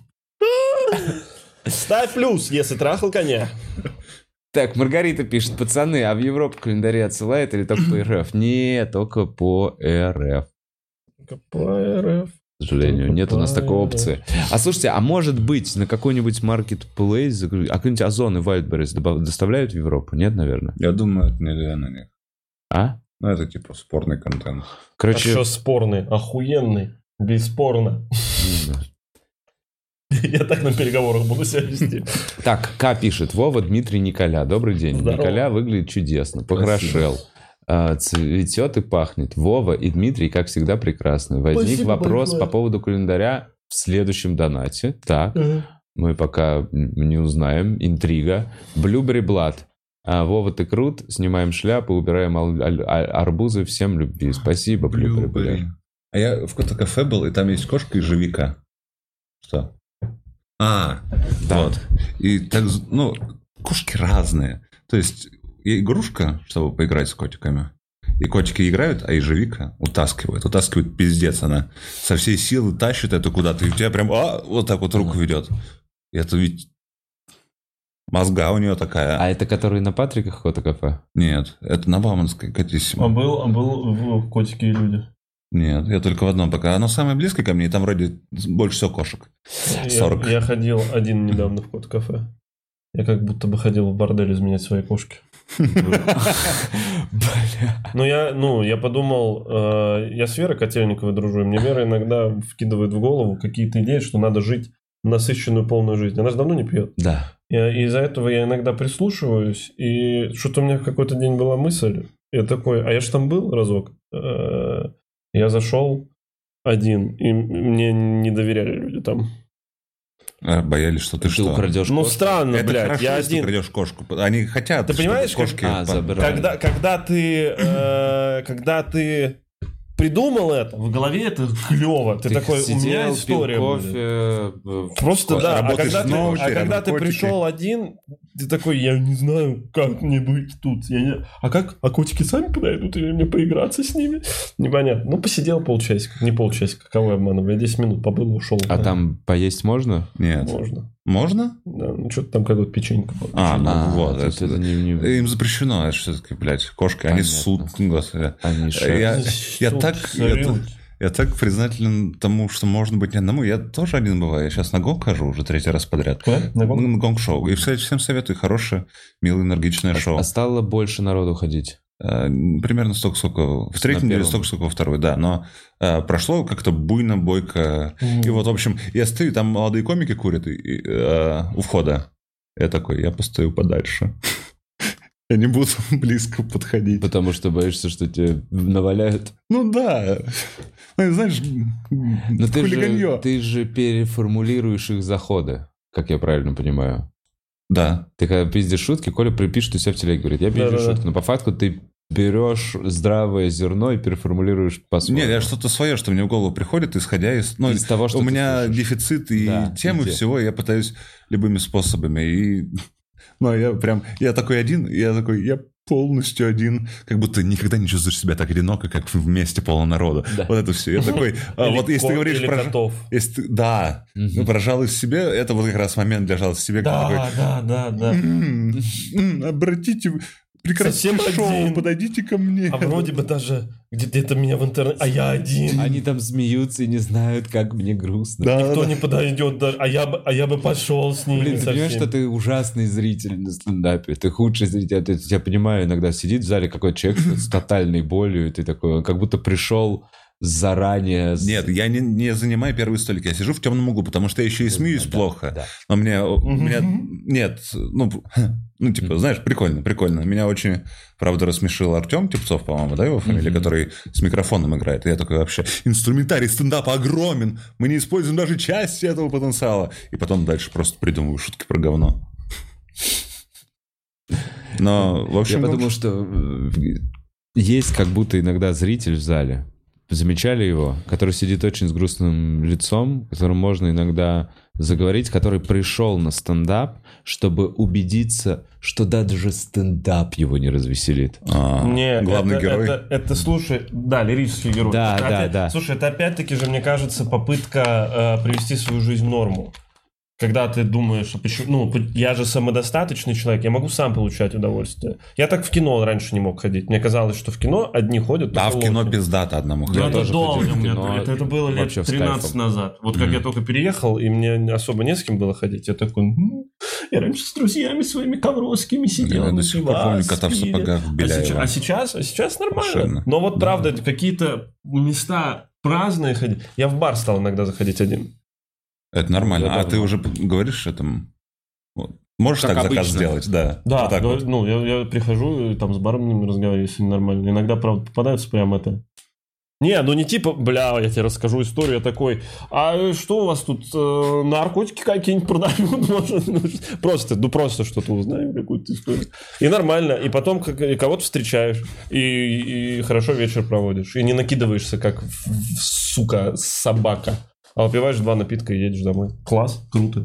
Ставь плюс, если трахал коня. Так, Маргарита пишет, пацаны, а в Европу календари отсылает или только по РФ? Нет, только по РФ. КПРФ. К сожалению, Только нет у нас по такой РФ. опции. А слушайте, а может быть на какой-нибудь маркетплейс, а какие-нибудь Озон и Wildberries добав- доставляют в Европу? Нет, наверное. Я думаю, это нельзя на них. А? Ну, это типа спорный контент. А Короче, что спорный? Охуенный. Бесспорно. не знаю. Я так на переговорах буду себя вести. Так, К пишет, Вова, Дмитрий, Николя. Добрый день. Здорово. Николя выглядит чудесно, похорошел. А, цветет и пахнет. Вова и Дмитрий, как всегда, прекрасны. Возник Спасибо вопрос большое. по поводу календаря в следующем донате. Так, мы пока не узнаем. Интрига. Блюбери Блад. А, Вова, ты крут. Снимаем шляпы, убираем ал- аль- а- арбузы. Всем любви. Спасибо, Блюбери Блад. Блюбери. А я в каком-то кафе был, и там есть кошка ежевика. Что? А, Да. вот. И так, ну, кошки разные. То есть, и игрушка, чтобы поиграть с котиками. И котики играют, а ежевика утаскивает. Утаскивает пиздец. Она со всей силы тащит это куда-то, и у тебя прям а, вот так вот руку ведет. И это ведь мозга у нее такая. А это который на Патриках фотокафе? Нет, это на Бауманской, катись. А был, а был в «Котики и люди». Нет, я только в одном пока. Оно самое близкое ко мне, и там вроде больше всего кошек. сорок. Я, я ходил один недавно в кот-кафе. Я как будто бы ходил в бордель изменять свои кошки. Ну, я, ну, я подумал, э, я с Верой Котельниковой дружу, и мне Вера иногда вкидывает в голову какие-то идеи, что надо жить насыщенную полную жизнь. Она же давно не пьет. Да. И, и из-за этого я иногда прислушиваюсь, и что-то у меня в какой-то день была мысль, я такой, а я же там был разок. Э, Я зашел один, и мне не доверяли люди там. А, боялись, что ты, Ты что? украдешь Ну, кошку? странно, Это блядь, хорошо, я если ты один. крадешь кошку. Они хотят, Ты чтобы понимаешь, как- кошки... А, по- забирают. Когда, когда ты, э, когда ты придумал это, в голове это клево. Ты, Ты такой, у меня сидел, история пил будет. кофе. э, Просто Кофе, да, а работаешь когда, в ты, ноуте, а когда рядом ты котики. пришел один, ты такой, я не знаю, как мне быть тут. Я не... А как? А котики сами подойдут или мне поиграться с ними? Непонятно. Ну, посидел полчасика. Не полчасика, кого я обманываю. Я десять минут побыл, ушел. А там поесть можно? Нет. Можно. Можно? Да, ну, что-то там какое-то печенька было. А, ну А, вот. то есть это- это не- не- Им запрещено, это все-таки, блядь, кошки. Они Понятно. ссут, господи. Они шерсть. Я, я Суд, так... Я, сорил. так- я так признателен тому, что можно быть не одному. Я тоже один бываю. Я сейчас на гонг хожу уже третий раз подряд. Куда? На гонг? На гонг-шоу. И, кстати, всем советую. Хорошее, милое, энергичное шоу. А стало больше народу ходить? Э, Примерно столько, сколько в третьем деле, первом. столько, сколько во второй, да. Но э, прошло как-то буйно, бойко. И вот, в общем, я стою, там молодые комики курят и- и, э, у входа. Я такой, я постою подальше. Я не буду близко подходить. Потому что боишься, что тебе наваляют? Ну да. Ну, знаешь, Но ты хулиганье. же, ты же переформулируешь их заходы, как я правильно понимаю. Да. Ты когда пиздишь шутки, Коля припишет у себя в телеге, говорит, я пизжу Да-да-да. шутки. Но по факту ты берешь здравое зерно и переформулируешь по-своему. Нет, я что-то свое, что мне в голову приходит, исходя из... Ну, Из того, что у ты меня слышишь. дефицит и Да, темы идея. всего, я пытаюсь любыми способами. И... Ну, я прям... Я такой один, я такой... Я полностью один, как будто никогда не чувствуешь себя так одиноко, как вместе полно народу. Да. Вот это все. Я такой... а, Или вот если ты кот, говоришь или про... котов. Если ты- Да. Мгм. Ну, про жалость к себе, это вот как раз момент для жалости к себе. когда Да, да, да, да. такой, «М, м, обратите... прекрасное Совсем шоу, один. подойдите ко мне. А вроде бы даже где-то меня в интернете... А я один. Они там смеются и не знают, как мне грустно. Да, Никто да. не подойдет даже. А я бы, а я бы пошел с ними. Блин, ты со понимаешь, всеми. что ты ужасный зритель на стендапе, ты худший зритель. Я, я понимаю, иногда сидит в зале какой-то человек с тотальной болью, и ты такой, он как будто пришел заранее. с- Нет, я не, не занимаю первый столик, я сижу в темном углу, потому что я еще и смеюсь Да, плохо. да. Но мне, у меня нет, ну, ну, типа, знаешь, прикольно, прикольно. Меня очень, правда, рассмешил Артем Типцов, по-моему, да, его фамилия, который с микрофоном играет. И я такой вообще, инструментарий стендапа огромен, мы не используем даже часть этого потенциала. И потом дальше просто придумываю шутки про говно. Но, в общем... Я подумал, что э, есть как будто иногда зритель в зале. Замечали его? Который сидит очень с грустным лицом, которому можно иногда заговорить, который пришел на стендап, чтобы убедиться, что даже стендап его не развеселит. а, Не, главный это, герой. Это, это, слушай, да, лирический герой. Да, Это да, опять- да. Слушай, это опять-таки же, мне кажется, попытка э, привести свою жизнь в норму. Когда ты думаешь, что почему, ну, я же самодостаточный человек, я могу сам получать удовольствие. Я так в кино раньше не мог ходить. Мне казалось, что в кино одни ходят. Да, в только кино лохи. пиздато одному Ну, Я ходить. это тоже долго ходил в у меня. кино, это, это было лет вообще с тринадцать кайфом. назад. Вот как я только переехал, и мне особо не с кем было ходить, я такой, «Ну, я раньше с друзьями своими ковровскими сидел. Я на до сих пор помню пивас кота в пили». сапогах в А Беляево. сейчас, а сейчас, а сейчас нормально. Совершенно. Но вот Да. правда, какие-то места праздные ходить. Я в бар стал иногда заходить один. Это нормально. Я А ты давно. уже говоришь этому? Вот. Можешь Как так заказ обычно. сделать? Да. Да, Вот так говорю, вот. ну, я, я прихожу и там с барменом разговариваю, если нормально. Иногда, правда, попадаются прям это... Не, ну не типа, бля, я тебе расскажу историю, я такой, а что у вас тут, э, наркотики какие-нибудь продают? Может, ну, просто, ну просто что-то узнаем, какую-то историю. И нормально, и потом как, и кого-то встречаешь, и, и хорошо вечер проводишь, и не накидываешься, как, в- в- сука, собака, а выпиваешь два напитка и едешь домой. Класс, круто.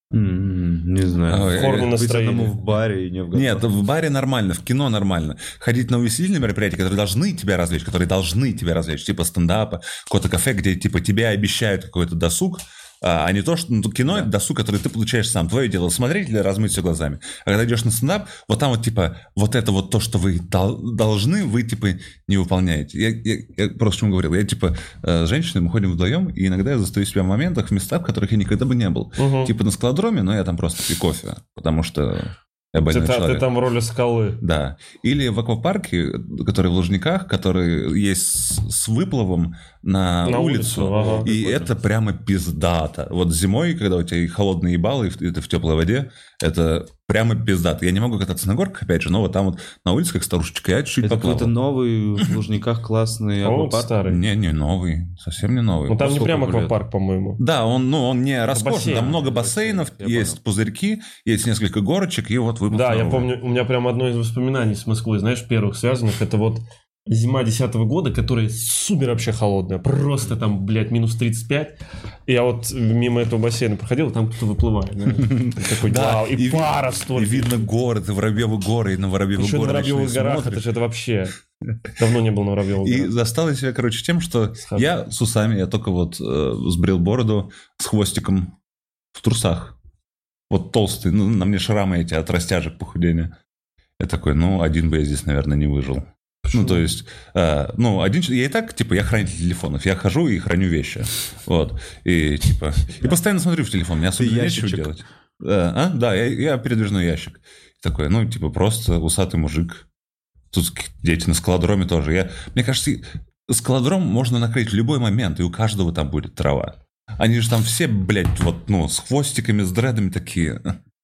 М, Не знаю. Ой, Форму э, Быть настроения. одному в баре и не в Нет, готовке. в баре нормально, в кино нормально. Ходить на увеселительные мероприятия, которые должны тебя развлечь, которые должны тебя развлечь, типа стендапа, какое-то кафе, где типа тебе обещают какой-то досуг, а не то, что ну, кино это досуг, который ты получаешь сам. Твое дело смотреть или размыть все глазами. А когда идешь на стендап, вот там вот типа вот это вот то, что вы дол- должны, вы типа не выполняете. Я, я, я просто чему говорил. Я типа э, с женщиной мы ходим вдвоем, и иногда я застаю себя в моментах, в местах, в которых я никогда бы не был. Угу. Типа на скалодроме, но я там просто пью кофе, потому что я больной Ты, та- человек. ты там в роли скалы. Да. Или в аквапарке, который в Лужниках, который есть с, с выплывом на, На улицу. улицу, ага. И это прямо пиздато. Вот зимой, когда у тебя и холодные ебалы, и в- и ты в теплой воде, это прямо пиздато. Я не могу кататься на горках, опять же, но вот там вот на улице, как старушечка, я чуть-чуть Это поплавал. какой-то новый в Лужниках классный По-моему, аквапарк. старый. Не, не новый, совсем не новый. Ну там не сколько прям ему лет? аквапарк, по-моему. Да, он, ну, он не роскошный, бассейн. там много Это бассейнов, бассейн, я есть понял. пузырьки, есть несколько горочек, и вот выпуск Да, я новый. помню, у меня прям одно из воспоминаний с Москвой, знаешь, первых связанных, это вот зима десятого года, которая супер вообще холодная, просто там, блядь, минус тридцать пять. И я вот мимо этого бассейна проходил, и там кто-то выплывает. знаешь. И такой, Да, вау, и, и пара И столько. видно горы, ты Воробьевы горы, и на Воробьевы Еще на горы Воробьевых ночные горах, смотришь. это же это вообще... Давно не был на Воробьевых И горах. застал я себя, короче, тем, что Схожу. я с усами, я только вот э, сбрил бороду с хвостиком в трусах. Вот толстый, ну, на мне шрамы эти от растяжек похудения. Я такой, ну, один бы я здесь, наверное, не выжил. Ну, то есть, э, ну, один, ч- я и так, типа, я хранитель телефонов. Я хожу и храню вещи. Вот. И, типа, и постоянно смотрю в телефон, мне особо Ты нечего ящичек. делать. Э, а? Да, я, я передвижной ящик. Такой, ну, типа, просто усатый мужик. Тут дети на скалодроме тоже. Я, мне кажется, и скалодром можно накрыть в любой момент, и у каждого там будет трава. Они же там все, блядь, вот, ну, с хвостиками, с дредами такие,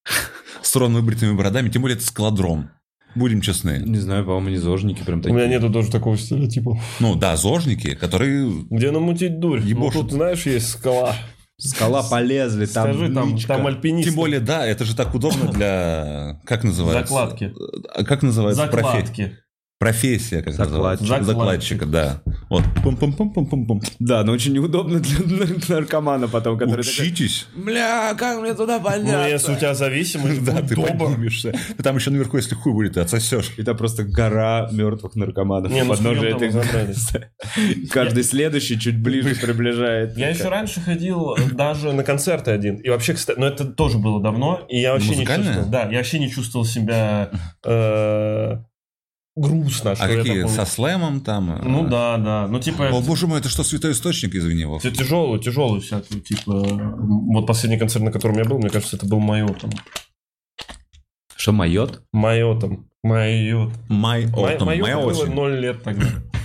с ровно выбритыми бородами, тем более это скалодром. Будем честны. Не знаю, по-моему, не зожники прям У такие. меня нету тоже такого стереотипа. Ну, да, зожники, которые... Где намутить дурь? Ну, Ебошут. тут, знаешь, есть скала. Скала полезли, там Скажи, там, нычка. там альпинисты. Тем более, да, это же так удобно для... Как называется? Закладки. А Как называется? Профе- Закладки. Профессия, как Закладчик. называется? Закладчик. Закладчика, да. Вот. Пум-пум-пум-пум-пум-пум. Да, но очень неудобно для наркомана потом, который такой, Учитесь. бля, как мне туда подняться? Ну, если у тебя зависимость, Да, будь ты добр. поднимешься. Ты там еще наверху, если хуй будет, ты отсосешь. И там просто гора мертвых наркоманов. Не, ну, у подножия с хуем там этой- разобрались. Каждый следующий чуть ближе приближает. Я еще раньше ходил даже на концерты один. И вообще, кстати, но это тоже было давно. И я вообще не Музыкальное? чувствовал. Да, я вообще не чувствовал себя э, грустно. Что А я какие, такой... со слэмом там? Ну да, да. Ну типа... О, боже мой, это что, святой источник, извини, Вов? Все тяжелую, тяжелую всякую, типа... Вот последний концерт, на котором я был, мне кажется, это был Майотом. Что, Майот? Майотом. Майот. Майотом. Майоту было ноль лет тогда.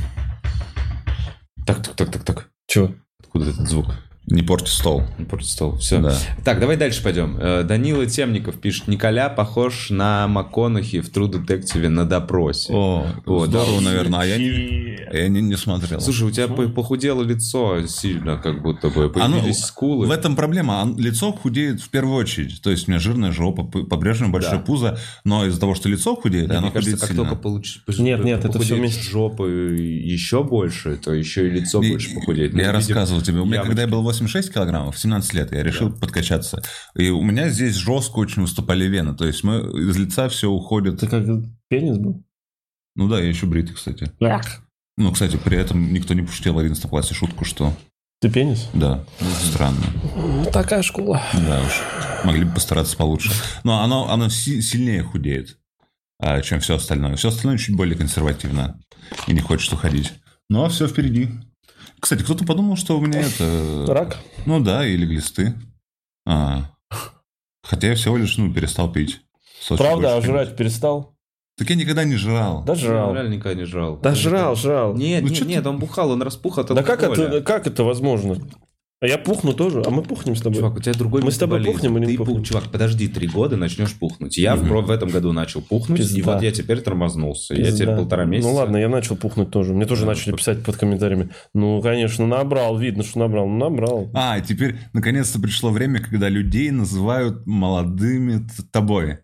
Так, так, так, так, так. Чего? Откуда этот звук? Не порти стол. Не порти стол. Все. Да. Так, давай дальше пойдем. Данила Темников пишет: Николя похож на МакКонахи в True Detective на допросе. О, вот, здорово, да. наверное. А я не, я не, не смотрел. Слушай, у тебя похудело лицо сильно, как будто бы. Появились а ну, скулы. В этом проблема. Лицо худеет в первую очередь. То есть у меня жирная жопа, по-прежнему большое да. пузо, но из-за того, что лицо худеет, да, оно кажется, худеет как сильно. Только получ... Нет, нет, это все вместе. Жопа еще больше, то еще и лицо и, больше похудеет. Я ну, рассказывал тебе. У меня, когда я был восемьдесят шесть килограммов, в семнадцать лет, я решил да. подкачаться. И у меня здесь жестко очень выступали вены. То есть мы, из лица все уходит. Ты как пенис был? Ну да, я еще бритый, кстати. Ах. Ну, кстати, при этом никто не пошутил в одиннадцатом классе шутку, что... Ты пенис? Да. Странно. Ну, такая школа. Да уж. Могли бы постараться получше. Но оно, оно си- сильнее худеет, чем все остальное. Все остальное чуть более консервативно. И не хочет уходить. Ну, а все впереди. Кстати, кто-то подумал, что у меня это... Рак? Ну да, или глисты. А. Хотя я всего лишь, ну, перестал пить. Правда, а жрать пить. перестал? Так я никогда не жрал. Да жрал. Я реально никогда не жрал. Да жрал, жрал. Нет, ну, нет, нет, он бухал, он распух от Да как это, как это возможно? А я пухну тоже, а мы пухнем с тобой. Чувак, у тебя другой Мы с тобой пухнем или не пухнем? Чувак, подожди, три года начнешь пухнуть. Я mm-hmm. в, в этом году начал пухнуть, Пизда. И вот я теперь тормознулся. Пизда. Я теперь полтора месяца. Ну ладно, я начал пухнуть тоже. Мне тоже да, начали вот. писать под комментариями. Ну, конечно, набрал, видно, что набрал. Ну, набрал. А, теперь наконец-то пришло время, когда людей называют молодыми тобой.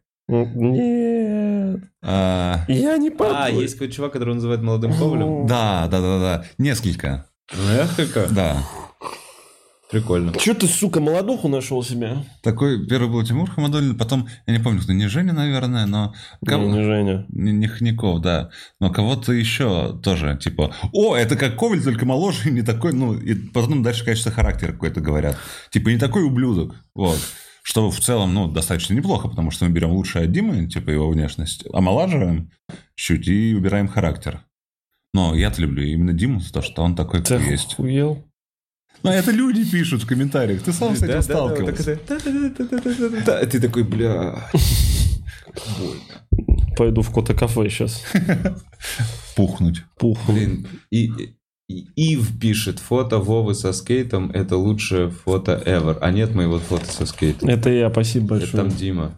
Нет. А... Я не помню. А, есть какой-то чувак, который называет молодым Ковалем? Да, да, да, да. Несколько. Несколько? Да. Прикольно. Че ты, сука, молодуху нашел себе? Такой, первый был Тимур Хамадуллин, потом, я не помню, кто, не Женя, наверное, но... Кого... Не, не Женя. Не, не Хняков, да. Но кого-то еще тоже, типа, о, это как Коваль, только моложе, не такой, ну, и потом дальше качество характера какой-то говорят. Типа, не такой ублюдок, вот. Что в целом, ну, достаточно неплохо, потому что мы берем лучшее от Димы, типа, его внешность, омолаживаем чуть и убираем характер. Но я-то люблю именно Диму, потому что он такой, как есть. Охуел? Ну, это люди пишут в комментариях. Ты сам с этим сталкивался. Ты такой, бля... Пойду в кота-кафе сейчас. Пухнуть. Пухнуть. И... Ив пишет: фото Вовы со скейтом — это лучшее фото ever. А нет моего фото со скейтом. Это я, спасибо большое. Это там Дима.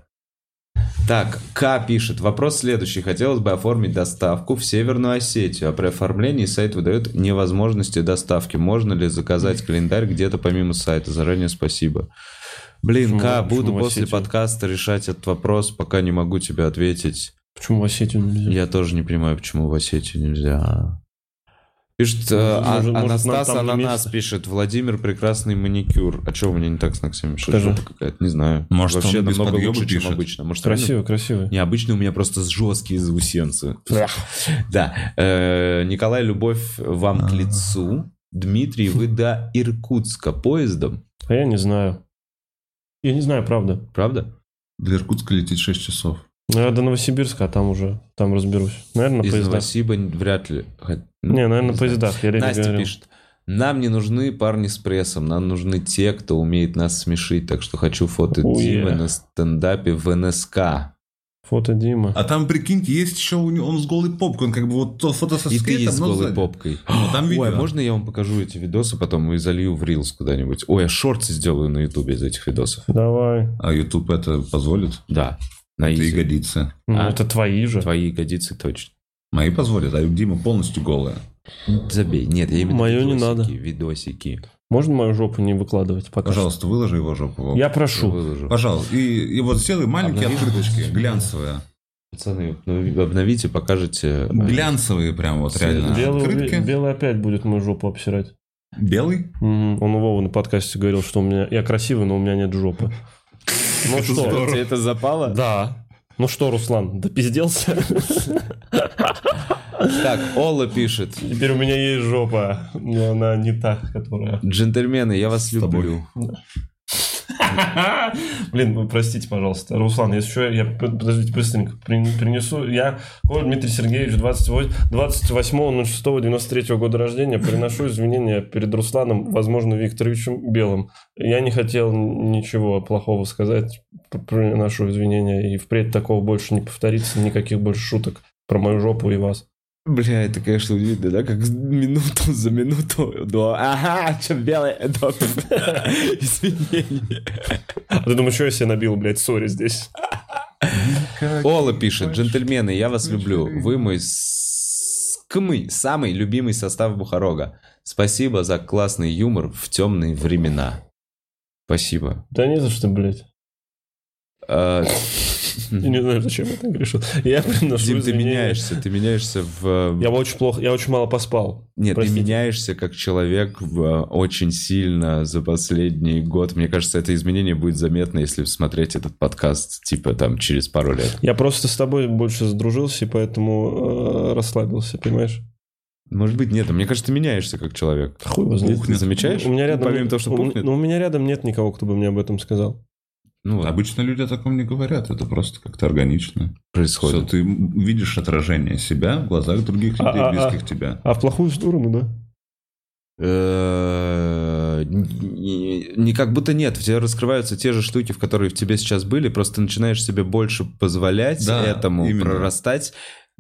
Так, К пишет: вопрос следующий. Хотелось бы оформить доставку в Северную Осетию, а при оформлении сайт выдает невозможности доставки. Можно ли заказать календарь где-то помимо сайта? Заранее спасибо. Блин, К, буду после подкаста решать этот вопрос, пока не могу тебе ответить. Почему в Осетию нельзя? Я тоже не понимаю, почему в Осетию нельзя. Пишет, а, может, Анастас Ананас пишет: Владимир, прекрасный маникюр. А что у меня не так с ногтями? Что жопа какая-то? Не знаю. Может, вообще он без намного лучше, пишет. чем обычно. Может, красиво, он... красиво. Необычно, у меня просто жесткие заусенцы. Да. Николай, любовь вам к лицу. Дмитрий, вы до Иркутска поездом? А я не знаю. Я не знаю, правда. Правда? До Иркутска лететь шесть часов. Ну, я до Новосибирска, а там уже, там разберусь. Наверное, на Из поездах. Из Новосиба вряд ли. Не, наверное, на поездах. Я Настя говорил. пишет: нам не нужны парни с прессом, нам нужны те, кто умеет нас смешить. Так что хочу фото Ой, Димы yeah. на стендапе в эн эс ка. Фото Дима. А там, прикиньте, есть еще у него, он с голой попкой. Он как бы вот то фото со скейтом. И ты есть с голой сзади. попкой. Ну, там видео. Ой, а можно я вам покажу эти видосы потом и залью в Reels куда-нибудь? Ой, я шорты сделаю на Ютубе из этих видосов. Давай. А YouTube это позволит? Да. На это изи. ягодицы. Ну, а, это твои же. Твои ягодицы точно. Мои позволят, а Дима полностью голая. Забей. Нет, я именно Мою видосики, не надо. видосики. Можно мою жопу не выкладывать пока? Пожалуйста, выложи его жопу. Я прошу. Выложу. Пожалуйста. И, и вот сделай маленькие Обнови открыточки, выпуск. глянцевые. Пацаны, ну, обновите, покажете. Глянцевые прям вот реально. Белый, открытки. белый опять будет мою жопу обсирать. Белый? Угу. Он у Вовы на подкасте говорил, что у меня... Я красивый, но у меня нет жопы. Ну что? Тебе это запало? Да. Ну что, Руслан, допизделся? Так, Ола пишет: теперь у меня есть жопа, но она не та, которая... Джентльмены, я вас люблю. Блин, вы простите, пожалуйста. Руслан, если что, я, подождите, быстренько принесу. Я, Коваль Дмитрий Сергеевич, двадцать восьмого ноль шестого девяносто третьего года рождения, приношу извинения перед Русланом, возможно, Викторовичем Белым. Я не хотел ничего плохого сказать, приношу извинения, и впредь такого больше не повторится, никаких больше шуток про мою жопу и вас. Бля, это, конечно, видно, да, как минуту за минуту до... Ага, чем белое, до... Извинения. А ты думаешь, что я себе набил, блядь, ссори здесь? Ола пишет: джентльмены, я вас люблю. Вы мой скмый, самый любимый состав Бухарога. Спасибо за классный юмор в темные времена. Спасибо. Да не за что, блядь. А... Я не знаю, зачем я так решил. Я приношу Дим, извинения. ты меняешься, ты меняешься в... Я очень плохо, я очень мало поспал. Нет, Простите. ты меняешься как человек в... очень сильно за последний год. Мне кажется, это изменение будет заметно, если смотреть этот подкаст, типа, там, через пару лет. Я просто с тобой больше задружился, и поэтому э, расслабился, понимаешь? Может быть, нет. Мне кажется, ты меняешься как человек. Хуй его знает. Ты замечаешь? У меня рядом Помимо нет, того, что у, пухнет? ну, у меня рядом нет никого, кто бы мне об этом сказал. Ну, Обычно люди о таком не говорят, это просто как-то органично происходит. Все, ты видишь отражение себя в глазах других людей, А, а, близких а. тебе. А в плохую сторону, да? Не как будто нет. В тебе раскрываются те же штуки, в которые в тебе сейчас были, просто начинаешь себе больше позволять Да, этому именно. прорастать.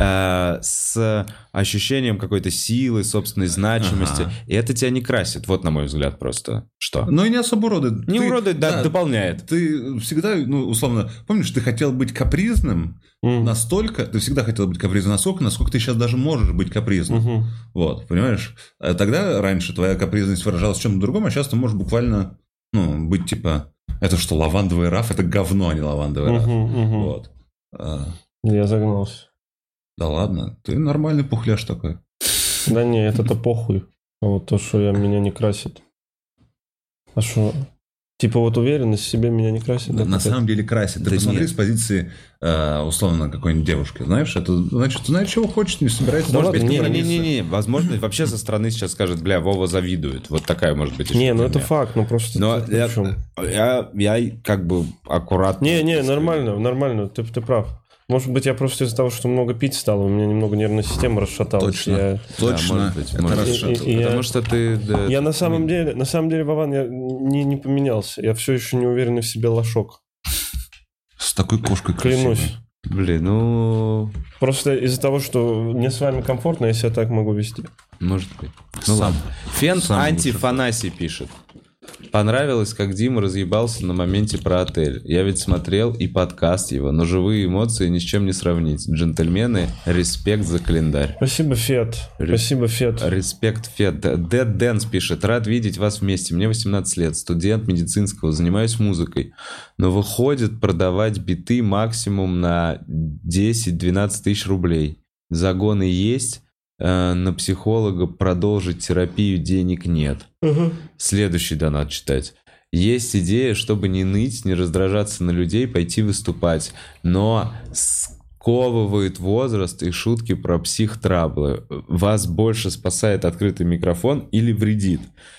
С ощущением какой-то силы, собственной значимости. Ага. И это тебя не красит. Вот, на мой взгляд, просто. Что? Ну и не особо уродует. Не Ты- уродует, да, да, дополняет. Ты всегда, ну, условно, помнишь, ты хотел быть капризным М. настолько, ты всегда хотел быть капризным настолько, насколько ты сейчас даже можешь быть капризным. Мгм. Вот, понимаешь? А тогда раньше твоя капризность выражалась в чем-то другом, а сейчас ты можешь буквально, ну, быть типа, это что, лавандовый раф? Это говно, а не лавандовый раф. Мгм, мгм. Вот. А, Я загнался. да ладно, ты нормальный пухляш такой. Да не, это-то похуй. А вот то, что я, меня не красит. А что? Типа вот уверенность в себе меня не красит? На, да, на какая-то? самом деле красит. Ты Да посмотри нет. с позиции, э, условно, какой-нибудь девушки. Знаешь, это значит, знаешь, чего хочет, не собирается. Да может ладно, быть, не, компромиссы. Не-не-не, возможно, вообще со стороны сейчас скажет, бля, Вова завидует. Вот такая может быть. еще Не, ну это фигня. факт, ну просто... Но это я, в чём? я, я как бы аккуратно... Не, не, нормально, нормально, ты, ты прав. Может быть, я просто из-за того, что много пить стал, у меня немного нервная система расшаталась. Точно. Я, Точно. Да, может быть, это может быть. расшатывает. И- и- Потому я- что ты... да, я ты- на самом деле, на самом деле, Вован, я не, не поменялся. Я все еще не уверенный в себе лошок. С такой кошкой Клянусь. красивой. Блин, ну... Просто из-за того, что мне с вами комфортно, я себя так могу вести. Может быть. Ну Сам. ладно. Фен Самый антифанасий пишет. Понравилось, как Дима разъебался на моменте про отель. Я ведь смотрел и подкаст его, но живые эмоции ни с чем не сравнить. Джентльмены, респект за календарь. Спасибо, Фет. Ре- Спасибо, Фет. Респект, Фед. Дед Дэнс пишет. Рад видеть вас вместе. Мне восемнадцать лет. Студент медицинского. Занимаюсь музыкой. Но выходит продавать биты максимум на десять-двенадцать тысяч рублей. Загоны есть. э, На психолога продолжить терапию денег нет. Ага. Следующий донат читать. Есть идея, чтобы не ныть, не раздражаться на людей, пойти выступать. Но сковывает возраст и шутки про психтраблы. Вас больше спасает открытый микрофон или вредит?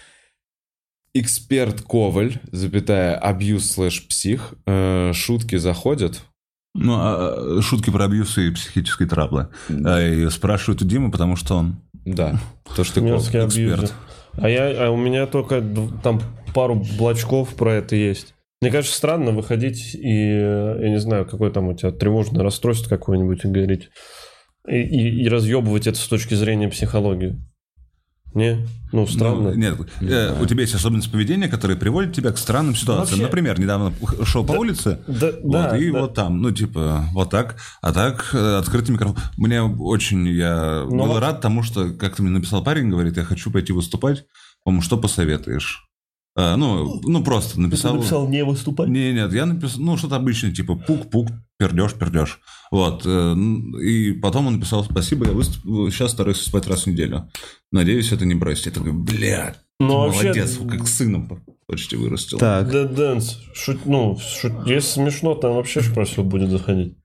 Эксперт Коваль, запятая, абьюз слэш псих. Э, шутки заходят? Ну, а, а, шутки про абьюз и психические траблы. А, и спрашивают у Димы, потому что он Да. То, что ты Мерзкий Коваль, абьюзер. эксперт. А, я, а у меня только д- там пару блочков про это есть. Мне кажется, странно выходить и, э, я не знаю, какое там у тебя тревожное расстройство какое-нибудь и говорить, и, и, и разъебывать это с точки зрения психологии. Не? Ну, странно. Ну, нет, Не э, знаю. у тебя есть особенность поведения, которая приводит тебя к странным ситуациям. Вообще- Например, недавно шел по улице, Да, вот, да, и да. вот там, ну, типа, вот так, а так, э, открытый микрофон. Мне очень, я Ну, был вот- рад тому, что как-то мне написал парень, говорит, я хочу пойти выступать, по-моему, что посоветуешь? А, ну, ну, просто написал... не выступать? Не, нет, я написал, ну, что-то обычное, типа пук-пук, пердеж, пердеж. Вот. э, И потом он написал спасибо, я выступ... сейчас стараюсь спать раз в неделю. Надеюсь, это не бросить. Я такой, блядь, Ну, вообще- молодец, как сыном почти вырастил. Так. Да, Дэнс, шут, ну, шут, если смешно, там вообще ж про все будет заходить.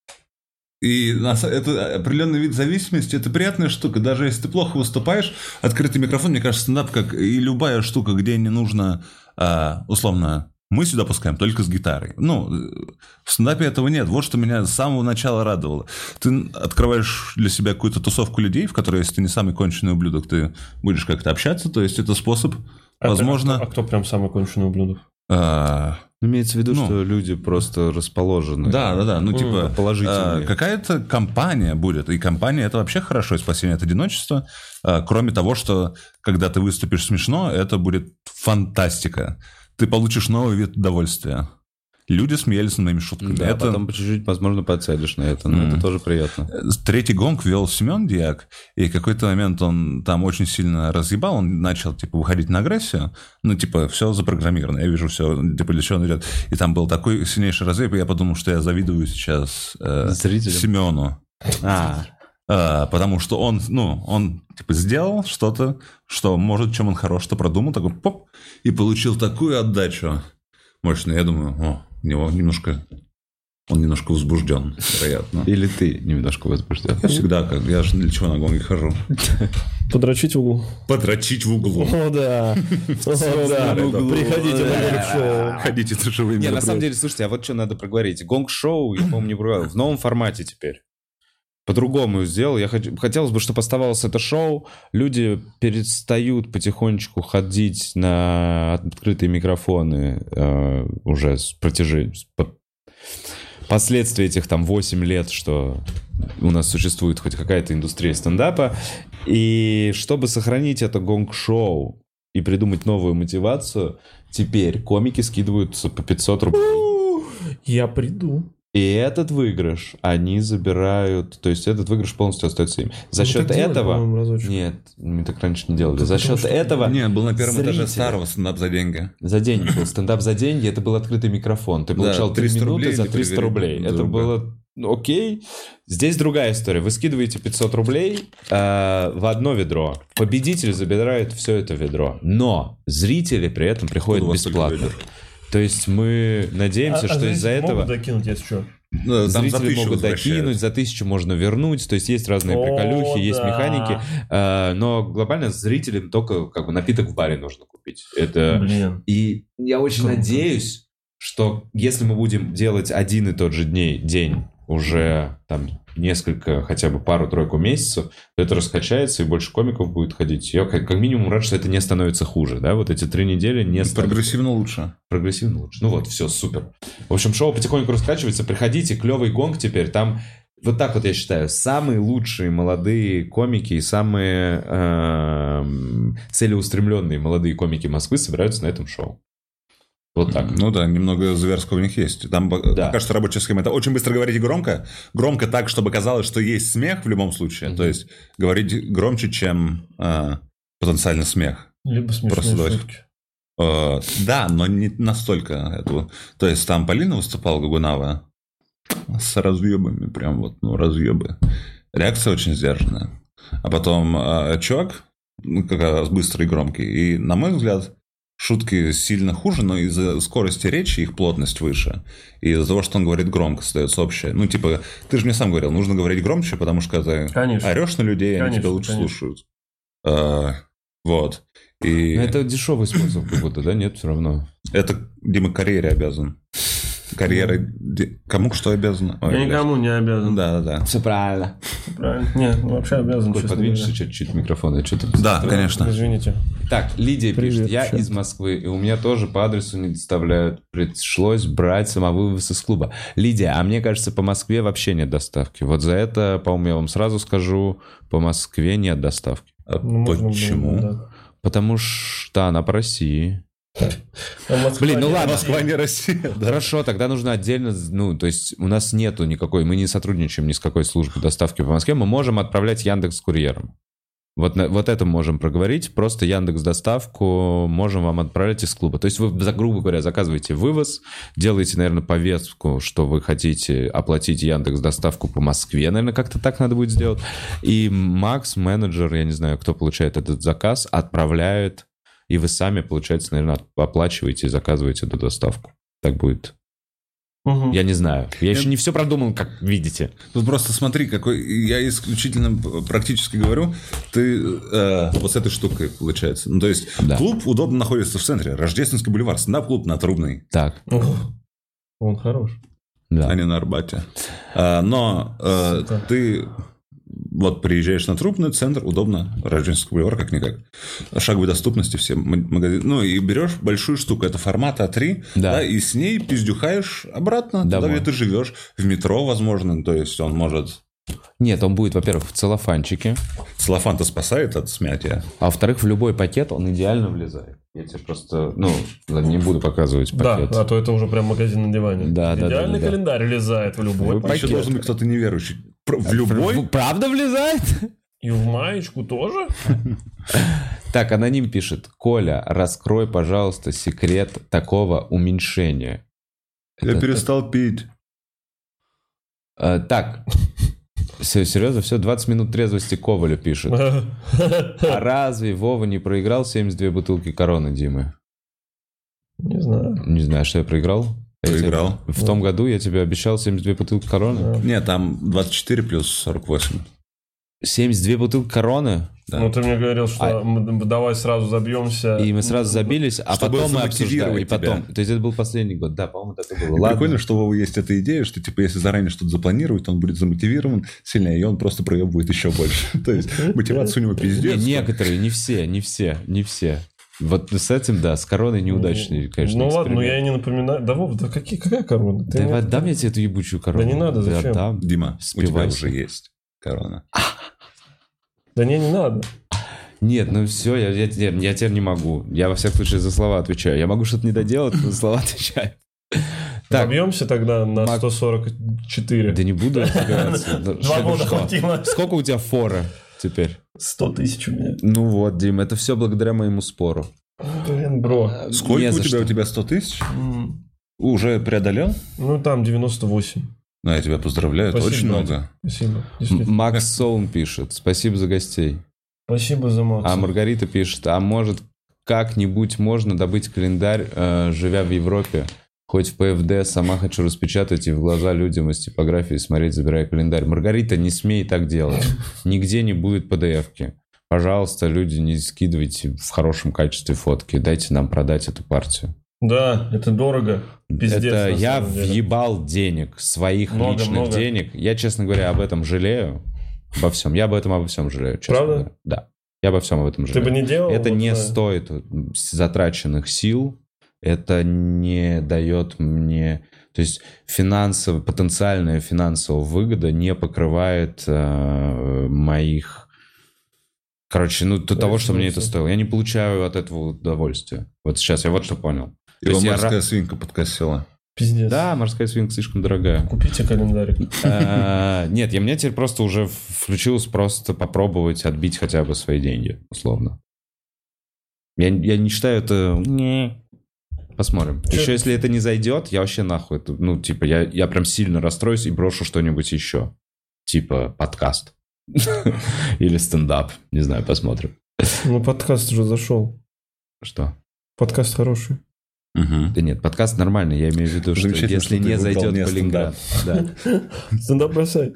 И на са- это определенный вид зависимости, это приятная штука. Даже если ты плохо выступаешь, открытый микрофон, мне кажется, стендап, как и любая штука, где не нужно, а, условно, Мы сюда пускаем только с гитарой. Ну, в стендапе этого нет. Вот что меня с самого начала радовало. Ты открываешь для себя какую-то тусовку людей, в которой, если ты не самый конченый ублюдок, ты будешь как-то общаться. То есть это способ, а возможно... Ты, а, кто, а кто прям самый конченый ублюдок? А... Имеется в виду, ну, что люди просто расположены. Да, да, да. Ну, mm, типа, положительные. А, какая-то компания будет. И компания — это вообще хорошо, и спасение от одиночества. А, кроме того, что когда ты выступишь смешно, это будет фантастика. Ты получишь новый вид удовольствия. Люди смеялись над моими шутками. Да, это... потом по чуть-чуть, возможно, подсадишь на это, но mm. это тоже приятно. Третий гонг вел Семен Дьяк, и в какой-то момент он там очень сильно разъебал, он начал, типа, выходить на агрессию, ну, типа, все запрограммировано, я вижу все, типа, для чего он идет. И там был такой сильнейший разъеб, и я подумал, что я завидую сейчас э, Семену. А. А, потому что он, ну, он, типа, сделал что-то, что, может, чем он хорош, что продумал, такой, поп, и получил такую отдачу мощную. Я думаю, о, у него немножко, он немножко возбужден, вероятно. Или ты немножко возбужден? Я всегда, как, я же для чего на гонке хожу? Подрочить в углу. Подрочить в углу. О, да. Приходите на гонг-шоу. Ходите на живые. Не, на самом деле, слушайте, а вот что надо проговорить. Гонг-шоу, я, по-моему, не проговорил, в новом формате теперь. По-другому сделал. Я хот... Хотелось бы, чтобы оставалось это шоу. Люди перестают потихонечку ходить на открытые микрофоны э, уже с протяжением. Последствия этих там восемь лет, что у нас существует хоть какая-то индустрия стендапа. И чтобы сохранить это гонг-шоу и придумать новую мотивацию, теперь комики скидываются по пятьсот рублей. Я приду. И этот выигрыш они забирают, то есть этот выигрыш полностью остается им. За мы счет делали, этого... Нет, мы так раньше не делали. За счет что... этого... Нет, был на первом зрители... этаже старого стендап за деньги. За деньги был. Стендап за деньги, это был открытый микрофон. Ты получал да, три минуты за триста рублей. Это друга. Было... Окей. Здесь другая история. Вы скидываете пятьсот рублей э, в одно ведро. Победитель забирает все это ведро. Но зрители при этом приходят бесплатно. То есть мы надеемся, а, что а из-за этого... могут докинуть, если что. Ну, зрители могут докинуть, за тысячу можно вернуть. То есть есть разные приколюхи, О, есть да. механики. Э, но глобально зрителям только как бы напиток в баре нужно купить. Это... Блин. И я очень Круто. надеюсь, что если мы будем делать один и тот же день, день уже там несколько, хотя бы пару-тройку месяцев, то это раскачается, и больше комиков будет ходить. Я как, как минимум рад, что это не становится хуже, да, вот эти три недели не становятся... Прогрессивно лучше. Прогрессивно лучше. Ну вот, все, супер. В общем, шоу потихоньку раскачивается, приходите, клевый гонг теперь, там, вот так вот я считаю, самые лучшие молодые комики и самые э, целеустремленные молодые комики Москвы собираются на этом шоу. Вот так. Ну да, немного зверского у них есть. Там, да. кажется, рабочая схема. Это очень быстро говорить громко. Громко так, чтобы казалось, что есть смех в любом случае. Mm-hmm. То есть говорить громче, чем э, потенциально смех. Либо смешные шутки. Э, да, но не настолько этого. То есть там Полина выступала, Гагунава, с разъебами. Прям вот, ну, разъебы. Реакция очень сдержанная. А потом э, чувак, ну, как раз быстрый и громкий. И, на мой взгляд... Шутки сильно хуже, но из-за скорости речи их плотность выше. И из-за того, что он говорит громко, остается общее. Ну, типа, ты же мне сам говорил, нужно говорить громче, потому что когда ты конечно. орешь на людей, конечно, они тебя лучше конечно. слушают. А, вот. И... Это дешевый способ как будто, да? Нет, все равно. Это Дима карьере обязан. Карьера... Кому что обязан? Ой, я никому не обязан. Да, да, да. Все правильно. Правильно. Нет, вообще обязан. Коль, подвинешься чуть-чуть микрофон. Я что-то... Да, да, конечно. Извините. Так, Лидия Привет, пишет. Я черт. из Москвы, и у меня тоже по адресу не доставляют. Пришлось брать самовывоз из клуба. Лидия, а мне кажется, по Москве вообще нет доставки. Вот за это, по-моему, я вам сразу скажу, по Москве нет доставки. А ну, почему? Можно, да. Потому что она по России. Блин, ну ладно. Москва не Россия. Да. Хорошо, тогда нужно отдельно, ну, то есть у нас нету никакой, мы не сотрудничаем ни с какой службой доставки по Москве, мы можем отправлять Яндекс.Курьером. Вот, вот это можем проговорить, просто Яндекс.Доставку можем вам отправлять из клуба. То есть вы, грубо говоря, заказываете вывоз, делаете, наверное, повестку, что вы хотите оплатить Яндекс.Доставку по Москве, наверное, как-то так надо будет сделать. И Макс, менеджер, я не знаю, кто получает этот заказ, отправляет. И вы сами, получается, наверное, оплачиваете и заказываете эту доставку. Так будет. Угу. Я не знаю. Я еще не все продумал, как видите. Тут просто смотри, какой... Я исключительно практически говорю, ты э, вот с этой штукой получается. Ну, то есть, да. клуб удобно находится в центре. Рождественский бульвар, стендап-клуб на Трубной. Так. Он хорош. Да. А не на Арбате. А, но э, ты... Вот приезжаешь на Трубный центр, удобно, Рождественский бульвар, как-никак. Шаговой доступности все магазины. Ну, и берешь большую штуку, это формат а три, да. Да, и с ней пиздюхаешь обратно, домой. Туда, где ты живешь, в метро, возможно, то есть он может... Нет, он будет, во-первых, в целлофанчике. Целлофан-то спасает от смятия. А во-вторых, в любой пакет он идеально влезает. Я тебе просто, ну, не буду показывать пакет. Да, а то это уже прям магазин на диване. Да, да, идеальный да, да, календарь да. влезает в любой пакет. Еще должен быть кто-то неверующий. В любой? Правда влезает? И в маечку тоже? Так, аноним пишет. Коля, раскрой, пожалуйста, секрет такого уменьшения. Я это, перестал это... пить. А, так, все, серьезно, все, двадцать минут трезвости Коваля пишет. А разве Вова не проиграл семьдесят две бутылки короны, Димы? Не знаю. Не знаю, что я проиграл? Проиграл. В том году я тебе обещал семьдесят две бутылки короны? Нет, там двадцать четыре плюс сорок восемь. семьдесят две бутылки короны? Да. Ну, ты мне говорил, что а... мы давай сразу забьемся. И мы сразу забились, а чтобы потом мы обсуждали. И потом. Тебя. То есть это был последний год. Да, по-моему, так и было. И прикольно, что у Вовы есть эта идея, что типа если заранее что-то запланировать, он будет замотивирован сильнее, и он просто проебывает еще больше. То есть мотивация у него пиздец. Некоторые, не все, не все, не все. Вот с этим, да, с короной неудачный, конечно, Ну ладно, но я и не напоминаю. Да, Вов, да какие, какая корона? Ты да отдам я тебе эту ебучую корону. Да не надо, зачем? Отдам. Дима, спивайся. У тебя уже есть корона. Да не, не надо. Нет, ну все, я, я, я, я теперь не могу. Я во всяком случае за слова отвечаю. Я могу что-то не доделать, но за слова отвечаю. Забьемся тогда на сто сорок четыре. Да не буду разбираться. Два года хватило. Сколько у тебя фора теперь? Сто тысяч у меня. Ну вот, Дим, это все благодаря моему спору. Блин, бро. Сколько у тебя? У тебя сто тысяч? Уже преодолел? Ну, там девяносто восемь. Ну, я тебя поздравляю, это очень много. Спасибо. Макс Соун пишет. Спасибо за гостей. Спасибо за Макса. А Маргарита пишет. А может, как-нибудь можно добыть календарь, э, живя в Европе? Хоть в пэ эф дэ, сама хочу распечатать и в глаза людям из типографии смотреть, забирая календарь. Маргарита, не смей так делать. Нигде не будет пи ди эф-ки. Пожалуйста, люди, не скидывайте в хорошем качестве фотки. Дайте нам продать эту партию. Да, это дорого. Пиздец, это я въебал денег, своих много, личных много. денег. Я, честно говоря, об этом жалею. Обо всем. Я об этом обо всем жалею. Честно Правда? Говоря. Да. Я обо всем об этом жалею. Ты бы не делал? Это вот не на... стоит затраченных сил. Это не дает мне... То есть финансово, потенциальная финансовая выгода не покрывает э, моих... Короче, ну, до того, что мне это стоило. Я не получаю от этого удовольствия. Вот сейчас я вот что понял. Его морская я... свинка подкосила. Пиздец. Да, морская свинка слишком дорогая. Купите календарик. Нет, я мне теперь просто уже включилось просто попробовать отбить хотя бы свои деньги, условно. Я не считаю это... Посмотрим. Че? Еще если это не зайдет, я вообще нахуй. Это, ну, типа, я, я прям сильно расстроюсь и брошу что-нибудь еще. Типа подкаст. Или стендап. Не знаю, посмотрим. Ну, подкаст уже зашел. Что? Подкаст хороший. Угу. Да нет, подкаст нормальный. Я имею в виду, что если не зайдет Калининград. Стендап бросай.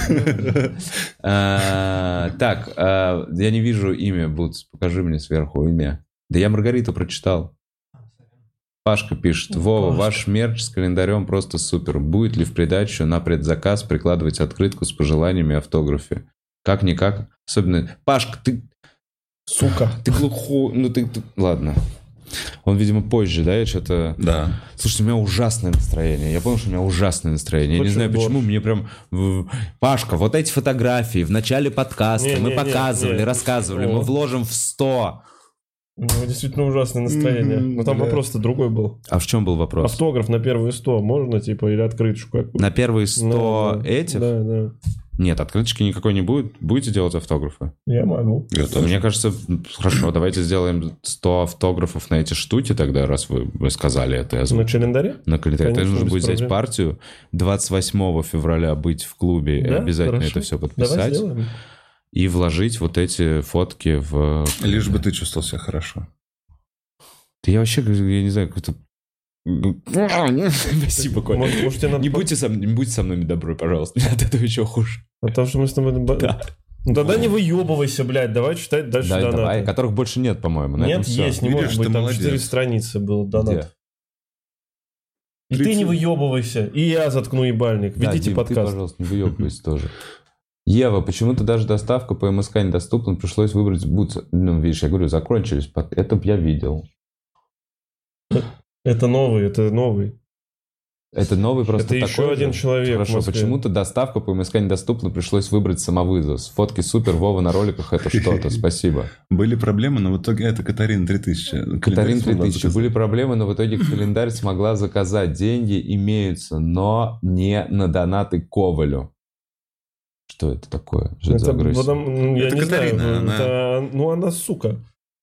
Так, я не вижу имя, Бутс. Покажи мне сверху имя. Да я Маргариту прочитал. Пашка пишет. Вова, Пашка. Ваш мерч с календарем просто супер. Будет ли в придачу на предзаказ прикладывать открытку с пожеланиями и автографе? Как-никак. Особенно... Пашка, ты... Сука. Ты глухой. Ну ты... ты... Ладно. Он, видимо, позже, да? Я что-то... Да. Слушай, у меня ужасное настроение. Я понял, что у меня ужасное настроение. Я не знаю, почему. Мне прям... Пашка, вот эти фотографии в начале подкаста не, мы не, показывали, не, не. рассказывали. О. Мы вложим в сто... У него действительно ужасное настроение. Mm-hmm, но там да. вопрос-то другой был. А в чем был вопрос? Автограф на первые сто можно, типа, или открыточку какую-то? На первые сто да, этих? Да, да. Нет, открыточки никакой не будет. Будете делать автографы? Я могу. Я Мне кажется, хорошо, давайте сделаем сто автографов на эти штуки тогда, раз вы, вы сказали это. Я на календаре? На календаре. Конечно, нужно будет взять партию, двадцать восьмого февраля быть в клубе, да? И обязательно хорошо. Это все подписать. Давай сделаем. И вложить вот эти фотки в... Лишь бы ты чувствовал себя хорошо. Да я вообще, я не знаю, какой-то Спасибо, Коля. Может, может, тебе надо Не по- будьте со мной, не будьте со мной добры, пожалуйста. Мне от этого еще хуже. Потому что мы с тобой... Да. Ну тогда не выебывайся, блядь, давай читать дальше Да, донаты. давай, которых больше нет, по-моему. На Нет, этом всё. есть, не Видишь, может ты быть, там молодец. четыре страницы был Где? донат. И ты тридцать. не выебывайся, и я заткну ебальник. Да, Ведите Дим, ты, подкаст. пожалуйста, не выебывайся тоже. Ева, почему-то даже доставка по МСК недоступна, пришлось выбрать Бутс. Ну, видишь, я говорю, закончились. под- Это б я видел. Это новый, это новый. Это новый просто Это такой еще один же? человек в Хорошо, Москве. почему-то доставка по МСК недоступна, пришлось выбрать самовызов. Фотки супер, Вова на роликах это что-то, спасибо. Были проблемы, но в итоге это Катарина три тысячи. Катарин Календарь три тысячи. смогла Были проблемы, но в итоге календарь смогла заказать. Деньги имеются, но не на донаты Ковалю. Что это такое? Что это за Это агрессия? потом, ну, я Это не Катарина, знаю, она- это- ну она сука.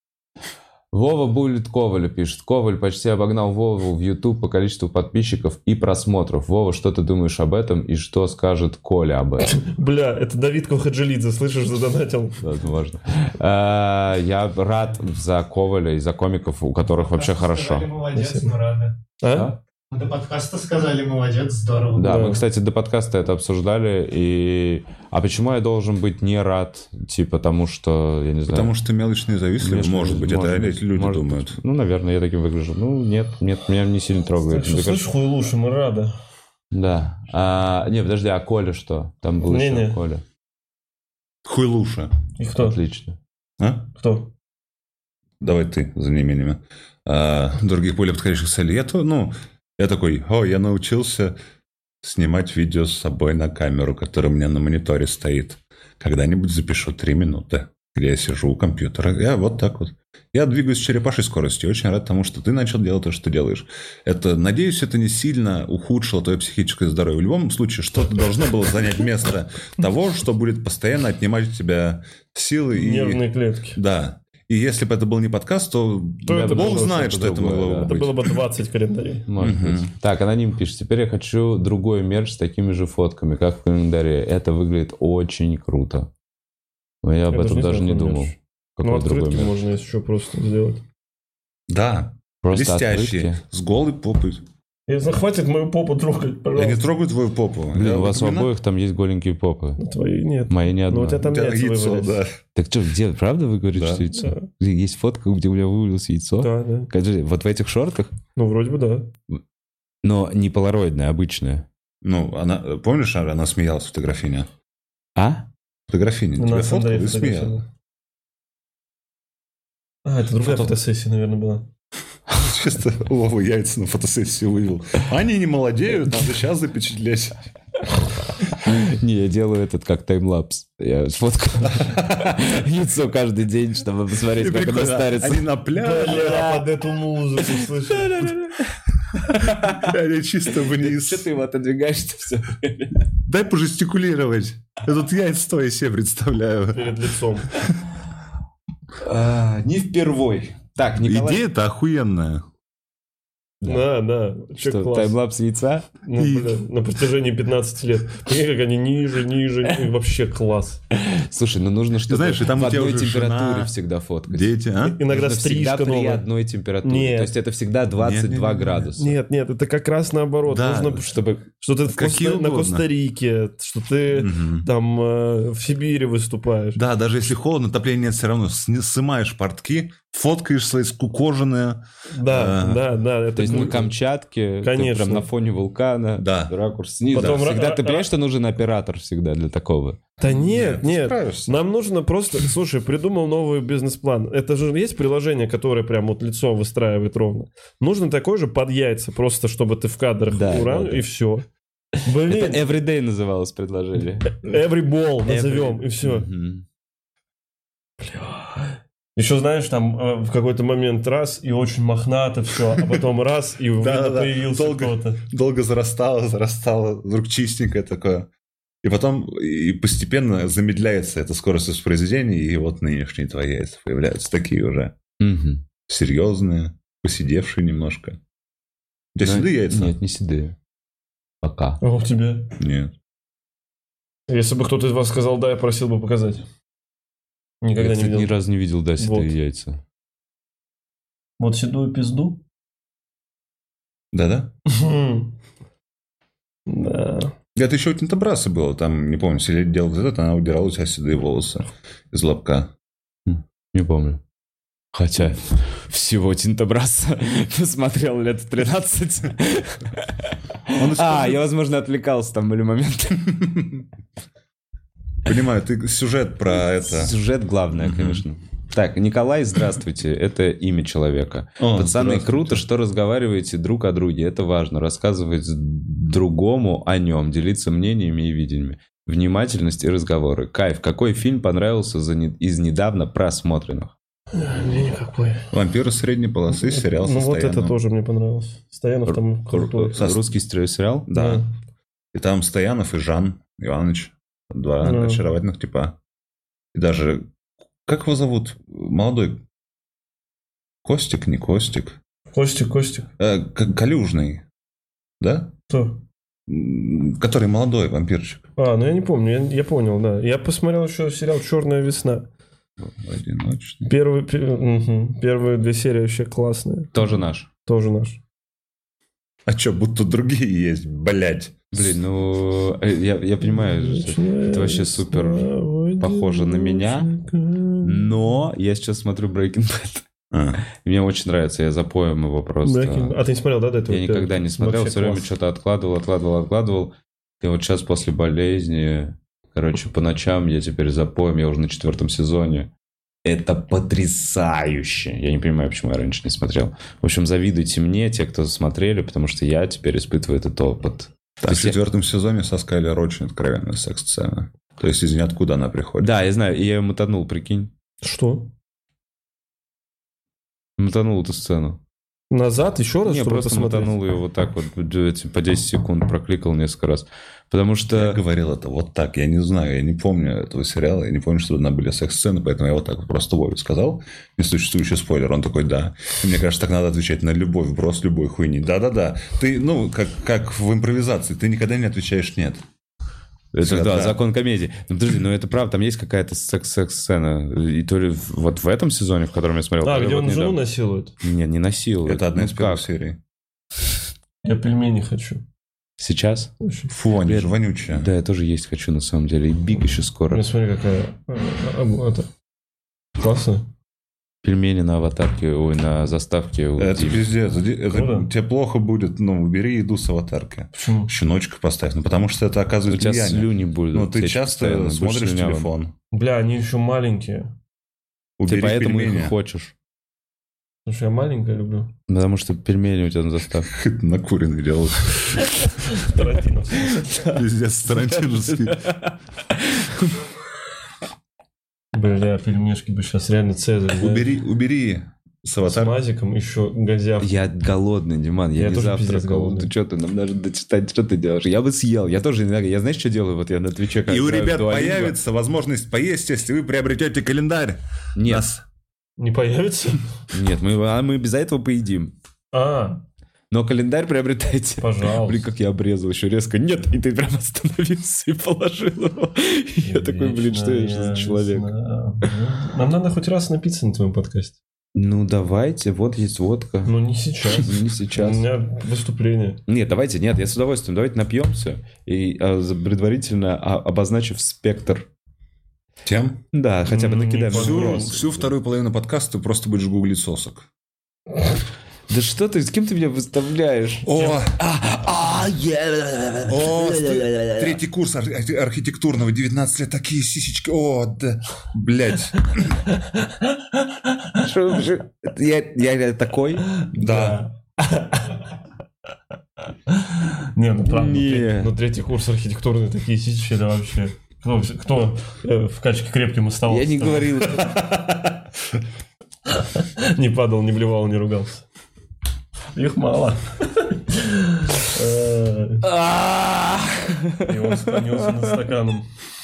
Вова Буллет Коваля пишет. Коваль почти обогнал Вову в YouTube по количеству подписчиков и просмотров. Вова, что ты думаешь об этом и что скажет Коля об этом? Бля, это Давид Ковхаджилидзе, слышишь, задонатил. Возможно. А, Я рад за Коваля и за комиков, у которых вообще хорошо. Сказали, молодец, Спасибо. мы рады. А? Мы до подкаста сказали, молодец, здорово. Да, Да. мы, кстати, до подкаста это обсуждали. И... А почему я должен быть не рад? Типа тому, что, я не знаю... Потому что мелочные завистливые, Конечно, может быть, это может эти люди может думают. быть. Ну, наверное, я таким выгляжу. Ну, нет, нет, меня не сильно трогает. Так что, Мне слышь, кажется- хуйлуши, мы рады. Да. А, не, подожди, а Коля что? Там был Не-не. еще Коля. Хуйлуша. И кто? Отлично. А? Кто? Давай ты за неимениями. А, других более подходящих целей. Я, то, ну, я такой, о, я научился снимать видео с собой на камеру, которая у меня на мониторе стоит. Когда-нибудь запишу три минуты, где я сижу у компьютера. Я вот так вот. Я двигаюсь с черепашьей скоростью. Очень рад тому, что ты начал делать то, что ты делаешь. Это, надеюсь, это не сильно ухудшило твое психическое здоровье. В любом случае, что-то должно было занять место того, что будет постоянно отнимать у тебя силы и... Нервные клетки. Да. И если бы это был не подкаст, то, То это Бог было знает, что-то что это другое, могло да. бы Это быть. было бы двадцать календарей. Может Мгм. быть. Так, аноним пишет. Теперь я хочу другой мерч с такими же фотками, как в календаре. Это выглядит очень круто. Но я об Я этом даже даже не не знаю, какой думал. мерч. Какой Ну, другой открытки мерч? можно еще просто сделать. Да, Просто блестящие, открытки. с голой попой. И захватит мою попу трогать, Я не пожалуйста. трогаю твою попу. Блин, Я у вас у напоминаю- обоих там есть голенькие попы. Ну, твои нет. Мои не Ну, одна. у тебя там У тебя яйца яйцо, вывалились. да. Так что, где, правда вы говорите, Да. что яйцо? Да. Блин, есть фотка, где у меня вывалилось яйцо. Да, да. Скажи, вот в этих шортах? Ну, вроде бы да. Но не полароидное, обычное. Ну, она, помнишь, она смеялась, фотографиня? А? Фотографиня, На тебя нас фоткала Андрей и смеялась. фотографировал. А, это другая Фото- фотосессия, наверное, была. Чисто Вова яйца на фотосессию вывел. Они не молодеют, надо сейчас запечатлеть. Не, я делаю этот как таймлапс. Я сфоткал яйцо каждый день, чтобы посмотреть, И как оно прикольно, старится. Они на пляже, Бля, под эту музыку, слышишь? они чисто вниз. Что ты его отодвигаешь-то все? Дай пожестикулировать. Я тут яйца твои себе представляю. Перед лицом. Не впервой. Так, Николай... Идея-то охуенная. Да, да. Чё, Что, класс. таймлапс яйца? Ну, И- бля, на протяжении пятнадцати лет. Прикинь, как они ниже, ниже, ниже. Вообще класс. Слушай, ну нужно что-то знаешь, и там в у тебя одной уже температуре жена, всегда фоткать. Дети, а? Иногда Нужно всегда стрижка при новая. одной температуре. Нет. То есть это всегда двадцать два Не-не-не-не. градуса. Нет, нет, это как раз наоборот. Да. Нужно, Чтобы... что ты в Какие Коста- на угодно. Коста-Рике, что ты Мгм. там э, в Сибири выступаешь. Да, даже если холодно, отопления нет, все равно сни- снимаешь портки, фоткаешь свои скукоженные. Да, А. да, да. Это То есть на круто. Камчатке, ты Конечно. прям на фоне вулкана, Да. ракурс снизу. Потом Всегда ра- ты ра- понимаешь, что нужен оператор всегда для такого? Да нет, нет. Справишься. Нам нужно просто... Слушай, придумал новый бизнес-план. Это же есть приложение, которое прям вот лицо выстраивает ровно. Нужно такой же под яйца, просто чтобы ты в кадрах Да, уран, да, да. и все. Это Блин, Everyday называлось предложение. every ball назовем, Every- и все. Мгм. Еще, знаешь, там э, в какой-то момент раз, и очень мохнато все, а потом раз, и видно, Да-да-да, появился долго. кто-то. Долго зарастало, зарастало, вдруг чистенькое такое. И потом и постепенно замедляется эта скорость воспроизведения, и вот нынешние твои яйца появляются такие уже Мгм. серьезные, посидевшие немножко. У тебя Ну, седые яйца? Нет, не седые. Пока. А у тебя? Нет. Если бы кто-то из вас сказал «да», я просил бы показать. Никогда Я, не кстати, видел. ни разу не видел, да, седые Вот. яйца. Вот седую пизду. Да-да? Да. Это еще у Тинтобраса было. Там, не помню, если делал вот это, она убирала у тебя седые волосы из лобка. Не помню. Хотя всего Тинтобраса посмотрел лет тринадцать. А, я, возможно, отвлекался, там были моменты. Понимаю, ты сюжет про это... Сюжет главное, конечно. Так, Николай, здравствуйте. Это имя человека. О, Пацаны, круто, что разговариваете друг о друге. Это важно. Рассказывать другому о нем, делиться мнениями и видениями. Внимательность и разговоры. Кайф. Какой фильм понравился за не... из недавно просмотренных? Мне никакой. «Вампиры средней полосы», сериал со Ну вот Стояновым. это тоже мне понравилось. Стоянов там крутой. Со- Русский сериал? Да. И там Стоянов и Жан Иванович. Два Да. очаровательных типа. И даже... Как его зовут? Молодой... Костик, не Костик. Костик, Костик. Э, К- Калюжный. Да? Кто? М, Который молодой вампирчик. А, ну я не помню, я, я понял, да. Я посмотрел еще сериал «Черная весна». Одиночный. Первый, пе- мгм. Первые две серии вообще классные. Тоже наш. Тоже наш. А чё, будто другие есть, блядь. Блин, ну... э, Я, я понимаю, что это вообще супер похоже на меня. Но я сейчас смотрю Breaking Bad. А. И мне очень нравится, я запоем его просто. Breaking- А ты не смотрел, да, до этого? Я никогда не смотрел, Вообще все время класс. что-то откладывал, откладывал, откладывал. И вот сейчас после болезни, короче, по ночам я теперь запоем, я уже на четвертом сезоне. Это потрясающе. Я не понимаю, почему я раньше не смотрел. В общем, завидуйте мне, те, кто смотрели, потому что я теперь испытываю этот опыт. Так, в четвертом сезоне со Скайлер очень откровенная секс-сцена. То есть из ниоткуда она приходит. Да, я знаю, и я ему мотанул, прикинь. Что? Мотанул эту сцену. Назад еще раз, Не, чтобы просто посмотреть? мотанул ее вот так вот эти по десять секунд, прокликал несколько раз. Потому Я что... говорил это вот так, я не знаю, я не помню этого сериала, я не помню, что там были секс-сцены, поэтому я вот так вот просто Вове сказал, несуществующий спойлер, он такой, да. И мне кажется, так надо отвечать на любой вброс, любой хуйни. Да-да-да. Ты, ну, как, как в импровизации, ты никогда не отвечаешь «нет». Это, Всегда, да, да. закон комедии. Ну, подожди, ну это правда, там есть какая-то секс-секс-сцена. И то ли в- вот в этом сезоне, в котором я смотрел. А, то ли где вот он жену недавно. насилует? Не, не насилует. Это одна Ну из первых как? серий. Я пельмени хочу. Сейчас? Очень. Фу, они Привет. же вонючие. Да, я тоже есть хочу, на самом деле. И Биг еще скоро. Ну, смотри, какая... а, а, Это... Классно. Пельмени на аватарке, ой, на заставке. у Это Димы. пиздец. Это, Круто. тебе плохо будет, ну, убери еду с аватарки. Почему? Щеночка поставь. Ну, потому что это У оказывает тебя влияние. слюни будут. Ну, ты течь часто постоянно, будешь смотришь слюнявым. телефон. Бля, они еще маленькие. Ты Убери поэтому пельмени. их и хочешь. Потому что я маленькая люблю. Потому что пельмени у тебя на заставке. Накуренный делают. Тарантино. Пиздец, тарантиновский. Бля, пельмешки бы сейчас реально Цезарь. знаешь. Убери, убери с С аватарки. мазиком еще газяв. Я голодный, Диман, я, Я не тоже пиздец завтракал. голодный. Ты что, ты нам даже дочитать, что ты делаешь? Я бы съел, я тоже иногда, я знаешь, что делаю? Вот я на Твиче... И у ребят появится возможность поесть, если вы приобретете календарь. Нет, Нас- Не появится? нет, мы, а мы без этого поедим. А, Но календарь приобретайте. пожалуйста. Блин, как я обрезал еще резко. Нет, и ты прям остановился и положил его. И я такой, блин, что я сейчас за человек? Весна. Нам надо хоть раз напиться на твоем подкасте. Ну, давайте, вот есть водка. Но не сейчас. Не У сейчас. меня выступление. Нет, давайте, нет, я с удовольствием. Давайте напьемся. И а, за- предварительно а, обозначив спектр. Тем? Да, хотя бы Ну, накидаем. не Всю, вопрос. всю вторую половину подкаста ты просто будешь гуглить сосок. Да что ты, с кем ты меня выставляешь? О, О, ст- третий курс ар- архи- архитектурного, девятнадцать лет, такие сисечки. О, да, блядь. Что- что- Я, я такой? Да. Не, ну правда. Не. ну, третий- Ну третий курс архитектурный такие сисечки, да вообще. Кто, кто э, в качке крепким оставался? Я не там? говорил. Не падал, не блевал, не ругался. Их мало. Э, И он склонился над стаканом.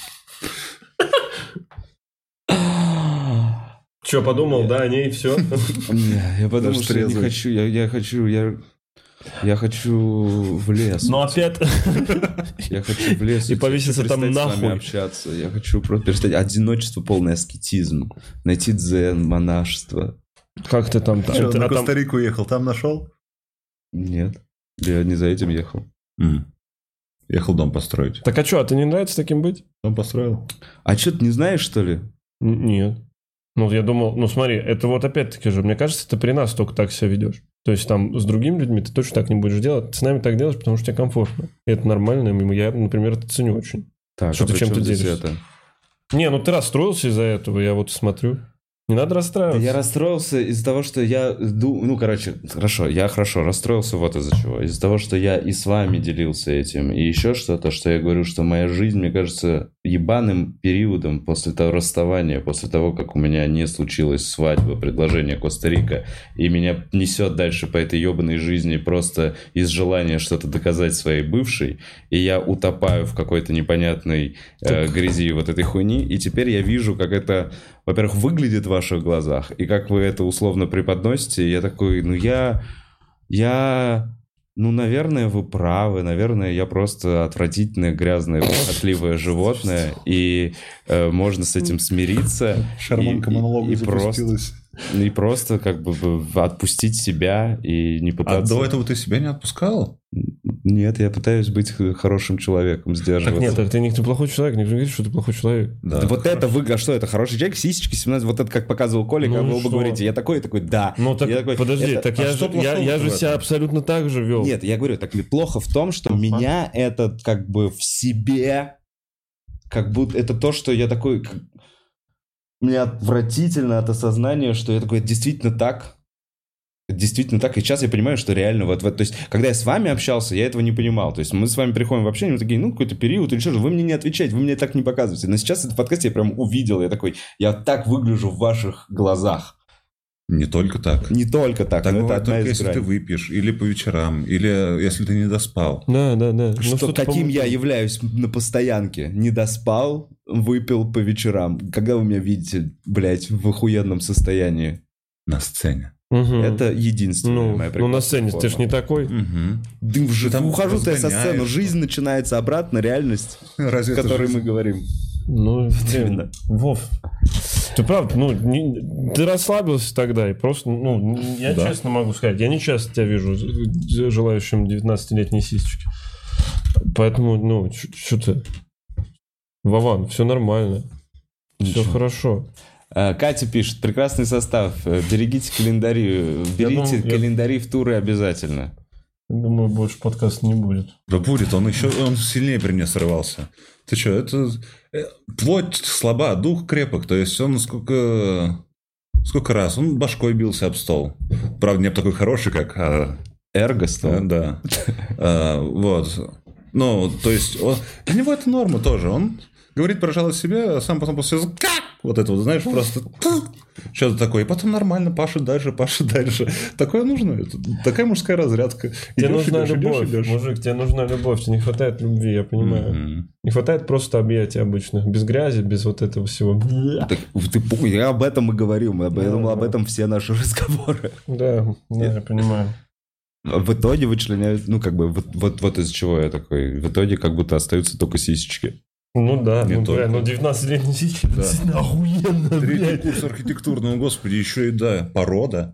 Че, подумал, да, о ней, все? Не, Я подумал, Даже что я не трезвый. хочу. Я, я хочу, я, я хочу в лес. Но опять... Я хочу в лес. И уйти, повеситься хочу там перестать с вами нахуй. общаться. Я хочу просто перестать. Одиночество, полный аскетизм. Найти дзен, монашество. Как ты там? Что, Ты- на а там- Коста-Рику уехал, там нашел? Нет. Я не за этим ехал. М. Ехал дом построить. Так а что, а ты не нравится таким быть? Дом построил. А что, ты не знаешь, что ли? Н- Нет. Ну, я думал, ну смотри, это вот опять-таки же, мне кажется, ты при нас только так себя ведешь. То есть там с другими людьми ты точно так не будешь делать. Ты с нами так делаешь, потому что тебе комфортно. И это нормально, и я, например, это ценю очень. Так, Что а ты при чем-то чём здесь делишься? это? Не, ну ты расстроился из-за этого, я вот смотрю. Не надо Да расстраиваться. я расстроился из-за того, что я... ду- Ну, короче, хорошо, я хорошо расстроился вот из-за чего. Из-за того, что я и с вами делился этим, и еще что-то, что я говорю, что моя жизнь, мне кажется, ебаным периодом после того расставания, после того, как у меня не случилась свадьба, предложение Коста-Рика, и меня несет дальше по этой ебаной жизни просто из желания что-то доказать своей бывшей, и я утопаю в какой-то непонятной э, грязи вот этой хуйни, и теперь я вижу, как это... Во-первых, выглядит в ваших глазах, и как вы это условно преподносите, я такой, ну я, я, ну, наверное, вы правы, наверное, я просто отвратительное, грязное, похотливое животное, и э, можно с этим смириться. Шарманка и, монолога и, и просто, запустилась. и просто как бы отпустить себя и не А пытаться... до этого ты себя не отпускал? Нет, я пытаюсь быть х- хорошим человеком, сдерживаться. Так нет, так ты не ты плохой человек, никто не говорит, что ты плохой человек. Да. Да вот это вы, а что это, хороший человек, сисечки, семнадцать, вот это как показывал Коля, Ну когда и вы оба что? говорите, я такой, такой, да. Ну так Я такой, подожди, это- так а я, что же, я, плохого я в же этом? себя абсолютно так же вел. Нет, я говорю, так ли плохо в том, что меня это как бы в себе, как будто это то, что я такой, как- мне отвратительно от осознания, что я такой, это действительно так. Это действительно так. И сейчас я понимаю, что реально вот, вот, то есть, когда я с вами общался, я этого не понимал. То есть, мы с вами приходим в общение, мы такие, ну, какой-то период или что-то, вы мне не отвечаете, вы мне так не показываете. Но сейчас этот подкаст я прям увидел, я такой, я так выгляжу в ваших глазах. Не только так. Не только так, Так но это бывает одна только, из если ты граней. выпьешь, или по вечерам, или если ты не доспал. Да, да, да. Ну, Что, что-то каким по- я являюсь на постоянке. Не доспал, выпил по вечерам. Когда вы меня видите, блядь, в охуенном состоянии? На сцене. Мгм. Это единственная Ну, моя ну, на прекрасная сцене ты ж форма. не такой. Угу. Да в- там ухожу-то я со сцены, разгоняешься. жизнь начинается обратно, реальность, Разве о это которой жизнь? мы говорим. Ну, блин, именно. Вов, ты правда, ну, не- ты расслабился тогда и просто, ну, я Да. честно могу сказать, я не часто тебя вижу з- желающим девятнадцатилетней сисечки. Поэтому, ну, что ты? Вован, все нормально. Все Ничего. хорошо. А, Катя пишет, прекрасный состав, э, берегите календари, берите думаю, я- календари в туры обязательно. Думаю, больше подкаста не будет. Да будет, он еще он сильнее при мне срывался. Ты что, это э, плоть слаба, дух крепок. То есть он сколько сколько раз он башкой бился об стол. Правда, не такой хороший, как а, Эрго стал. э, да. А, вот. Ну, то есть он- для него это норма тоже. Он говорит про жалость себе, а сам потом после как вот это вот, знаешь, просто что-то такое. И потом нормально пашет дальше, пашет дальше. Такое нужно. Это такая мужская разрядка. Тебе Идёшь, нужна идёшь, идёшь, любовь, идёшь. мужик, тебе нужна любовь, тебе не хватает любви, я понимаю. Мгм. Не хватает просто объятий обычных, без грязи, без вот этого всего. Так, ты пу- я об этом и говорю, мы об- я Да, думал, об да. этом все наши разговоры. Да, да, я понимаю. В итоге вычленяют, ну, как бы, вот, вот, вот из-за чего я такой. В итоге как будто остаются только сисечки. Ну да, Не ну, только. бля, ну девятнадцатилетний сисечки, Да. действительно охуенно, Третий блядь. курс архитектурного, господи, еще и да, порода.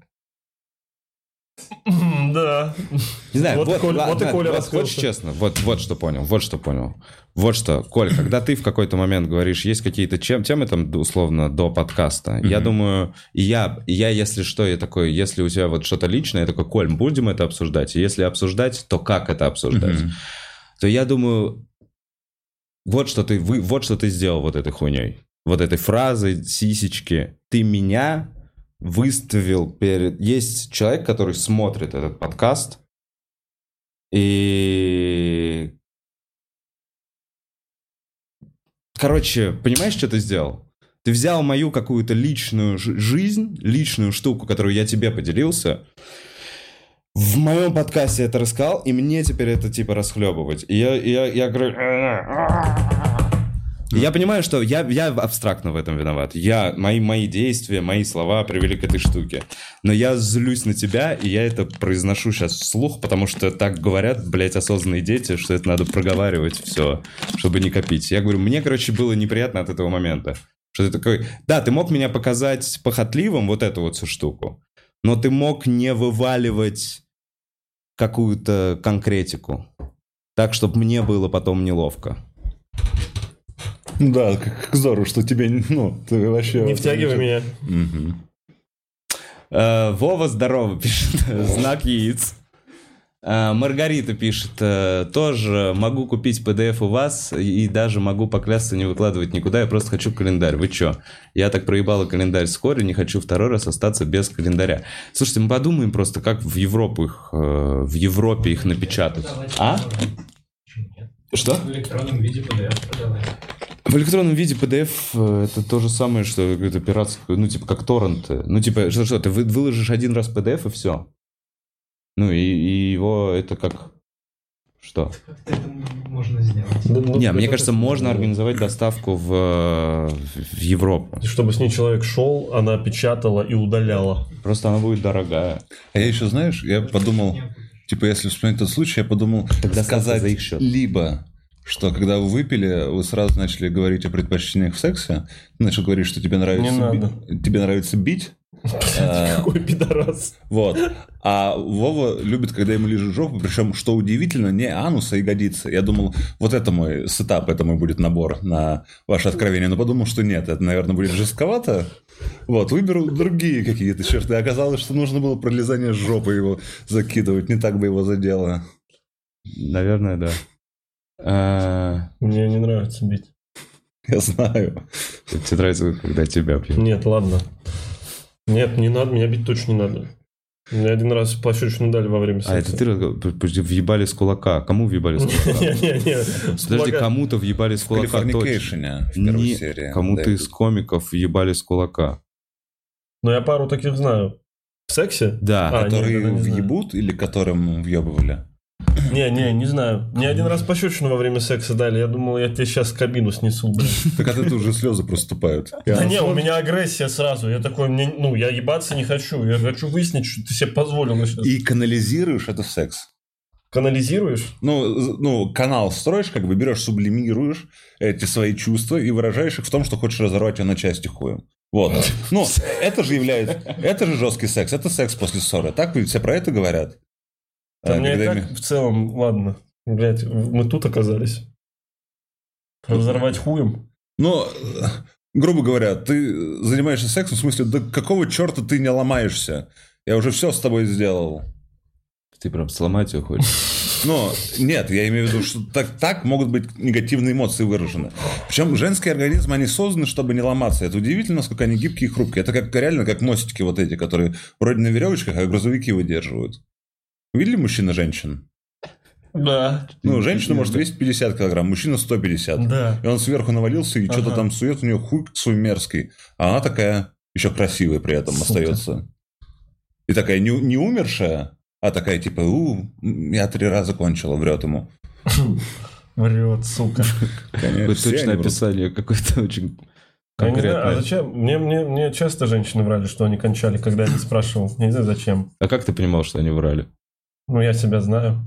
Да. Не знаю, Вот вот, и Коля- ладно, вот и Коля вот, раскрылся. вот честно, вот, вот что понял, вот что понял. Вот что, Коль, когда ты в какой-то момент говоришь, есть какие-то чем, темы там, условно, до подкаста, я Мгм. думаю, и я, и я, если что, я такой, если у тебя вот что-то личное, я такой, Коль, будем это обсуждать? И если обсуждать, то как это обсуждать? Мгм. То я думаю, вот что ты, вы, вот что ты сделал вот этой хуйней. Вот этой фразой, сисечки. Ты меня выставил перед... Есть человек, который смотрит этот подкаст, и... Короче, понимаешь, что ты сделал? Ты взял мою какую-то личную жи- жизнь, личную штуку, которую я тебе поделился, в моем подкасте это рассказал, и мне теперь это типа расхлебывать. И я, и я, я говорю... И я понимаю, что я, я абстрактно в этом виноват. Я, мои, мои действия, мои слова привели к этой штуке. Но я злюсь на тебя, и я это произношу сейчас вслух, потому что так говорят, блядь, осознанные дети, что это надо проговаривать все, чтобы не копить. Я говорю, мне, короче, было неприятно от этого момента. Что ты такой... Да, ты мог меня показать похотливым, вот эту вот всю штуку, но ты мог не вываливать какую-то конкретику. Так, чтобы мне было потом неловко. Да, как здорово, что тебе, ну, ты вообще... Не втягивай меня. Угу. Э, Вова, здорово, пишет. Знак яиц. Э, Маргарита пишет. э, Тоже могу купить пи ди эф у вас и даже могу поклясться не выкладывать никуда. Я просто хочу календарь. Вы чё? Я так проебала календарь вскоре, не хочу второй раз остаться без календаря. Слушайте, мы подумаем просто, как в Европу их, э, в Европе их напечатать. А? Что? В электронном виде пи ди эф продавать. В электронном виде пи ди эф это то же самое, что это пиратское, ну, типа, как торренты. Ну, типа, что, что ты вы- выложишь один раз пи ди эф и все. Ну, и, и его это как... Что? Как-то это можно сделать. Ну, Не, это мне как- кажется, можно организовать доставку в, в Европу. Чтобы с ней человек шел, она печатала и удаляла. Просто она будет дорогая. А я еще, знаешь, я подумал, типа, если вспомнить тот случай, я подумал Тогда сказать за их счет. либо, что когда вы выпили, вы сразу начали говорить о предпочтениях в сексе, ты начал говорить, что тебе нравится, Не надо. би- тебе нравится бить, а, Какой пидорас. вот. А Вова любит, когда ему лижут жопу, причем, что удивительно, не анус, а ягодицы. Я думал, вот это мой сетап, это мой будет набор на ваше откровение, но подумал, что нет, это, наверное, будет жестковато. Вот, выберу другие какие-то черты. Оказалось, что нужно было пролезание жопы его закидывать, не так бы его задело. Наверное, да. А, Мне не нравится бить. Я знаю. тебе нравится, когда тебя бьют. Нет, ладно. Нет, не надо, меня бить точно не надо. Мне один раз пощечину дали во время секса. А это ты разговор- подожди, въебали с кулака. Кому въебали с кулака? Не-не-не. Подожди, кому-то въебали с В кулака точно. Калифорникейшене в первой Не, серии. кому-то Да, из комиков въебали с кулака. Но я пару таких знаю. В сексе? Да. А, которые нет, да, не знаю. въебут или которым въебывали? Не-не, не знаю. Мне один раз пощечину во время секса дали. Я думал, я тебе сейчас в кабину снесу, блин. Так от этого уже слезы проступают. Да не, у меня агрессия сразу. Я такой, мне, ну, я ебаться не хочу. Я хочу выяснить, что ты себе позволил сейчас. И канализируешь это в секс. Канализируешь? Ну, з- ну, канал строишь, как бы берешь, сублимируешь эти свои чувства и выражаешь их в том, что хочешь разорвать ее на части хуем. Вот. Ну, это же является... Это же жесткий секс. Это секс после ссоры. Так ведь все про это говорят? Да А, мне и когда так ми- в целом, ладно. Блять, мы тут оказались. Разорвать хуем? Ну, э, грубо говоря, ты занимаешься сексом, в смысле, да какого черта ты не ломаешься? Я уже все с тобой сделал. Ты прям сломать ее хочешь? Ну, нет, я имею в виду, что так, так могут быть негативные эмоции выражены. Причем женские организмы, они созданы, чтобы не ломаться. Это удивительно, насколько они гибкие и хрупкие. Это как реально как мостики вот эти, которые вроде на веревочках, а грузовики выдерживают. Видели мужчин и женщин? Да. Ну, женщина может двести пятьдесят килограмм, мужчина сто пятьдесят. Да. И он сверху навалился и что-то Ага. там сует, у нее хуй свой мерзкий. А она такая еще красивая при этом Сука. остается. И такая не, не умершая, а такая типа, у, я три раза кончила, врет ему. Врет, сука. Конечно, все Точное они врут. описание какое-то очень Я не знаю, а конкретное. зачем? Мне, мне, мне часто женщины врали, что они кончали, когда я не спрашивал. Я не знаю, зачем. А как ты понимал, что они врали? Ну, я себя знаю.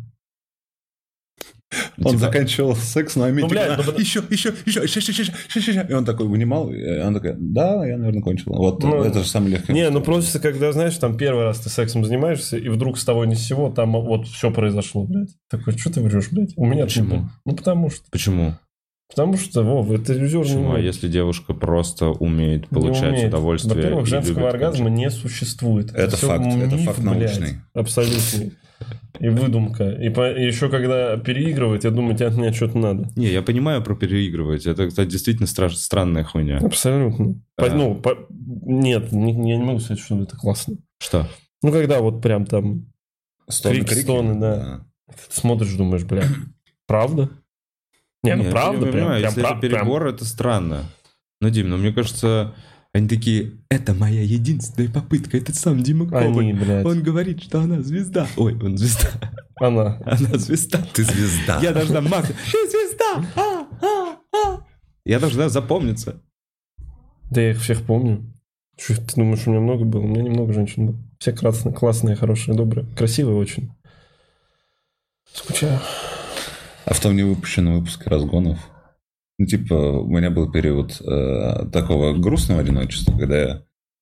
Он Типа, заканчивал секс, но Амитик, блядь, она, ну, еще, еще, еще, еще, еще, еще, еще, еще. И он такой вынимал, и она такая, да, я, наверное, кончила. Вот Ну, это же самый легкий. Не, ну просто когда, знаешь, там первый раз ты сексом занимаешься, и вдруг с того ни с сего там вот все произошло, блядь. Такой, что ты врешь, блядь? У меня Почему? Ну, потому что. Почему? Потому что, Вов, это иллюзор Почему? А не если девушка просто умеет получать умеет. удовольствие? Во-первых, и женского любит оргазма кончать? не существует. Это всё факт, это миф, факт блядь, научный. Абсолютный. И выдумка. И, по- и еще когда переигрывает, я думаю, тебе от меня что-то надо. Не, я понимаю про переигрывать. Это, кстати, действительно страш- странная хуйня. Абсолютно. По- А. ну, по- нет, не- я не могу сказать, что это классно. Что? Ну, когда вот прям там Стоны, крики, крики. стоны, да. ты смотришь, думаешь, бля, правда? Не, ну Не, правда, я прям, понимаю, прям, если прям, это перебор, это странно. Ну, Дим, ну мне кажется, они такие, это моя единственная попытка, этот сам Дима прям. Коваль. Они, блядь, Он говорит, что она звезда. Ой, он звезда. она. Она звезда. Ты звезда. Я должна махать. Ты звезда! А, а, а. Я должна запомниться. Да я их всех помню. Что, ты думаешь, у меня много было? У меня немного женщин было. Все классные, классные, хорошие, добрые. Красивые очень. Скучаю. А в том невыпущенном выпуске «Разгонов», ну, типа, у меня был период э, такого грустного одиночества, когда я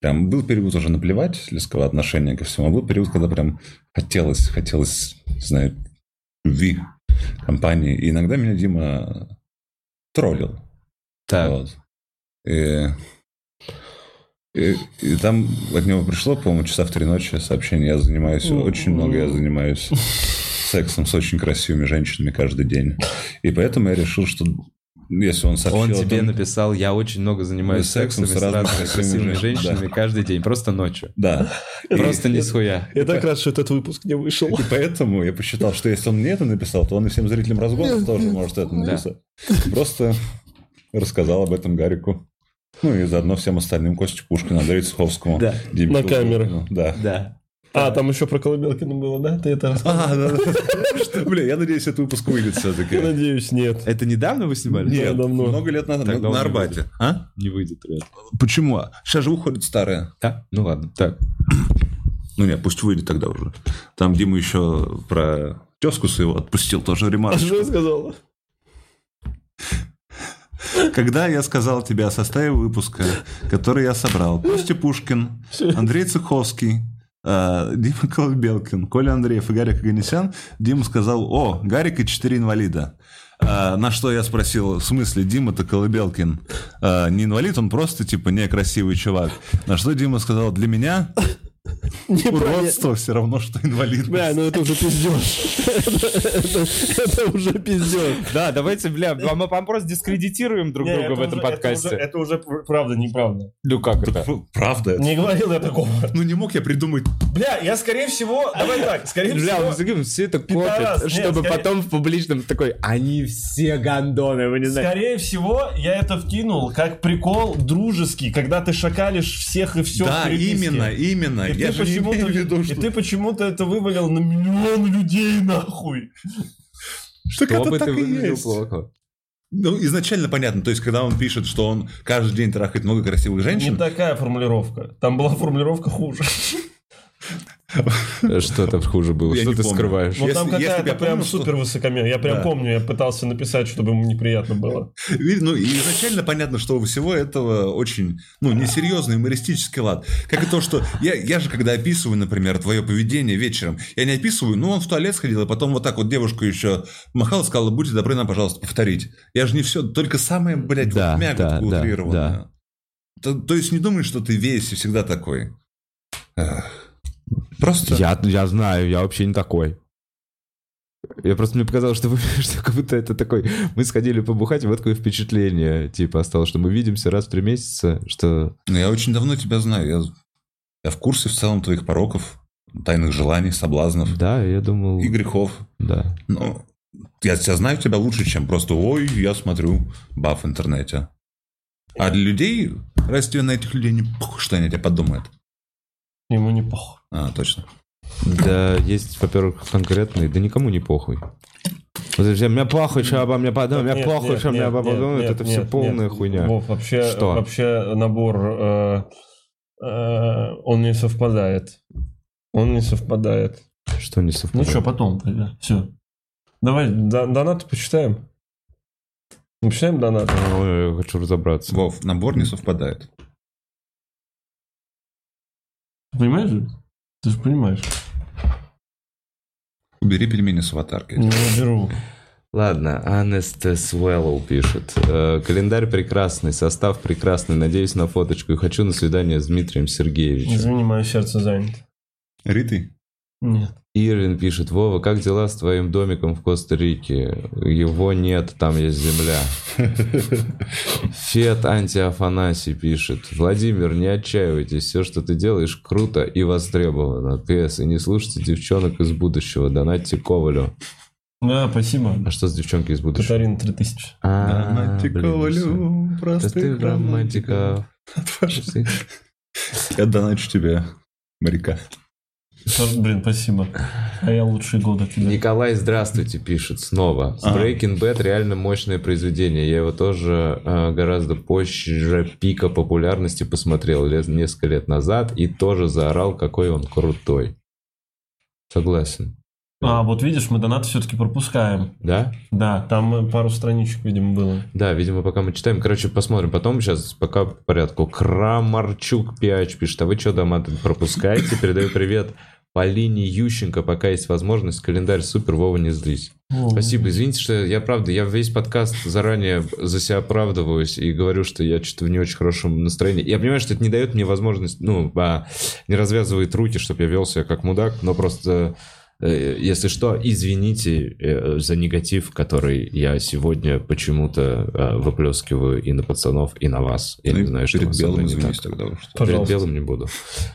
Прям был период уже наплевательского отношения ко всему, а был период, когда прям хотелось, хотелось, не знаю, любви, компании. И иногда меня Дима троллил. Так. Вот. И, и, и там от него пришло, по-моему, часа в три ночи сообщение. Я занимаюсь, очень много я занимаюсь сексом с очень красивыми женщинами каждый день. И поэтому я решил, что если он сообщил... Он тебе том, написал, я очень много занимаюсь сексом с разными красивыми женщинами да. каждый день, просто ночью. Да. Просто не схуя. Я так рад, что этот выпуск не вышел. И поэтому я посчитал, что если он мне это написал, то он и всем зрителям разгонов тоже может это написать. Просто рассказал об этом Гарику. Ну и заодно всем остальным, Косте Пушкину, Андрею Цеховскому. Да, Диме на камеру. Да. Да. А, там еще про Колыбелкина было, да? Ты это рассказал? А, да, да. Бля, я надеюсь, этот выпуск выйдет все-таки. Я надеюсь, нет. Это недавно вы снимали? Нет, давно. Много лет назад, на, на Арбате. А? Не выйдет, ребят. Почему? Сейчас же уходит старое. Да? Ну ладно, так. Ну нет, пусть выйдет тогда уже. Там Дима еще про тезку своего отпустил, тоже А ремарочку. что я сказал? Когда я сказал тебе о составе выпуска, который я собрал, Костя Пушкин, Андрей Цеховский, Uh, Дима Колыбелкин, Коля Андреев и Гарик Оганесян, Дима сказал: о, Гарик и четыре инвалида. Uh, на что я спросил: в смысле, Дима-то Колыбелкин uh, не инвалид, он просто типа некрасивый чувак. На что Дима сказал: для меня уродство все равно, что инвалидность. Бля, ну это уже пиздеж. Это уже пиздеж. Да, давайте, бля, мы просто дискредитируем друг друга в этом подкасте. Это уже правда неправда. Ну как это? Правда? Не говорил я такого. Ну не мог я придумать. Бля, я скорее всего... Давай так, скорее Бля, всего... он все это Пидорас, копит, нет, чтобы скорее- потом в публичном такой, они все гандоны, вы не знаете. Скорее всего, я это вкинул как прикол дружеский, когда ты шакалишь всех и все. Да, именно, именно. И Я ты же не почему-то имею в виду, и что... ты почему-то это вывалил на миллион людей нахуй. Так это Чтобы так ты и выглядел есть. плохо. Ну, изначально понятно. То есть, когда он пишет, что он каждый день трахает много красивых женщин... Не такая формулировка. Там была формулировка хуже. Что там хуже было? Я Что не ты помню. скрываешь? Вот там Если- если какая-то б я прям помнил, что- супер высокомерная. Я прям Да. помню, я пытался написать, чтобы ему неприятно было. Видишь, ну, и изначально понятно, что у всего этого очень, ну, несерьезный юмористический лад. Как и то, что я, я же, когда описываю, например, твое поведение вечером, я не описываю, ну, он в туалет сходил, и потом вот так вот девушку еще махала, сказала: будьте добры нам, пожалуйста, повторить. Я же не все, только самое, блядь, Да, вот мягко да, да, утрированное. да. То, то есть не думай, что ты весь и всегда такой. Эх. Просто... Я, я знаю, я вообще не такой. Я просто мне показалось, что, вы, что как будто это такой... Мы сходили побухать, и вот такое впечатление типа осталось, что мы видимся раз в три месяца, что... Ну, я очень давно тебя знаю. Я, я в курсе в целом твоих пороков, тайных желаний, соблазнов Да, я думал... и грехов. Да. Но я тебя знаю тебя лучше, чем просто «Ой, я смотрю баф в интернете». А для людей, раз тебе на этих людей не похуй, что они о тебе подумают? Ему не похуй. А, точно. Да, есть, во-первых, конкретные, да никому не похуй. Вот это, мне похуй, что обо мне подумают, мне Нет, похуй, нет, что мне нет, обо мне нет, подумают, нет, это все нет, полная нет. хуйня. Вов, вообще, Что? вообще набор, э, э, он не совпадает. Он не совпадает. Что не Ну совпадает? что, потом тогда. Все. Давай до- донаты почитаем. Мы почитаем донаты? Ой, я хочу разобраться. Вов, набор не совпадает. Понимаешь же? Ты же понимаешь. Убери пельмени с аватаркой. Не уберу. Ладно, Анесте Свеллоу пишет. Э, календарь прекрасный, состав прекрасный. Надеюсь на фоточку и хочу на свидание с Дмитрием Сергеевичем. Извини, мое сердце занято. Ритый? Нет. Ирвин пишет. Вова, как дела с твоим домиком в Коста-Рике? Его нет, там есть земля. Фет Антиафанасий пишет. Владимир, не отчаивайтесь. Все, что ты делаешь, круто и востребовано. Пи эс. И не слушайте девчонок из будущего. Донатьте Ковалю. Да, спасибо. А что с девчонки из будущего? Катарина три тысячи. А, Донатьте блин, всё. Ковалю, простых Простых романтиков. романтиков. Я доначу тебе, моряка. Блин, спасибо. А я лучшие годы тебе. Николай, здравствуйте, пишет снова. А. Breaking Bad реально мощное произведение. Я его тоже э, гораздо позже пика популярности посмотрел лет, несколько лет назад и тоже заорал, какой он крутой. Согласен. А, вот видишь, мы донаты все-таки пропускаем. Да? Да, там пару страничек, видимо, было. Да, видимо, пока мы читаем. Короче, посмотрим потом. Сейчас пока по порядку. Крамарчук пять пишет. А вы что, дома пропускаете? Передаю привет Полине Ющенко. Пока есть возможность. Календарь супер, Вова, не злись. О, спасибо. Извините, что я, правда, я весь подкаст заранее за себя оправдываюсь и говорю, что я что-то в не очень хорошем настроении. Я понимаю, что это не дает мне возможность, ну, а, не развязывает руки, чтобы я вел себя как мудак, но просто... Если что, извините за негатив, который я сегодня почему-то выплескиваю и на пацанов, и на вас. Я ну, не знаю, что перед белым извинись так. тогда. Перед белым не буду.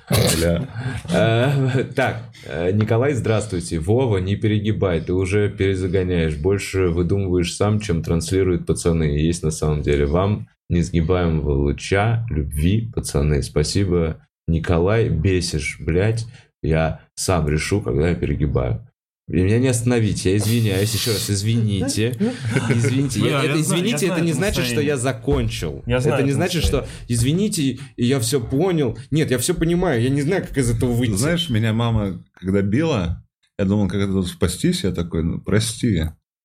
Так, Николай, здравствуйте. Вова, не перегибай, ты уже перезагоняешь. Больше выдумываешь сам, чем транслируют пацаны. Есть на самом деле. Вам несгибаемого луча любви, пацаны. Спасибо, Николай, бесишь, блядь. Я сам решу, когда я перегибаю. И меня не остановить, я извиняюсь, еще раз, извините. Извините, я, это, извините, это не значит, что я закончил. Я это не значит, что извините, и я все понял. Нет, я все понимаю, я не знаю, как из этого выйти. Знаешь, меня мама, когда била, я думал, как это тут спастись, я такой, ну, прости,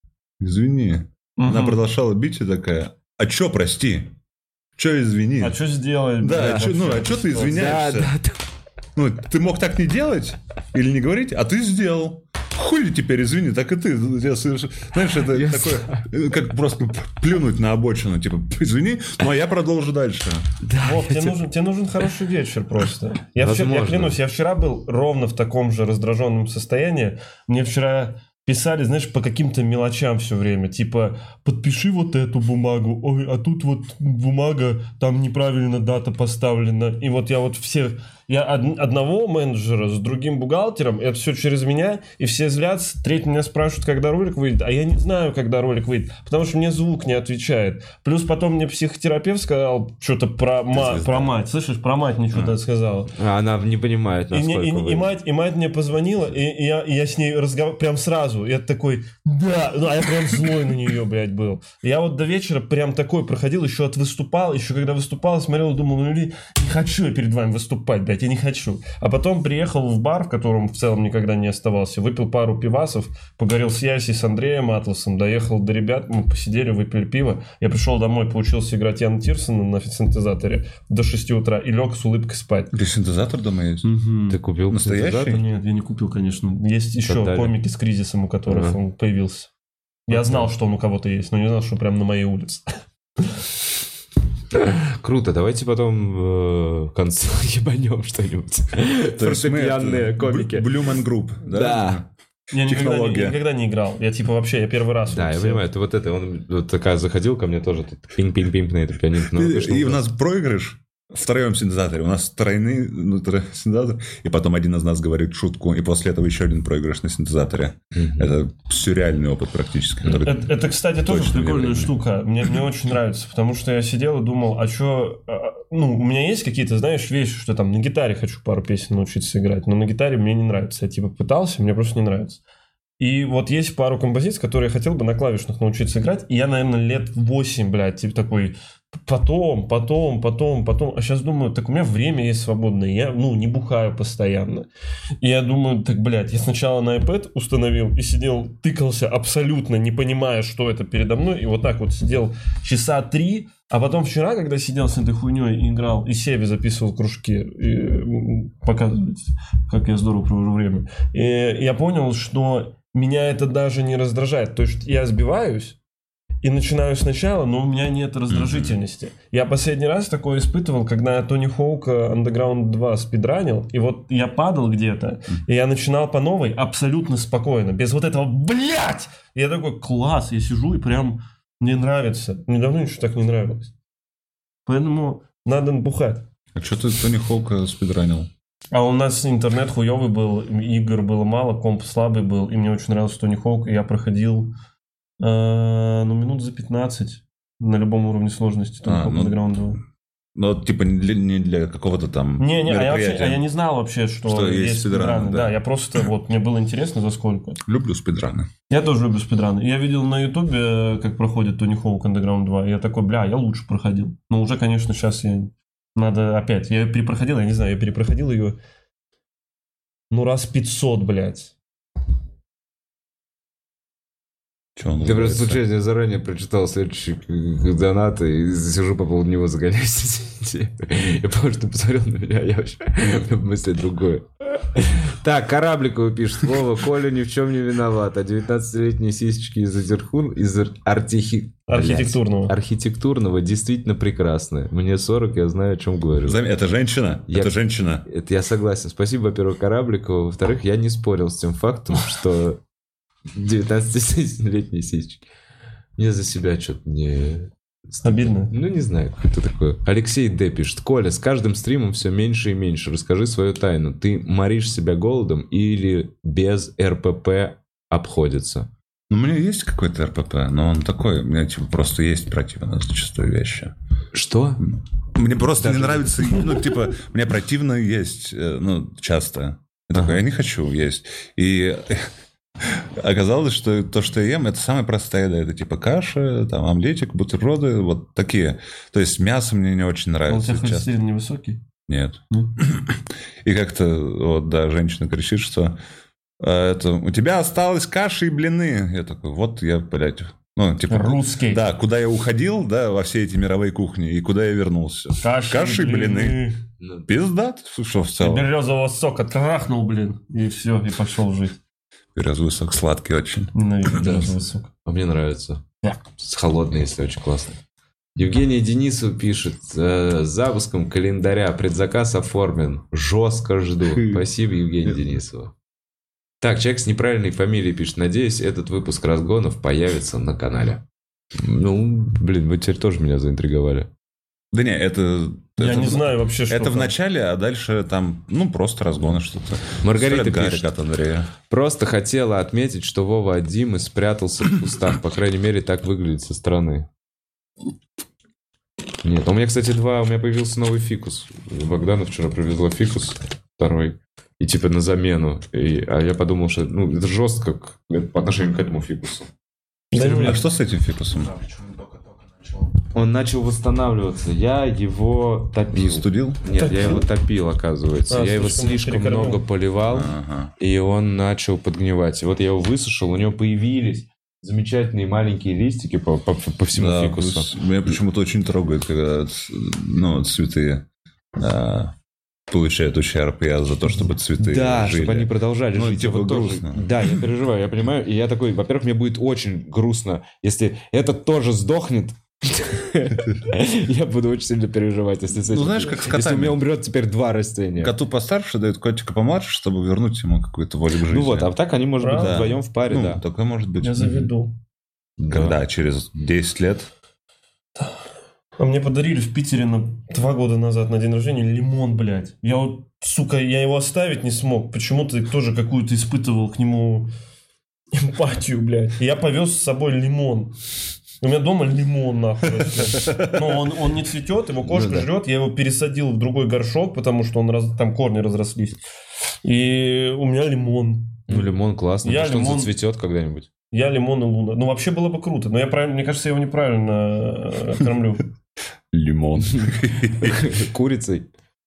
извини. Угу. Она продолжала бить и такая, а чё прости? Чё извини? А чё сделать? Да, да, а чё, ну, а чё ты извиняешься? Да, да, да. Ну, ты мог так не делать или не говорить, а ты сделал. Хули теперь, извини, так и ты. Я, знаешь, это я такое, как просто плюнуть на обочину. Типа, извини, ну а я продолжу дальше. Да, Вов, тебе, нужен, тебе нужен хороший вечер просто. Я, вчера, я клянусь, я вчера был ровно в таком же раздраженном состоянии. Мне вчера... Писали, знаешь, по каким-то мелочам все время. Типа, подпиши вот эту бумагу. Ой, а тут вот бумага, там неправильно дата поставлена. И вот я вот всех... Я од- одного менеджера с другим бухгалтером, это все через меня, и все злятся. Третий меня спрашивает, когда ролик выйдет. А я не знаю, когда ролик выйдет, потому что мне звук не отвечает. Плюс потом мне психотерапевт сказал что-то про, ма- про мать. Слышишь, про мать мне что-то а. сказала. А она не понимает, насколько и, и, и, мать, и мать мне позвонила, и, и, я, и я с ней разговаривал прям сразу. Я такой, да, ну, а я прям злой на нее, блядь, был. Я вот до вечера прям такой проходил, еще от выступал, еще когда выступал, смотрел, думал, ну не хочу я перед вами выступать, блядь, я не хочу. А потом приехал в бар, в котором в целом никогда не оставался, выпил пару пивасов, поговорил с Ясей, с Андреем Атласом, доехал до ребят, мы посидели, выпили пиво. Я пришел домой, поучился играть Яна Тирсона на синтезаторе до шести утра и лег с улыбкой спать. Ты синтезатор дома есть? Угу. Ты купил настоящий? Нет, я не купил, конечно. Есть еще Продали. комики с кризисом, у которых ага. он появился. Я okay. знал, что он у кого-то есть, но не знал, что прям на моей улице. Круто, давайте потом э, к концу ебанем что-нибудь. Фортепианные комики. Blue Group, да? Да. Я никогда не, я никогда не играл. Я типа вообще, я первый раз. Да, вот я все. понимаю, это вот это, он вот такая заходил ко мне тоже, пинг-пинг-пинг на это пианино. Ну, и, и у нас проигрыш в тройном синтезаторе. У нас тройный ну, тройной синтезатор, и потом один из нас говорит шутку, и после этого еще один проигрыш на синтезаторе. Mm-hmm. Это сюрреальный опыт практически. Это, это, кстати, тоже прикольная штука. Мне, мне очень нравится, потому что я сидел и думал, а что... Ну, у меня есть какие-то, знаешь, вещи, что там на гитаре хочу пару песен научиться играть, но на гитаре мне не нравится. Я типа пытался, мне просто не нравится. И вот есть пару композиций, которые я хотел бы на клавишных научиться играть, и я, наверное, лет восемь, блядь, типа такой... Потом, потом, потом, потом. А сейчас думаю, так у меня время есть свободное. Я, ну, не бухаю постоянно. И я думаю, так, блядь, я сначала на iPad установил и сидел, тыкался абсолютно, не понимая, что это передо мной. И вот так вот сидел часа три. А потом вчера, когда сидел с этой хуйней и играл, и себе записывал кружки, и показывать, как я здорово провожу время. И я понял, что меня это даже не раздражает. То есть я сбиваюсь и начинаю сначала, но у меня нет раздражительности. Mm-hmm. Я последний раз такое испытывал, когда я Тони Хоука Underground два спидранил, и вот я падал где-то, mm-hmm. и я начинал по новой абсолютно спокойно, без вот этого «блядь!» И я такой, класс, я сижу и прям мне нравится. Мне давно ничего так не нравилось. Поэтому надо бухать. А что ты Тони Хоука спидранил? А у нас интернет хуёвый был, игр было мало, комп слабый был, и мне очень нравился Тони Хоук, и я проходил... Uh, ну, минут за пятнадцать на любом уровне сложности. А, ну, Underground. Ну, типа, не для, не для какого-то там не, не, а я, вообще, а я не знал вообще, что, что есть, есть спидраны. спидраны. Да. да, я просто, вот, мне было интересно, за сколько. Люблю спидраны. Я тоже люблю спидраны. Я видел на ютубе, как проходит Тони Хоук Underground два, и я такой, бля, я лучше проходил. Но уже, конечно, сейчас я... Надо опять. Я ее перепроходил, я не знаю, я перепроходил ее, ну, раз пятьсот, блядь. Чё он Ты просто улыбается? случайно заранее прочитал следующий донат и сижу по поводу него загоняюсь. Я помню, что ты посмотрел на меня, а я вообще мысли другое. Так, Корабликову пишет: Вова, Коля ни в чем не виноват, а девятнадцатилетние сисечки из Адерхун, из архи... Архитектурного. архитектурного действительно прекрасны. Мне сорок, я знаю, о чем говорю. Зам- Это женщина? Я- Это женщина. Это я согласен. Спасибо, во-первых, Корабликову. Во-вторых, я не спорил с тем фактом, что девятнадцатилетние сисечки. Мне за себя что-то не... Обидно. Ну, не знаю, кто такое. Алексей Д. пишет: Коля, с каждым стримом все меньше и меньше. Расскажи свою тайну. Ты моришь себя голодом или без РПП обходится? Ну, у меня есть какой-то РПП, но он такой, у меня типа просто есть противно зачастую вещи. Что? Мне просто Даже- не нравится, ну, типа, мне противно есть, э, ну, часто. Я такой, Ага. я не хочу есть. И оказалось, что то, что я ем, это самая простая еда. Это типа каша, там, омлетик, бутерброды, вот такие. То есть мясо мне не очень А у нравится. тебя честно. холестерин невысокий? Нет. Ну. И как-то, вот, да, женщина кричит, что э, это, у тебя осталась каша и блины. Я такой, вот я, блядь, ну, типа... Русский. Да, куда я уходил, да, во все эти мировые кухни, и куда я вернулся. Каши, Каши и блины. Ну, Пизда, что в И целом. березового сока трахнул, блин. И все, и пошел жить. Березовый сок сладкий очень. Ненавижу Да. березовый сок. А мне нравится. Да. С холодной, если очень классно. Евгений Денисов пишет: э, с запуском календаря предзаказ оформлен. Жестко жду. Спасибо, Евгений Денисов. Так, человек с неправильной фамилией пишет: надеюсь, этот выпуск разгонов появится на канале. Ну, блин, вы теперь тоже меня заинтриговали. Да не, это... Я это не в- знаю вообще, что Это в там. начале, а дальше там, ну, просто разгоны что-то. Маргарита Фред Гаррик пишет: от Андрея. просто хотела отметить, что Вова от Димы спрятался в кустах. По крайней мере, так выглядит со стороны. Нет, у меня, кстати, два... У меня появился новый фикус. Богдана вчера привезла фикус второй. И типа на замену. И, а я подумал, что ну, это жестко как по отношению к этому фикусу. Да не, А что с этим фикусом? Он начал восстанавливаться. Я его топил. Застудил? Нет, я его топил, оказывается. А, я его слишком слишком перекормил. много поливал. Ага. И он начал подгнивать. И вот я его высушил, у него появились замечательные маленькие листики по, по, по всему Да, фикусу. с- меня почему-то очень трогает, когда ц- ну, цветы а, получают ущерб. Я за то, чтобы цветы Да, жили. чтобы они продолжали Ну, жить. типа Я вот тоже- грустно. Да, я переживаю, я понимаю. И я такой, во-первых, мне будет очень грустно, если этот тоже сдохнет. Я буду очень сильно переживать, если с этим- Ну, знаешь, как с если у котами. меня умрет теперь два растения. Коту постарше дают котика помладше, чтобы вернуть ему какую-то волю к жизни. Ну вот, а так они, может быть, Правда? вдвоем в паре, Ну, да. такое может быть. Я заведу. Когда? Через десять лет? А мне подарили в Питере на два года назад на день рождения лимон, блядь. Я вот, сука, я его оставить не смог. Почему-то тоже какую-то испытывал к нему эмпатию, блядь. И я повез с собой лимон. У меня дома лимон, нахуй. растет. Но он, он не цветет, его кошка Ну да. жрет. Я его пересадил в другой горшок, потому что он раз- там корни разрослись. И у меня лимон. Ну, лимон классный, Я потому что он лимон- зацветет когда-нибудь. Я лимон и луна. Ну, вообще было бы круто. Но я правильно, мне кажется, я его неправильно э, кормлю. Лимон. Курицей.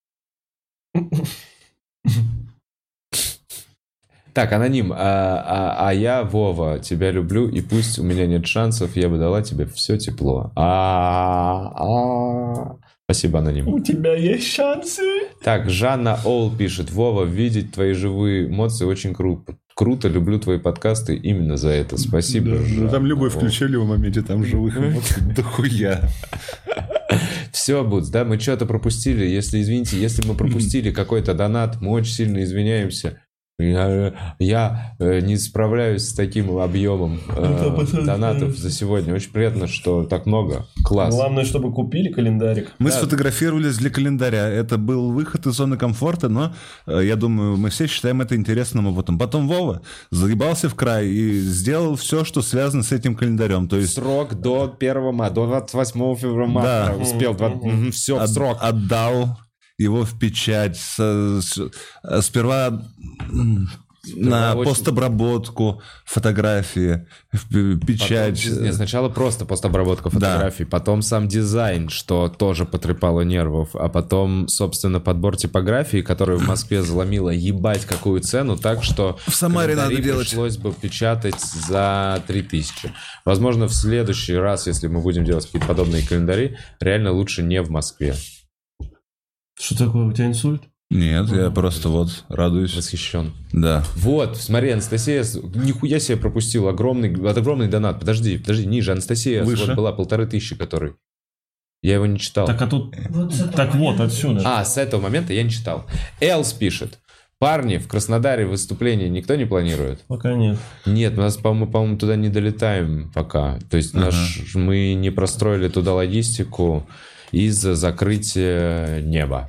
Так, аноним. А, а- а я, Вова, тебя люблю, и пусть у меня нет шансов, я бы дала тебе все тепло. А, а. Спасибо, аноним. У тебя есть шансы? Так, Жанна Ол пишет: Вова, видеть твои живые эмоции очень круто. Круто, люблю твои подкасты именно за это. Спасибо. Ну, там любой Жанна Ол. включили в моменте, там живых эмоций дохуя. Все, Бутс, да, мы что-то пропустили. Если, извините, если мы пропустили какой-то донат, мы очень сильно извиняемся. Я, я э, не справляюсь с таким объемом э, донатов за сегодня. Очень приятно, что так много. Класс. Главное, чтобы купили календарик. Мы Да. сфотографировались для календаря. Это был выход из зоны комфорта, но э, я думаю, мы все считаем это интересным опытом. Потом Вова заебался в край и сделал все, что связано с этим календарем. То есть Срок до первого марта, до двадцать восьмого февраля. Да. Успел. Все, от- срок. отдал его в печать. С- с- сперва м, на очень... постобработку фотографии, печать. Потом, нет, сначала просто постобработка фотографий, да. Потом сам дизайн, что тоже потрепало нервов, а потом, собственно, подбор типографии, которую в Москве заломила ебать какую цену, так что в Самаре надо делать. Пришлось бы печатать за три тысячи. Возможно, в следующий раз, если мы будем делать какие-то подобные календари, реально лучше не в Москве. Что такое, у тебя инсульт? Нет, я просто вот радуюсь. Восхищен. Да. Вот, смотри, Анастасия, нихуя себе пропустил огромный, огромный донат. Подожди, подожди, ниже. Анастасия Выше. Вот была полторы тысячи, который. Я его не читал. Так, а тут... Вот так вот, отсюда. А, с этого момента я не читал. Элс пишет. Парни, в Краснодаре выступление никто не планирует? Пока нет. Нет, у нас, по-моему, по-моему туда не долетаем пока. То есть ага. наш, мы не простроили туда логистику из-за закрытия неба.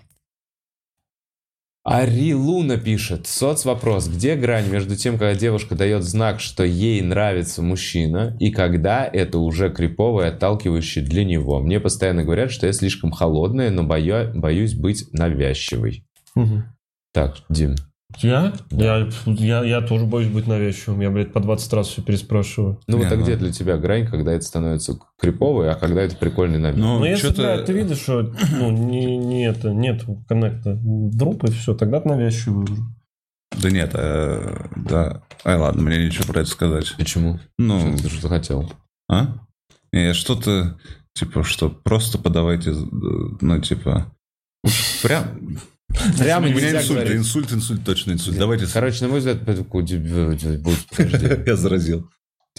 Ари Луна пишет. Соцвопрос. Где грань между тем, когда девушка дает знак, что ей нравится мужчина, и когда это уже крипово и отталкивающе для него? Мне постоянно говорят, что я слишком холодная, но бою, боюсь быть навязчивой. Угу. Так, Дим. Я? Я, я? Я тоже боюсь быть навязчивым. Я, блядь, по двадцать раз все переспрашиваю. Ну, вот а где для тебя грань, когда это становится криповой, а когда это прикольный намек? Ну, если, что-то... блядь, ты видишь, что ну, не, не это, нет коннекта, дроп и все, тогда ты навязчивый уже. Да нет, а, да. Ай, ладно, мне нечего про это сказать. Почему? Ну, что ты что хотел? А? Не, что-то, типа, что просто подавайте, ну, типа, прям... Прямо у меня нельзя инсульт, говорить. инсульт, инсульт, точно инсульт. Нет. Давайте. Короче, на мой взгляд, будет. Я заразил.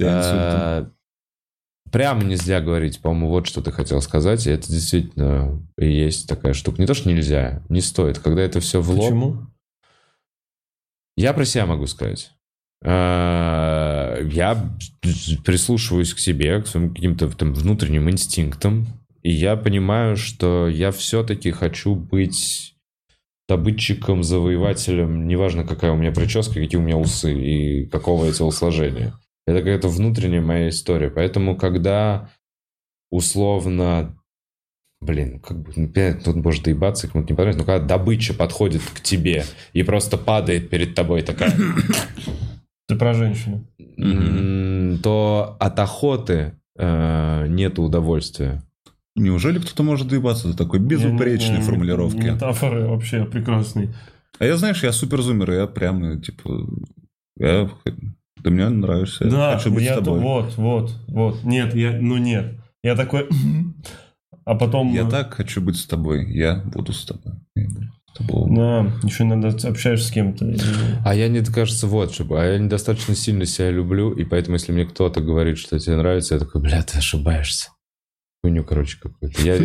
Прямо нельзя говорить. По-моему, вот что ты хотел сказать. И это действительно есть такая штука. Не то, что нельзя, не стоит. Когда это все в лоб. Почему? Я про себя могу сказать. Я прислушиваюсь к себе, к своим каким-то там внутренним инстинктам. И я понимаю, что я все-таки хочу быть добытчиком, завоевателем, неважно, какая у меня прическа, какие у меня усы и какого телосложения. Это какая-то внутренняя моя история. Поэтому, когда условно, блин, как бы, тут может доебаться, кому-то не понравится, но когда добыча подходит к тебе и просто падает перед тобой такая... Ты про женщину. То от охоты нет удовольствия. Неужели кто-то может доебаться до такой безупречной формулировки? Метафоры вообще прекрасные. А я, знаешь, я суперзумер, я прям, типа, я, ты мне нравишься, да, я хочу быть я с тобой. Вот, вот, вот. Нет, я, ну нет. Я такой, а потом... Я так хочу быть с тобой, я буду с тобой. Да, еще иногда общаешься с кем-то. А я, не кажется, вот, чтобы, а я недостаточно сильно себя люблю, и поэтому, если мне кто-то говорит, что тебе нравится, я такой, бля, ты ошибаешься. Хуйню, короче, какую-то. Я...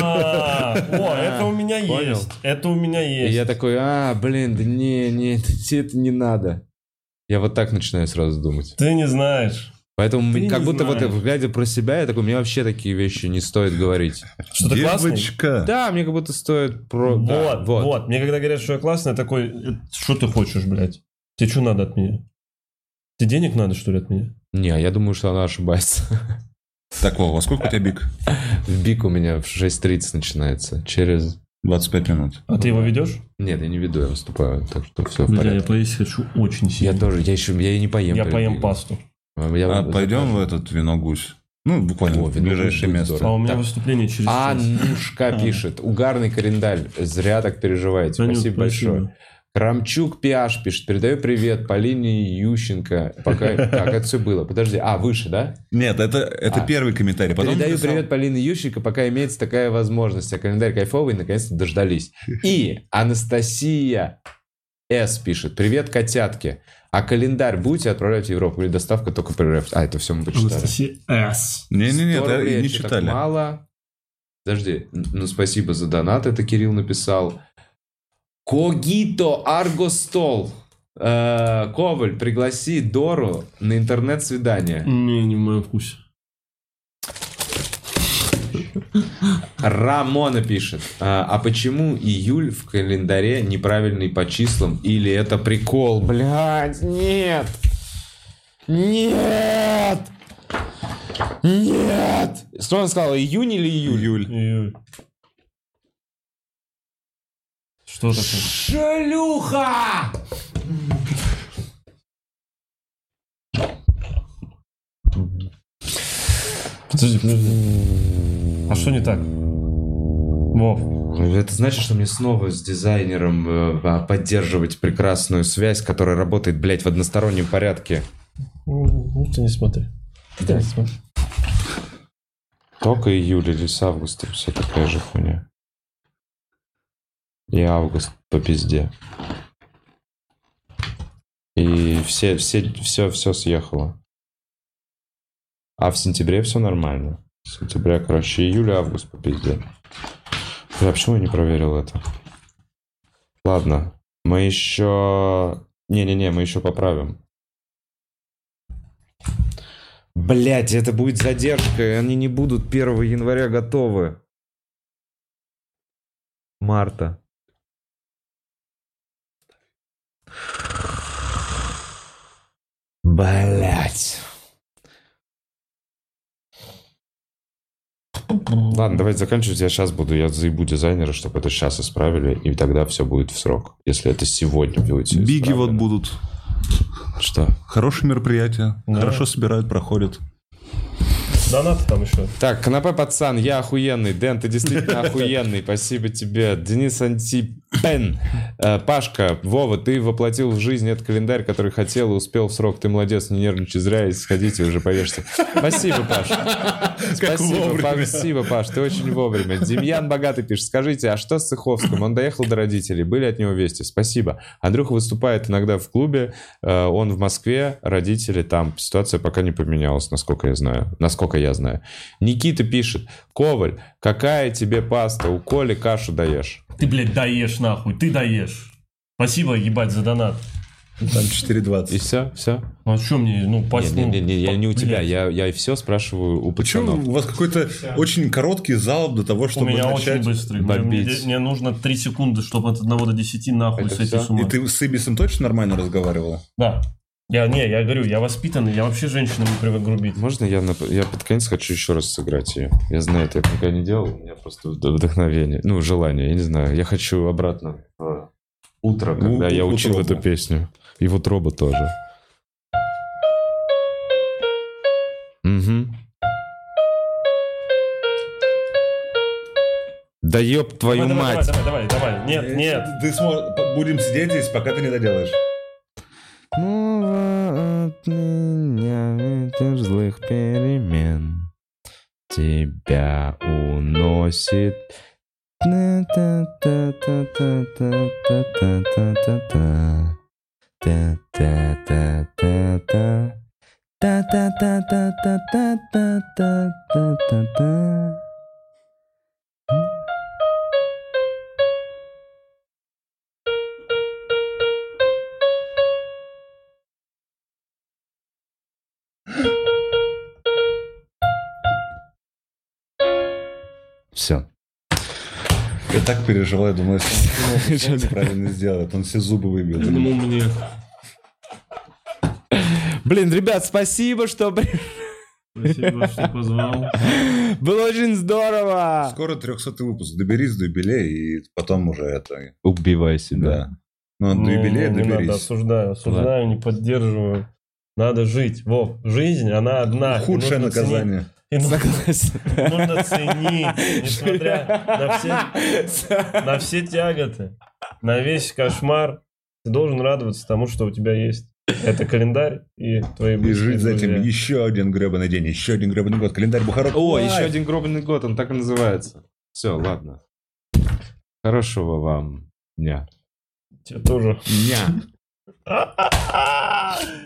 О, это у меня есть. Это у меня есть. И я такой, а, блин, да не, не, тебе это не надо. Я вот так начинаю сразу думать. Ты не знаешь. Поэтому Ты как не будто знаешь. вот, глядя про себя, я такой, мне вообще такие вещи не стоит говорить. Что ты классный? Девочка. Да, мне как будто стоит про... Вот, да, вот, вот. Мне когда говорят, что я классный, я такой, что ты хочешь, блядь? Тебе что надо от меня? Тебе денег надо, что ли, от меня? Не, я думаю, что она ошибается. Так, Вова, сколько у тебя бик? Бик у меня в шесть тридцать начинается. Через... двадцать пять минут. А ты его ведешь? Нет, я не веду, я выступаю. Так что все в Бля, порядке. я поесть хочу очень сильно. Я тоже, я еще, я и не поем. Я перед поем бигом. пасту. Я А пойдем в этот вино-гусь? Ну, буквально О, в ближайшее вино-гусь место. здорово. А у меня Так. выступление через час. Аннушка пишет. Угарный календарь. Зря так переживаете. Анют, Спасибо большое. Крамчук Пиаш пишет. Передаю привет Полине Ющенко. Пока... Так, это все было. Подожди. А, выше, да? Нет, это, это А. первый комментарий. Потом Передаю написал- привет Полине Ющенко, пока имеется такая возможность. А календарь кайфовый, наконец-то дождались. И Анастасия С пишет. Привет, котятки. А календарь будете отправлять в Европу или доставка только при РФ? А, это все мы почитали. Анастасия С. Не-не-не, сто это рублей, не это так читали. мало. Подожди, ну спасибо за донат, это Кирилл написал. Когито Аргостол. Э, Коваль, пригласи Дору на интернет-свидание. Не, не в моем вкусе. Рамона пишет. А, а почему июль в календаре неправильный по числам? Или это прикол? Блядь, нет! Нет! Нет! Что он сказал, июнь или июль? Июль. Июль. Что такое? Шлюха! Подожди, подожди. А что не так? Вов. Это значит, что мне снова с дизайнером э, поддерживать прекрасную связь, которая работает, блядь, в одностороннем порядке. Ну, ты не смотри. Ты Да. не смотри. Только июль или с августа все такая же хуйня. И август по пизде. И все, все, все, все съехало. А в сентябре все нормально. С сентября, короче, июль, август по пизде. Бля, почему я не проверил это? Ладно, мы еще... Не-не-не, мы еще поправим. Блять, это будет задержка, и они не будут первого января готовы. Марта. Блять. Ладно, давайте заканчивать. Я сейчас буду, я заебу дизайнера, чтобы это сейчас исправили, и тогда все будет в срок. Если это сегодня будет все Биги исправлено. вот будут. Что? Хорошие мероприятия. Да. Хорошо собирают, проходят. Донаты там еще. Так, Канапе пацан, я охуенный. Дэн, ты действительно охуенный. Спасибо тебе. Денис Антипен. Э, Пашка, Вова, ты воплотил в жизнь этот календарь, который хотел и успел в срок. Ты молодец, не нервничай зря и сходите уже повешься. Спасибо, Паш. Спасибо, спасибо, Паш, ты очень вовремя. Демьян Богатый пишет, скажите, а что с Цеховским? Он доехал до родителей, были от него вести? Спасибо. Андрюха выступает иногда в клубе, э, он в Москве, родители там. Ситуация пока не поменялась, насколько я знаю. Насколько я знаю. Никита пишет, Коваль, какая тебе паста? У Коли кашу даешь. Ты, блядь, даешь нахуй, ты даешь. Спасибо, ебать, за донат. Там четыре И двадцать. все, все. Ну а что мне, ну, пасть, Не, ну, не, не, я не у тебя, блядь. я, я и все спрашиваю у Почему пацанов. у вас какой-то очень короткий залп до того, У чтобы меня начать? очень быстрый. Мне, бомбить. мне нужно три секунды, чтобы от одного до десяти нахуй Это сойти всё? с ума. И ты с Ибисом точно нормально разговаривал? Да. Я, не, я говорю, я воспитанный, я вообще женщинам не привык грубить. Можно я, на- я под конец хочу еще раз сыграть ее? Я знаю, это я никогда не делал, у меня просто вд- вдохновение, ну, желание, я не знаю. Я хочу обратно в утро, когда У- я у- учил утробу. эту песню. И в утробу тоже. Угу. Да ёб твою давай, мать! Давай, давай, давай, давай. Нет, нет. Ты смо- Будем сидеть здесь, пока ты не доделаешь. Снова от меня ветер злых перемен тебя уносит. Та-та-та-та-та-та-та-та-та. Та-та-та-та-та. Та-та-та-та-та-та-та-та-та. Все. Я так переживаю, думаю, если он правильно сделает, он все зубы выбил. Ну, мне... Блин, ребят, спасибо, что при- Спасибо, что позвал. было очень здорово. Скоро трехсотый выпуск. Доберись до юбилея, и потом уже это... Убивай себя. Да. Ну, до юбилея не, не надо, доберись. осуждаю, осуждаю, не поддерживаю. Надо жить. Вов, жизнь, она одна. и Худшее нужно наказание. ценить. И нужно, Согласен. нужно ценить, несмотря на все, на все тяготы, на весь кошмар. Ты должен радоваться тому, что у тебя есть. Это календарь и твои И близкие жить за этим друзья. еще один гребаный день, еще один гребаный год. Календарь Бухарок. О, Лайв. еще один гробный год, он так и называется. Все, ладно. Хорошего вам дня. Тебе тоже. Дня.